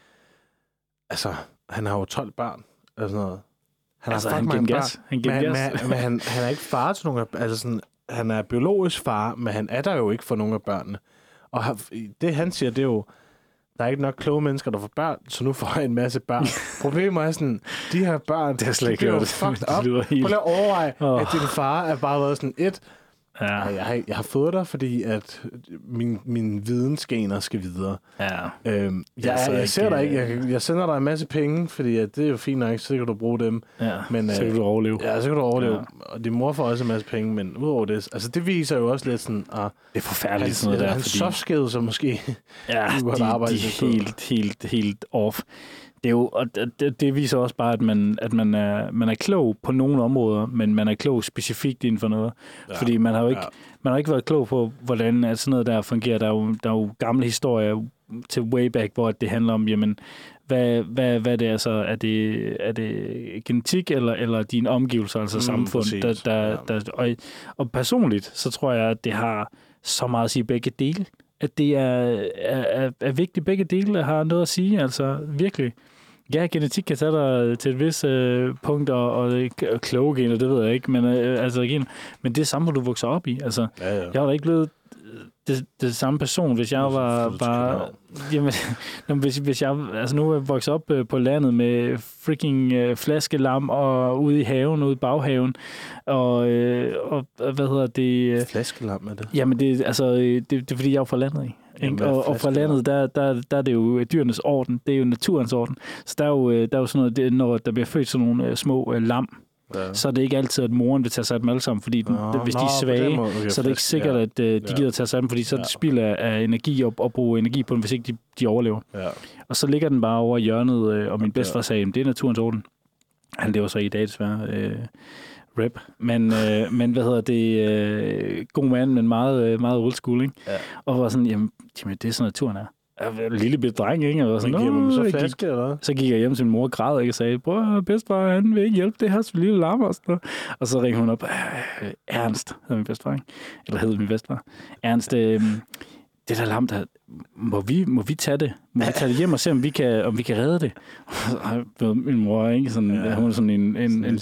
altså, han har jo 12 børn, eller sådan noget. Han giver gas. Men han er ikke far til nogen af... Altså sådan, han er biologisk far, men han er der jo ikke for nogen af børnene. Og det, han siger, det er jo... Der er ikke nok kloge mennesker, der får børn, så nu får jeg en masse børn. Problemet er sådan, de her børn, det er slet ikke det fucked up. Prøv lige at overveje, at din far er bare været sådan jeg har fået dig, fordi at min vidensgener skal videre. Ja. Jeg ser dig ikke. Jeg sender dig en masse penge, fordi at det er jo fint nok, så kan du bruge dem. Ja, men, så kan du overleve. Ja, så kan du overleve. Ja. Og din mor får også en masse penge, men udover det, altså det viser jo også lidt sådan, det er forfærdeligt sådan noget der. Han softskede så måske. Ja, de er helt off. Det er jo, og det viser også bare, at man er klog på nogle områder, men man er klog specifikt inden for noget. Ja, fordi man har ikke været klog på, hvordan at sådan noget der fungerer. Der er jo gamle historier til way back, hvor det handler om, jamen, hvad det er så? Er det genetik eller dine omgivelser, altså samfund? Og personligt, så tror jeg, at det har så meget at sige begge dele. At det er vigtigt, begge dele har noget at sige, altså virkelig. Ja, genetik kan tage dig til et vis punkt, og kloge gener, det ved jeg ikke, men men det er samme, du vokser op i. Altså, jeg var da ikke blevet det samme person, hvis jeg var bare... Jamen, hvis jeg... Altså, nu er jeg vokset op på landet med freaking flaskelam og ude i haven, ude i baghaven, og hvad hedder det... Flaskelam er det? Jamen, det er fordi, jeg er fra landet, ikke? Jamen, og fra landet, der er det jo dyrenes orden, det er jo naturens orden. Så der er jo sådan noget, når der bliver født sådan nogle små lam, så er det ikke altid, at moren vil tage sig af dem alle sammen, fordi hvis de er svage, så er det ikke sikkert, at de gider tage sig af dem, fordi så er det spild af energi og bruge energi på dem, hvis ikke de overlever. Ja. Og så ligger den bare over hjørnet, og min bedstefar sagde, det er naturens orden. Han lever så i dag desværre. Rap. Men hvad hedder det? God mand, men meget, meget old school, ikke? Ja. Og var sådan, jamen, det er sådan naturen er. En lille bitte dreng, ikke? Og sådan, så flaske, eller? Så gik jeg hjem til min mor og græd, ikke? Og sagde, bror, bedstefar, han vil ikke hjælpe det her lille lam og sådan noget. Og så ringede hun op, Ernst, hed min bedstefar, ikke? Eller hed min bedstefar. Ernst, det der lam, der, må vi tage det? Må vi tage det hjem og se, om vi kan redde det? Og min mor, ikke? Sådan, hun er sådan en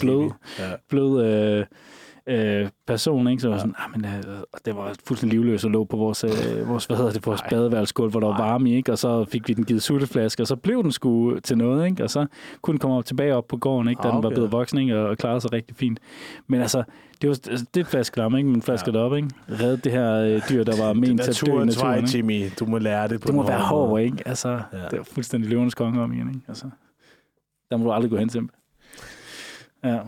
blød person, ikke? Så var sådan, det var fuldstændig livløs og lå på vores badeværelsesgulv, hvor der var varme, ikke? Og så fik vi den givet sutteflaske, og så blev den sgu til noget, ikke? Og så kunne den komme tilbage op på gården, ikke? Da den var blevet voksen, ikke? Og klarede sig rigtig fint. Men altså, det er et flaskelam, ikke? Men flasker det op, ikke? Redde det her dyr, der var ment til at dø i naturen, ikke? Jimmy. Du må lære det på det må være hård, ikke? Altså, det er fuldstændig løvernes konge om igen, ikke? Altså, der må du aldrig gå hen til. Ja.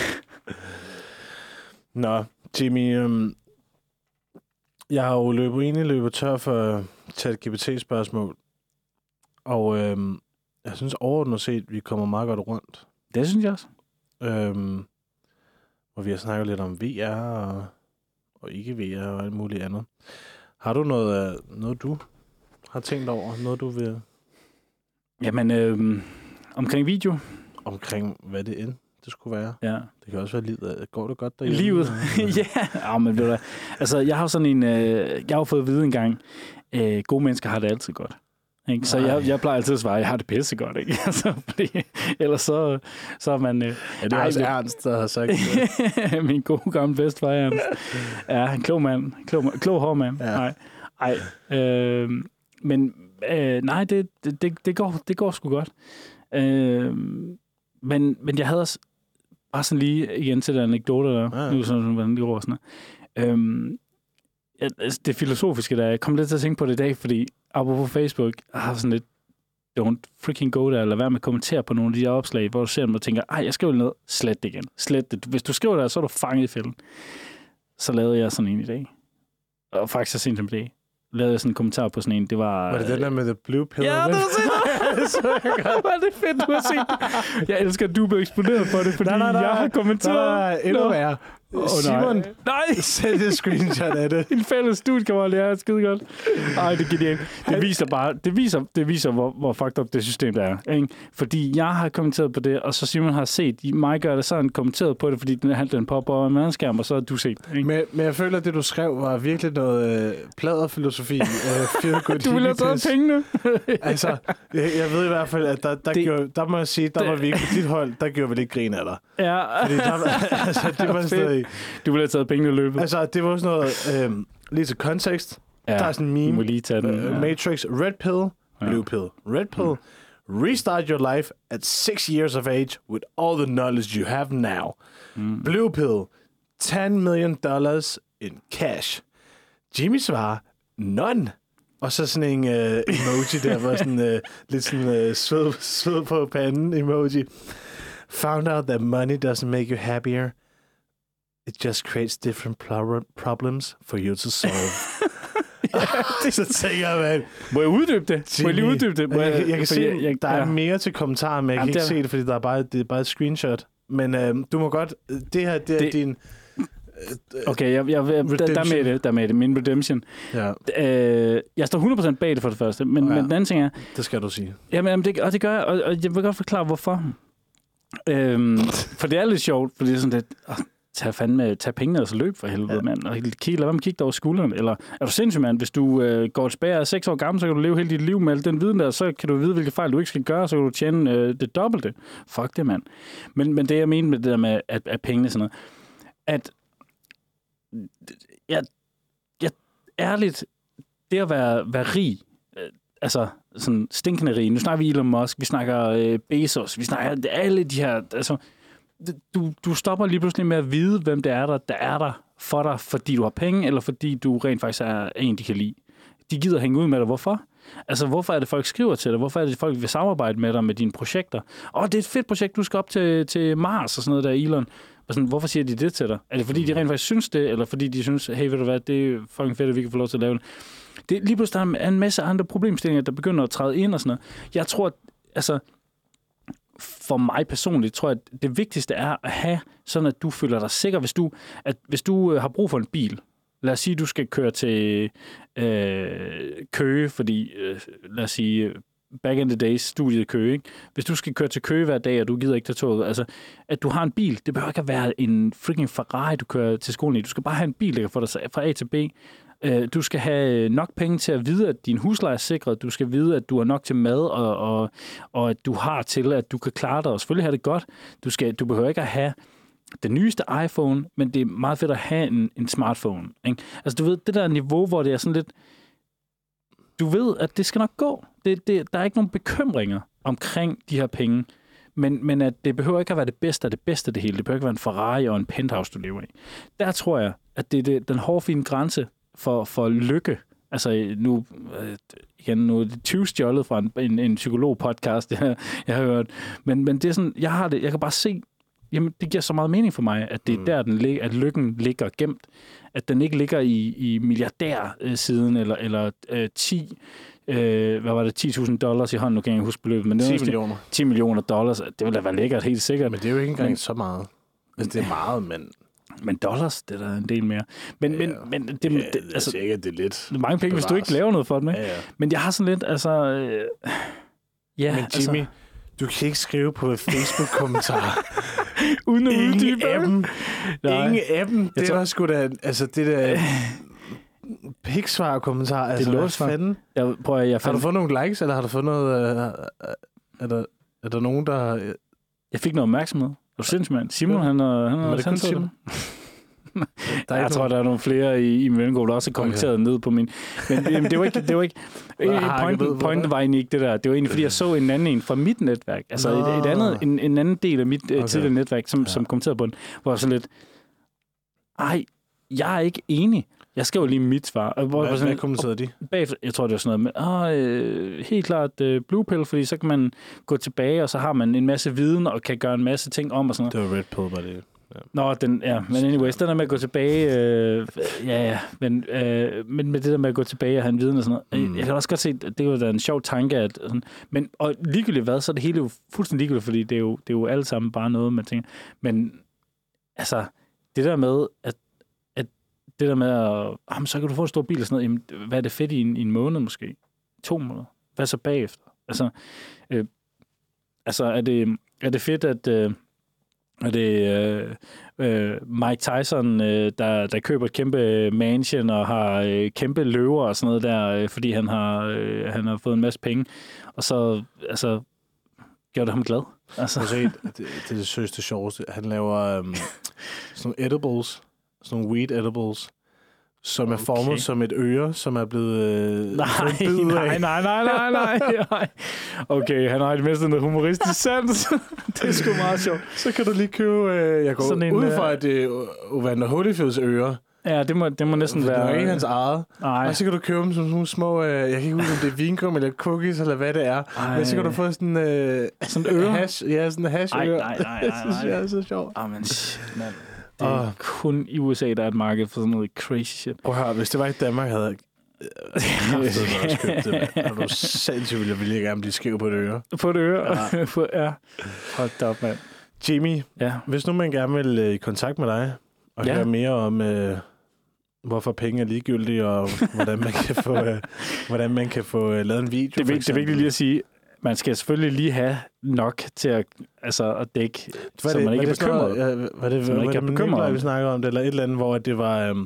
Nå, Jimmy, jeg har jo løbet tør for ChatGPT-spørgsmål, og jeg synes overordnet set, vi kommer meget godt rundt. Det synes jeg også. Og vi har snakket lidt om VR og ikke VR og alt muligt andet. Har du noget du har tænkt over? Noget du vil... Jamen, Omkring video. Omkring, hvad det end det skulle være. Ja. Det kan også være livet. Går det godt derhjemme? Livet. Ja, men ved du, altså, jeg har sådan en... jeg har fået at vide en gang, gode mennesker har det altid godt. Ikke? Så jeg plejer altid at svare, jeg har det pisse godt, ikke? Altså, fordi, ellers så er man... det er også Ernst, der har sagt det. Min gode gamle bedstefar, Ernst. Ja, en klog mand. Klog hård mand. Ja. Nej. Men nej, det går sgu godt. Men jeg havde også bare sådan lige igen til den anekdote der. Ja. Nu sådan, hvordan det går og sådan noget. Altså, det filosofiske der, jeg kom lidt til at tænke på det i dag, fordi apropos Facebook, jeg har sådan lidt, don't freaking go der, eller være med at kommentere på nogle af de her opslag, hvor du ser dem og tænker, jeg skriver ned, slet det igen. Slet det. Hvis du skriver der, så er du fanget i fælden. Så lavede jeg sådan en i dag. Og faktisk så sent som i dag. Lavede jeg sådan en kommentar på sådan en, det var... Var det den der med the blue pill? Ja, det var så var det fedt, du har set. Jeg elsker, at du blev eksponeret for det, fordi nej. Jeg har kommenteret. Nej, endnu værre. Simon, nej. send et screenshot af det. En fælles studiekammerat, det er skide godt. Ej, det er genialt. Det viser hvor fucked up det system der er. Ikke? Fordi jeg har kommenteret på det, og så Simon har set mig gøre det sådan, kommenteret på det, fordi den popper over en mandskærm, og så har du set. Ikke? Men jeg føler, at det du skrev var virkelig noget pladerfilosofi. Du ville have taget pengene. Altså, jeg ved i hvert fald, at der må jeg sige, der var vi ikke på dit hold, der gjorde vi lidt grin af dig. Ja. Fordi det var stadig... Du ville have taget pengene i løbet. Altså, det var sådan noget... lige til kontekst. Ja, der er sådan en meme. Du må lige tage den. Matrix, red pill, blue pill. Red pill, restart your life at 6 years of age with all the knowledge you have now. Blue pill, $10 million in cash. Jimmy svarer, none. Og så sådan en emoji der, var sådan lidt sådan sød på panden emoji. Found out that money doesn't make you happier. It just creates different problems for you to solve. Så tænker jeg, man... Må jeg uddybe det? Må jeg lige uddybe det? Jeg kan se, der er mere til kommentarer, men jeg kan ikke se det, fordi det er bare et screenshot. Men du må godt... Det her, det er din... Okay, der er med det. Min redemption. Ja. Jeg står 100% bag det for det første, men den anden ting er... Det skal du sige. Jamen, det gør jeg, og jeg vil godt forklare, hvorfor. For det er lidt sjovt, fordi det er sådan lidt... Tag pengene og så løb for helvede, mand. Og lad være med at kigge over skulderen. Eller er du sindssyg, mand? Hvis du går tilbage og er 6 år gammel, så kan du leve hele dit liv med al den viden der, så kan du vide, hvilke fejl du ikke skal gøre, så kan du tjene det dobbelte. Fuck det, mand. Men det, jeg mener med det der med, at pengene sådan noget, at jeg ærligt, det at være rig, altså sådan stinkende rig, nu snakker vi Elon Musk, vi snakker Bezos, vi snakker alle de her, altså du stopper lige pludselig med at vide, hvem det er, der er der for dig, fordi du har penge, eller fordi du rent faktisk er en, de kan lide. De gider hænge ud med dig. Hvorfor? Altså, hvorfor er det, folk skriver til dig? Hvorfor er det, folk vil samarbejde med dig med dine projekter? Det er et fedt projekt, du skal op til Mars og sådan noget der, Elon. Og sådan, hvorfor siger de det til dig? Er det, fordi de rent faktisk synes det, eller fordi de synes, hey, ved du hvad, det er fucking fedt, at vi kan få lov til at lave det? Det lige pludselig der er en masse andre problemstillinger, der begynder at træde ind og sådan noget. Jeg tror, altså, for mig personligt, tror jeg, at det vigtigste er at have sådan, at du føler dig sikker. Hvis du har brug for en bil, lad os sige, at du skal køre til Køge, fordi, lad os sige, back in the days, studiet Køge, ikke? Hvis du skal køre til Køge hver dag, og du gider ikke tage toget, altså, at du har en bil, det behøver ikke at være en freaking Ferrari, du kører til skolen i. Du skal bare have en bil, der kan få dig fra A til B. Du skal have nok penge til at vide, at din husleje er sikret. Du skal vide, at du har nok til mad, og at du har til, at du kan klare dig, og selvfølgelig have det godt. Du behøver ikke at have den nyeste iPhone, men det er meget fedt at have en smartphone. Ikke? Altså, du ved, det der niveau, hvor det er sådan lidt... Du ved, at det skal nok gå. Der er ikke nogen bekymringer omkring de her penge, men at det behøver ikke at være det bedste af det bedste af det hele. Det behøver ikke være en Ferrari og en penthouse, du lever i. Der tror jeg, at det er den hårfine grænse for lykke. Altså, nu er det 20 stjålet fra en psykolog-podcast, jeg har hørt. Men det er sådan, jeg kan bare se, jamen, det giver så meget mening for mig, at det er der, at lykken ligger gemt. At den ikke ligger i milliardærsiden, eller 10.000 dollars i hånden, nu kan jeg ikke huske beløbet. Men 10 millioner. 10 millioner dollars, det vil da være lækkert, helt sikkert. Men det er jo ikke engang så meget. Altså, det er meget, men... Men dollars, det er der en del mere. Men altså, det er lidt... Mange penge, hvis du ikke laver noget for det med. Ja. Men jeg har sådan lidt, altså... men Jimmy, Du kan ikke skrive på Facebook-kommentarer. Uden at Ingen uddybe. af dem. Nej. Ingen af dem. Det tror- var sgu da... Altså, det der... Piksvar-kommentar. Altså, hvad lortesvar. fanden? Jeg Har du fandt, fået nogle likes, eller har du fået noget... Er der nogen, der... jeg fik noget opmærksomhed. Det var sindssygt, mand. Simon, han er det han kun så Simon? Jeg tror, der er nogle flere i min vennegruppe, der også har kommenteret ned på min... Men det var ikke... Pointen var egentlig ikke det der. Det var egentlig, fordi jeg så en anden en fra mit netværk. Altså et andet, en anden del af mit tidligere netværk, som kommenterede på den, hvor jeg så lidt... Ej, jeg er ikke enig. Jeg skrev lige mit svar. Hvad kommenterede de? Bagefter, jeg tror, det var sådan noget med, helt klart blue pill, fordi så kan man gå tilbage, og så har man en masse viden, og kan gøre en masse ting om og sådan noget. Det var red pill, var det. Ja. Nå, men anyways, den der med at gå tilbage, men med det der med at gå tilbage og have en viden og sådan noget, jeg kan også godt se, at det var da en sjov tanke, at sådan, men, og ligegyldigt hvad, så er det hele jo fuldstændig ligegyldigt, fordi det er jo alle sammen bare noget, man tænker, men altså, det der med, at det der med at, så kan du få en stor bil og sådan noget, jamen, hvad er det fedt i en måned måske? 2 måneder? Hvad så bagefter? Altså er det fedt, at og det er Mike Tyson, der køber et kæmpe mansion og har kæmpe løver og sådan noget der, fordi han har fået en masse penge. Og så gjorde det ham glad. Altså. Det er det søgste sjoveste. Han laver sådan nogle edibles, sådan nogle weed edibles, som er formet som et øre, som er blevet... Nej. Okay, han har i det mindste noget humoristisk sans. Det er sgu meget sjovt. Så kan du lige købe... jeg går ud fra, at det er Evander Holyfields øre. Ja, det må næsten være... Det er ikke hans eget. Nej. Og så kan du købe dem som nogle små... jeg kan ikke huske, om det er vingum eller cookies, eller hvad det er. Ej. Men så kan du få sådan... sådan øre? Hash, ja, sådan en hash-øre. Nej. Det synes jeg er så sjovt. Men shit, mand. Det er kun i USA, der er et marked for sådan noget crazy shit. Prøv at høre, hvis det var i Danmark, havde jeg også købt det. Og du sindssygt ville jeg gerne blive skæv på et øre. På et øre? Ja. Hold da op, mand. Jimmy, hvis nu man gerne vil i kontakt med dig, og høre mere om, hvorfor penge er ligegyldige, og hvordan man kan få lavet en video. Det er vigtigt lige at sige, man skal selvfølgelig lige have nok til at dække, så man ikke er bekymret. Var det bekymret, vi snakker om det, eller et eller andet, hvor det var...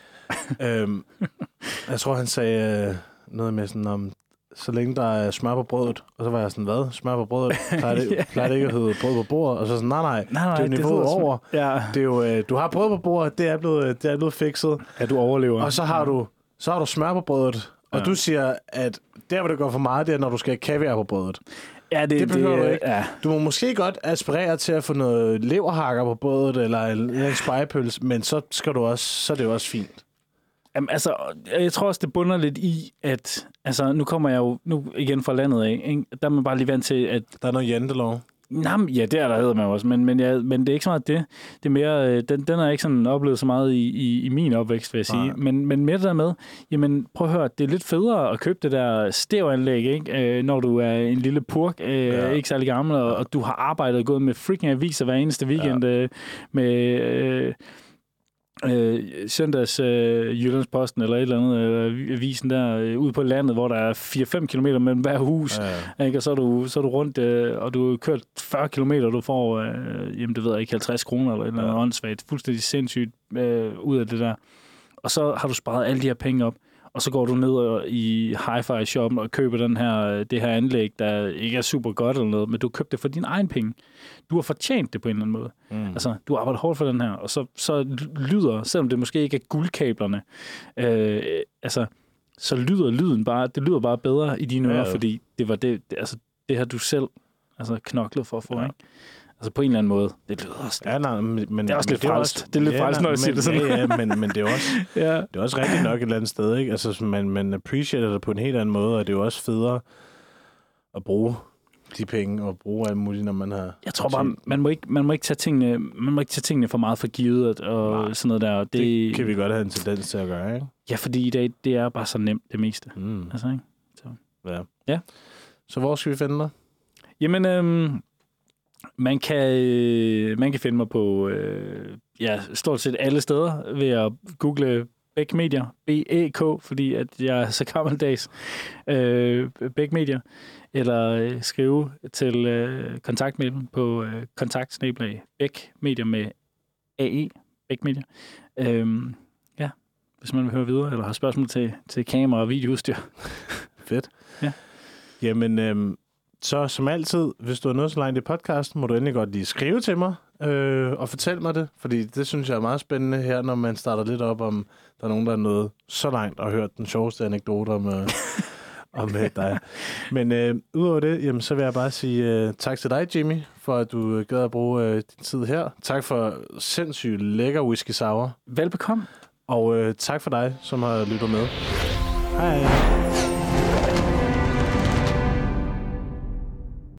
jeg tror, han sagde noget med sådan om, så længe der er smør på brødet, og så var jeg sådan, hvad? Smør på brødet? Plejer det ikke at hedde brød på bordet? Og så sådan, nej, det er jo niveauet over. Ja. Det er jo, du har brød på bordet, det er blevet fikset. Ja, du overlever. Og så har du smør på brødet, og du siger, at der, hvor det går for meget, det er, når du skal have kaviar på brødet. Ja, det behøver du ikke. Ja. Du må måske godt aspirere til at få noget leverhakker på brødet, eller en spejepølse, men så er det jo også fint. Jamen, altså, jeg tror også, det bunder lidt i, at nu kommer jeg jo igen fra landet af, ikke? Der er man bare lige vant til, at... Der er noget jantelov. Ja, det er der hedder man også, men det er ikke så meget det. Det er mere, den er ikke sådan oplevet så meget i min opvækst, vil jeg sige. Men mere det der med, jamen prøv at høre, det er lidt federe at købe det der stereoanlæg, ikke? Når du er en lille purk, ikke særlig gammel, og du har arbejdet og gået med freaking aviser hver eneste weekend med... søndags Jyllandsposten eller et eller andet avisen der ude på landet, hvor der er 4-5 kilometer mellem hver hus, ikke? Og så er du rundt, og du har kørt 40 kilometer, og du får, jamen det ved jeg ikke, 50 kroner eller et eller andet åndssvagt, fuldstændig sindssygt ud af det der. Og så har du sparet alle de her penge op, og så går du ned i hi-fi-shoppen og køber det her anlæg, der ikke er super godt eller noget, men du har købt det for dine egen penge. Du har fortjent det på en eller anden måde. Altså, du arbejder hårdt for den her, og så lyder, selvom det måske ikke er guldkablerne, så lyder lyden bare, det lyder bare bedre i dine ører, fordi det var det har du selv knoklet for at få, ikke? Altså på en eller anden måde. Det lyder også men det er også lidt frelst. Det er lidt frelst, når jeg siger det sådan. Ja, men det er også, det er også rigtig nok et eller andet sted, ikke? Altså, man appreciater det på en helt anden måde, og det er jo også federe at bruge de penge og bruge alt muligt, når man har... Jeg tror bare, man må ikke tage tingene for meget for givet og sådan noget der. Det kan vi godt have en tendens til at gøre, ikke? Ja, fordi i dag, det er bare så nemt, det meste. Altså, ikke? Så. Ja. Så hvor skal vi finde dig? Jamen, man kan finde mig på stort set alle steder ved at google Bæk Media, BEK, fordi at jeg er så gammeldags. Bæk Media. Eller skrive til kontaktmailen på kontakt@Bæk Media med AE, Bæk Media. Ja, hvis man vil høre videre, eller har spørgsmål til kamera og videoudstyr. Fedt. Ja. Jamen, så som altid, hvis du er nået så langt i podcasten, må du endelig godt lige skrive til mig og fortælle mig det, fordi det synes jeg er meget spændende her, når man starter lidt op, om der er nogen, der er nået så langt og hørt den sjoveste anekdote om dig. Men udover det, jamen, så vil jeg bare sige tak til dig, Jimmy, for at du gad at bruge din tid her. Tak for sindssygt lækker whisky sour. Velbekomme. Og tak for dig, som har lyttet med. Hej.